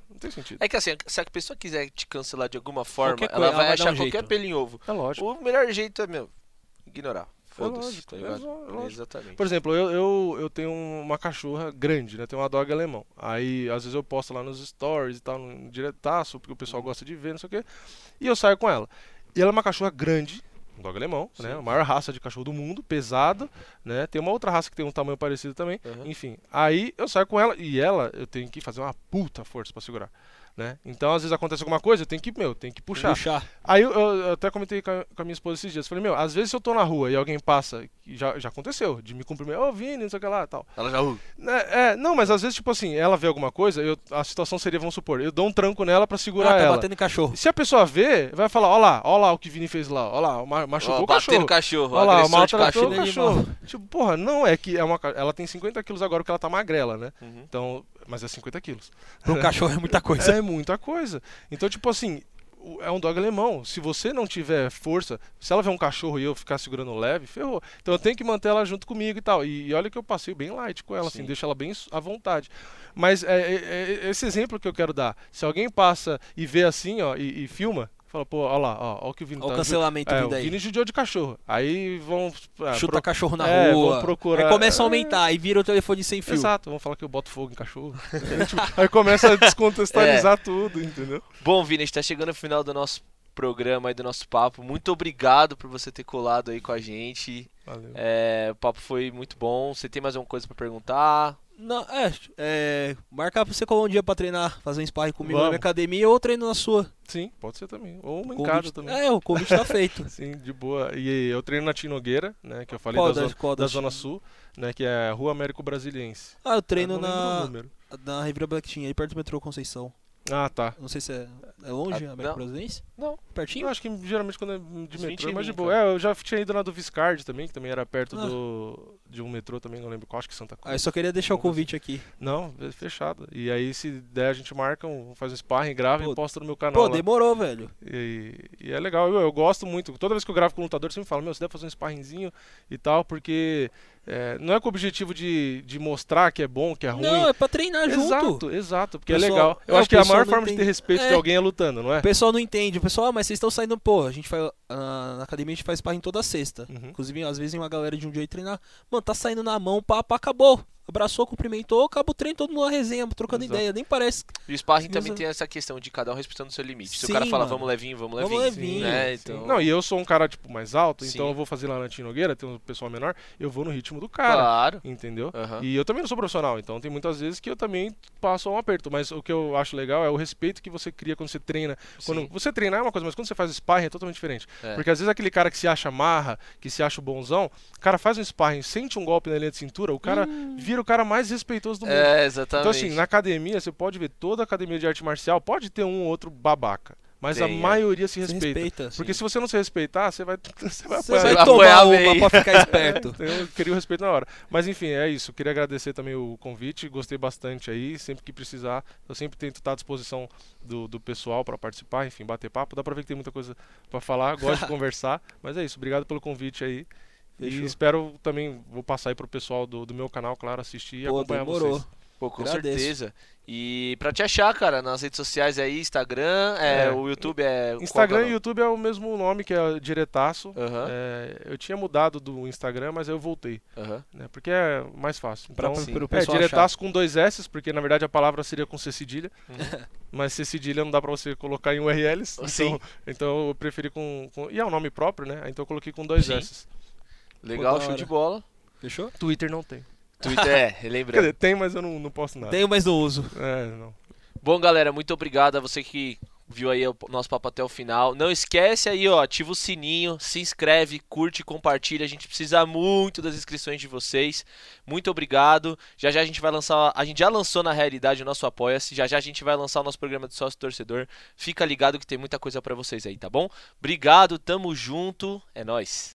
Não tem sentido. É que assim, se a pessoa quiser te cancelar de alguma forma, Qualquer ela coisa, vai ela vai dar achar um qualquer jeito. pelo em ovo. É lógico. O melhor jeito é, meu, ignorar. É Foda-se, lógico, tá é ligado? ló- é lógico. Exatamente. Por exemplo, eu, eu, eu tenho uma cachorra grande, né? Tenho uma dog alemão. Aí, às vezes eu posto lá nos stories e tal, no diretaço, porque o pessoal Uhum. gosta de ver, não sei o quê. E eu saio com ela. E ela é uma cachorra grande, um dog alemão, Sim. né? A maior raça de cachorro do mundo, pesado, né? Tem uma outra raça que tem um tamanho parecido também. Uhum. Enfim, aí eu saio com ela e ela, eu tenho que fazer uma puta força pra segurar, né? Então, às vezes acontece alguma coisa, eu tenho que, meu, tenho que puxar. Puxar. Aí eu, eu- eu até comentei com a, com a minha esposa esses dias. Falei, meu, às vezes se eu tô na rua e alguém passa, e já, já aconteceu, de me cumprimentar, ô Vini, não sei o que lá e tal. Ela já. Uh, É, é, não, mas às vezes, tipo assim, ela vê alguma coisa, eu, a situação seria, vamos supor, eu dou um tranco nela pra segurar Ah, tá ela. batendo em cachorro. Se a pessoa vê, vai falar, ó lá, ó lá o que o Vini fez lá, ó lá, ma- machucou ó, o batendo cachorro. cachorro. Olha lá, agressor de maltratou o cachorro. cachorro. Tipo, porra, não, é que é uma, ca- ela tem cinquenta quilos agora porque ela tá magrela, né? Uhum. Então, mas é cinquenta quilos. Pro cachorro é muita coisa. É muita coisa. Então, tipo assim, o- é um dog alemão. Se você não tiver força, se ela ver um cachorro e eu ficar segurando leve, ferrou. Então eu tenho que manter ela junto comigo e tal. E, e olha que eu passei bem light com ela, Sim. assim, deixa ela bem à vontade. Mas é, é- é esse exemplo que eu quero dar. Se alguém passa e vê assim, ó, e, e filma, fala, pô, ó lá, ó, ó o que o Vini Olha o tá cancelamento é, vindo o aí. Vini judiou de cachorro. Aí vão. ah, Chuta pro- cachorro na é, rua. vão procurar- Aí começa a é. aumentar e vira o telefone sem fio. Exato, vão falar que eu boto fogo em cachorro. Aí, tipo, aí começa a descontextualizar tudo, entendeu? Bom, Vini, a gente tá chegando no final do nosso programa aí, do nosso papo. Muito obrigado por você ter colado aí com a gente. Valeu. É, o papo foi muito bom. Você tem mais alguma coisa pra perguntar? Não, é, é, marcar pra você colar um dia pra treinar, fazer um sparring comigo na Vamos. minha academia ou treino na sua. Sim, pode ser também. Ou uma em Convite- casa também. É, o convite tá feito. Sim, de boa. E eu treino na Tinogueira, né? Que eu falei Qual da, da- zona, qual da da- Zona Sul, né? Que é a Rua Américo Brasiliense. Ah, eu treino Eu não lembro o na, número. na Revira Black Team, aí perto do metrô Conceição. Ah, tá. Não sei se é, é longe, Ah, América não. Brasilense? Não. Pertinho? Eu acho que geralmente quando é de Uns metrô vinte é mais de mil, boa. cara. É, eu já tinha ido na do Viscard também, que também era perto Ah. do, de um metrô também, não lembro qual, acho que Santa Cruz. Aí só queria deixar o convite aqui. Não, é fechado. E aí se der a gente marca, um, faz um sparring, grava Pô, e posta no meu canal Pô, lá. demorou, velho. E, e é legal, eu, eu gosto muito. Toda vez que eu gravo com o lutador, eu sempre falo, meu, você deve fazer um sparringzinho e tal, porque é, não é com o objetivo de, de mostrar que é bom, que é ruim. Não, é pra treinar junto. Exato, exato, porque Pessoal- é legal. Eu é, acho o que a pessoal maior não forma de ter entende. respeito de É. alguém é lutando, não é? O pessoal não entende. O pessoal, ah, mas vocês estão saindo, pô, a gente faz. ah, na academia a gente faz sparring toda sexta. Uhum. Inclusive, às vezes, uma galera de um dia aí treinar. Mano, tá saindo na mão, papo, acabou. Abraçou, cumprimentou, acaba o treino, todo mundo na resenha, trocando Exato. ideia. Nem parece. E o sparring também Exato. tem essa questão de cada um respeitando o seu limite. Se Sim, o cara fala, mano. vamos levinho, vamos Vamos levinho. levinho, Né? Sim. Então, Não, e eu sou um cara, tipo, mais alto, Sim. então eu vou fazer lá na Tinogueira, tem um pessoal menor, eu vou no ritmo do cara. claro. Entendeu? Aham. E eu também não sou profissional, então tem muitas vezes que eu também passo um aperto. Mas o que eu acho legal é o respeito que você cria quando você treina. Quando Sim. você treinar é uma coisa, mas quando você faz sparring é totalmente diferente. É. Porque às vezes aquele cara que se acha marra, que se acha o bonzão, o cara faz um sparring, sente um golpe na linha de cintura, o cara vira o cara mais respeitoso do mundo. É, exatamente. Então assim, na academia, você pode ver toda a academia de arte marcial, pode ter um ou outro babaca. Mas a Tem, é. maioria se Se respeita. respeita. Porque se você não se respeitar, você vai, você vai Você apanhar. vai apoiar tomar bem. uma pra ficar esperto. Eu queria o respeito na hora. Mas enfim, é isso. Queria agradecer também o convite. Gostei bastante aí. Sempre que precisar, eu sempre tento estar à disposição do, do pessoal para participar, enfim, bater papo. Dá pra ver que tem muita coisa para falar. Gosto de conversar. Mas é isso. Obrigado pelo convite aí. Fechou. E espero também, vou passar aí pro pessoal do, do meu canal, claro, assistir e Pô, acompanhar demorou. vocês. Pô, com Agradeço. certeza. E pra te achar, cara, nas redes sociais aí, Instagram, é, É. o YouTube é... Instagram qual e YouTube é o mesmo nome, que é Diretaço. que é o nome? Aham, É, eu tinha mudado do Instagram, mas eu voltei, aham. né? Porque é mais fácil. Pra, Então, sim. pro é, pessoal diretaço com dois S, porque na verdade a palavra seria com C cedilha. Uhum. Mas C cedilha não dá pra você colocar em U R Ls. Sim. Então, então eu preferi com, com. E é um nome próprio, né? Então eu coloquei com dois Sim. S. Legal, Pô, da show hora. de bola. achar. Fechou? Twitter não tem. Twitter, é, Quer lembrando. dizer, tem, mas eu não, não posto nada. Tenho, mas não uso. É, não. Bom, galera, muito obrigado a você que viu aí o nosso papo até o final. Não esquece aí, ó, ativa o sininho, se inscreve, curte, compartilha. A gente precisa muito das inscrições de vocês. Muito obrigado. Já já a gente vai lançar, a gente já lançou na realidade o nosso Apoia-se. Já já a gente vai lançar o nosso programa de sócio torcedor. Fica ligado que tem muita coisa pra vocês aí, tá bom? Obrigado, tamo junto. É nóis.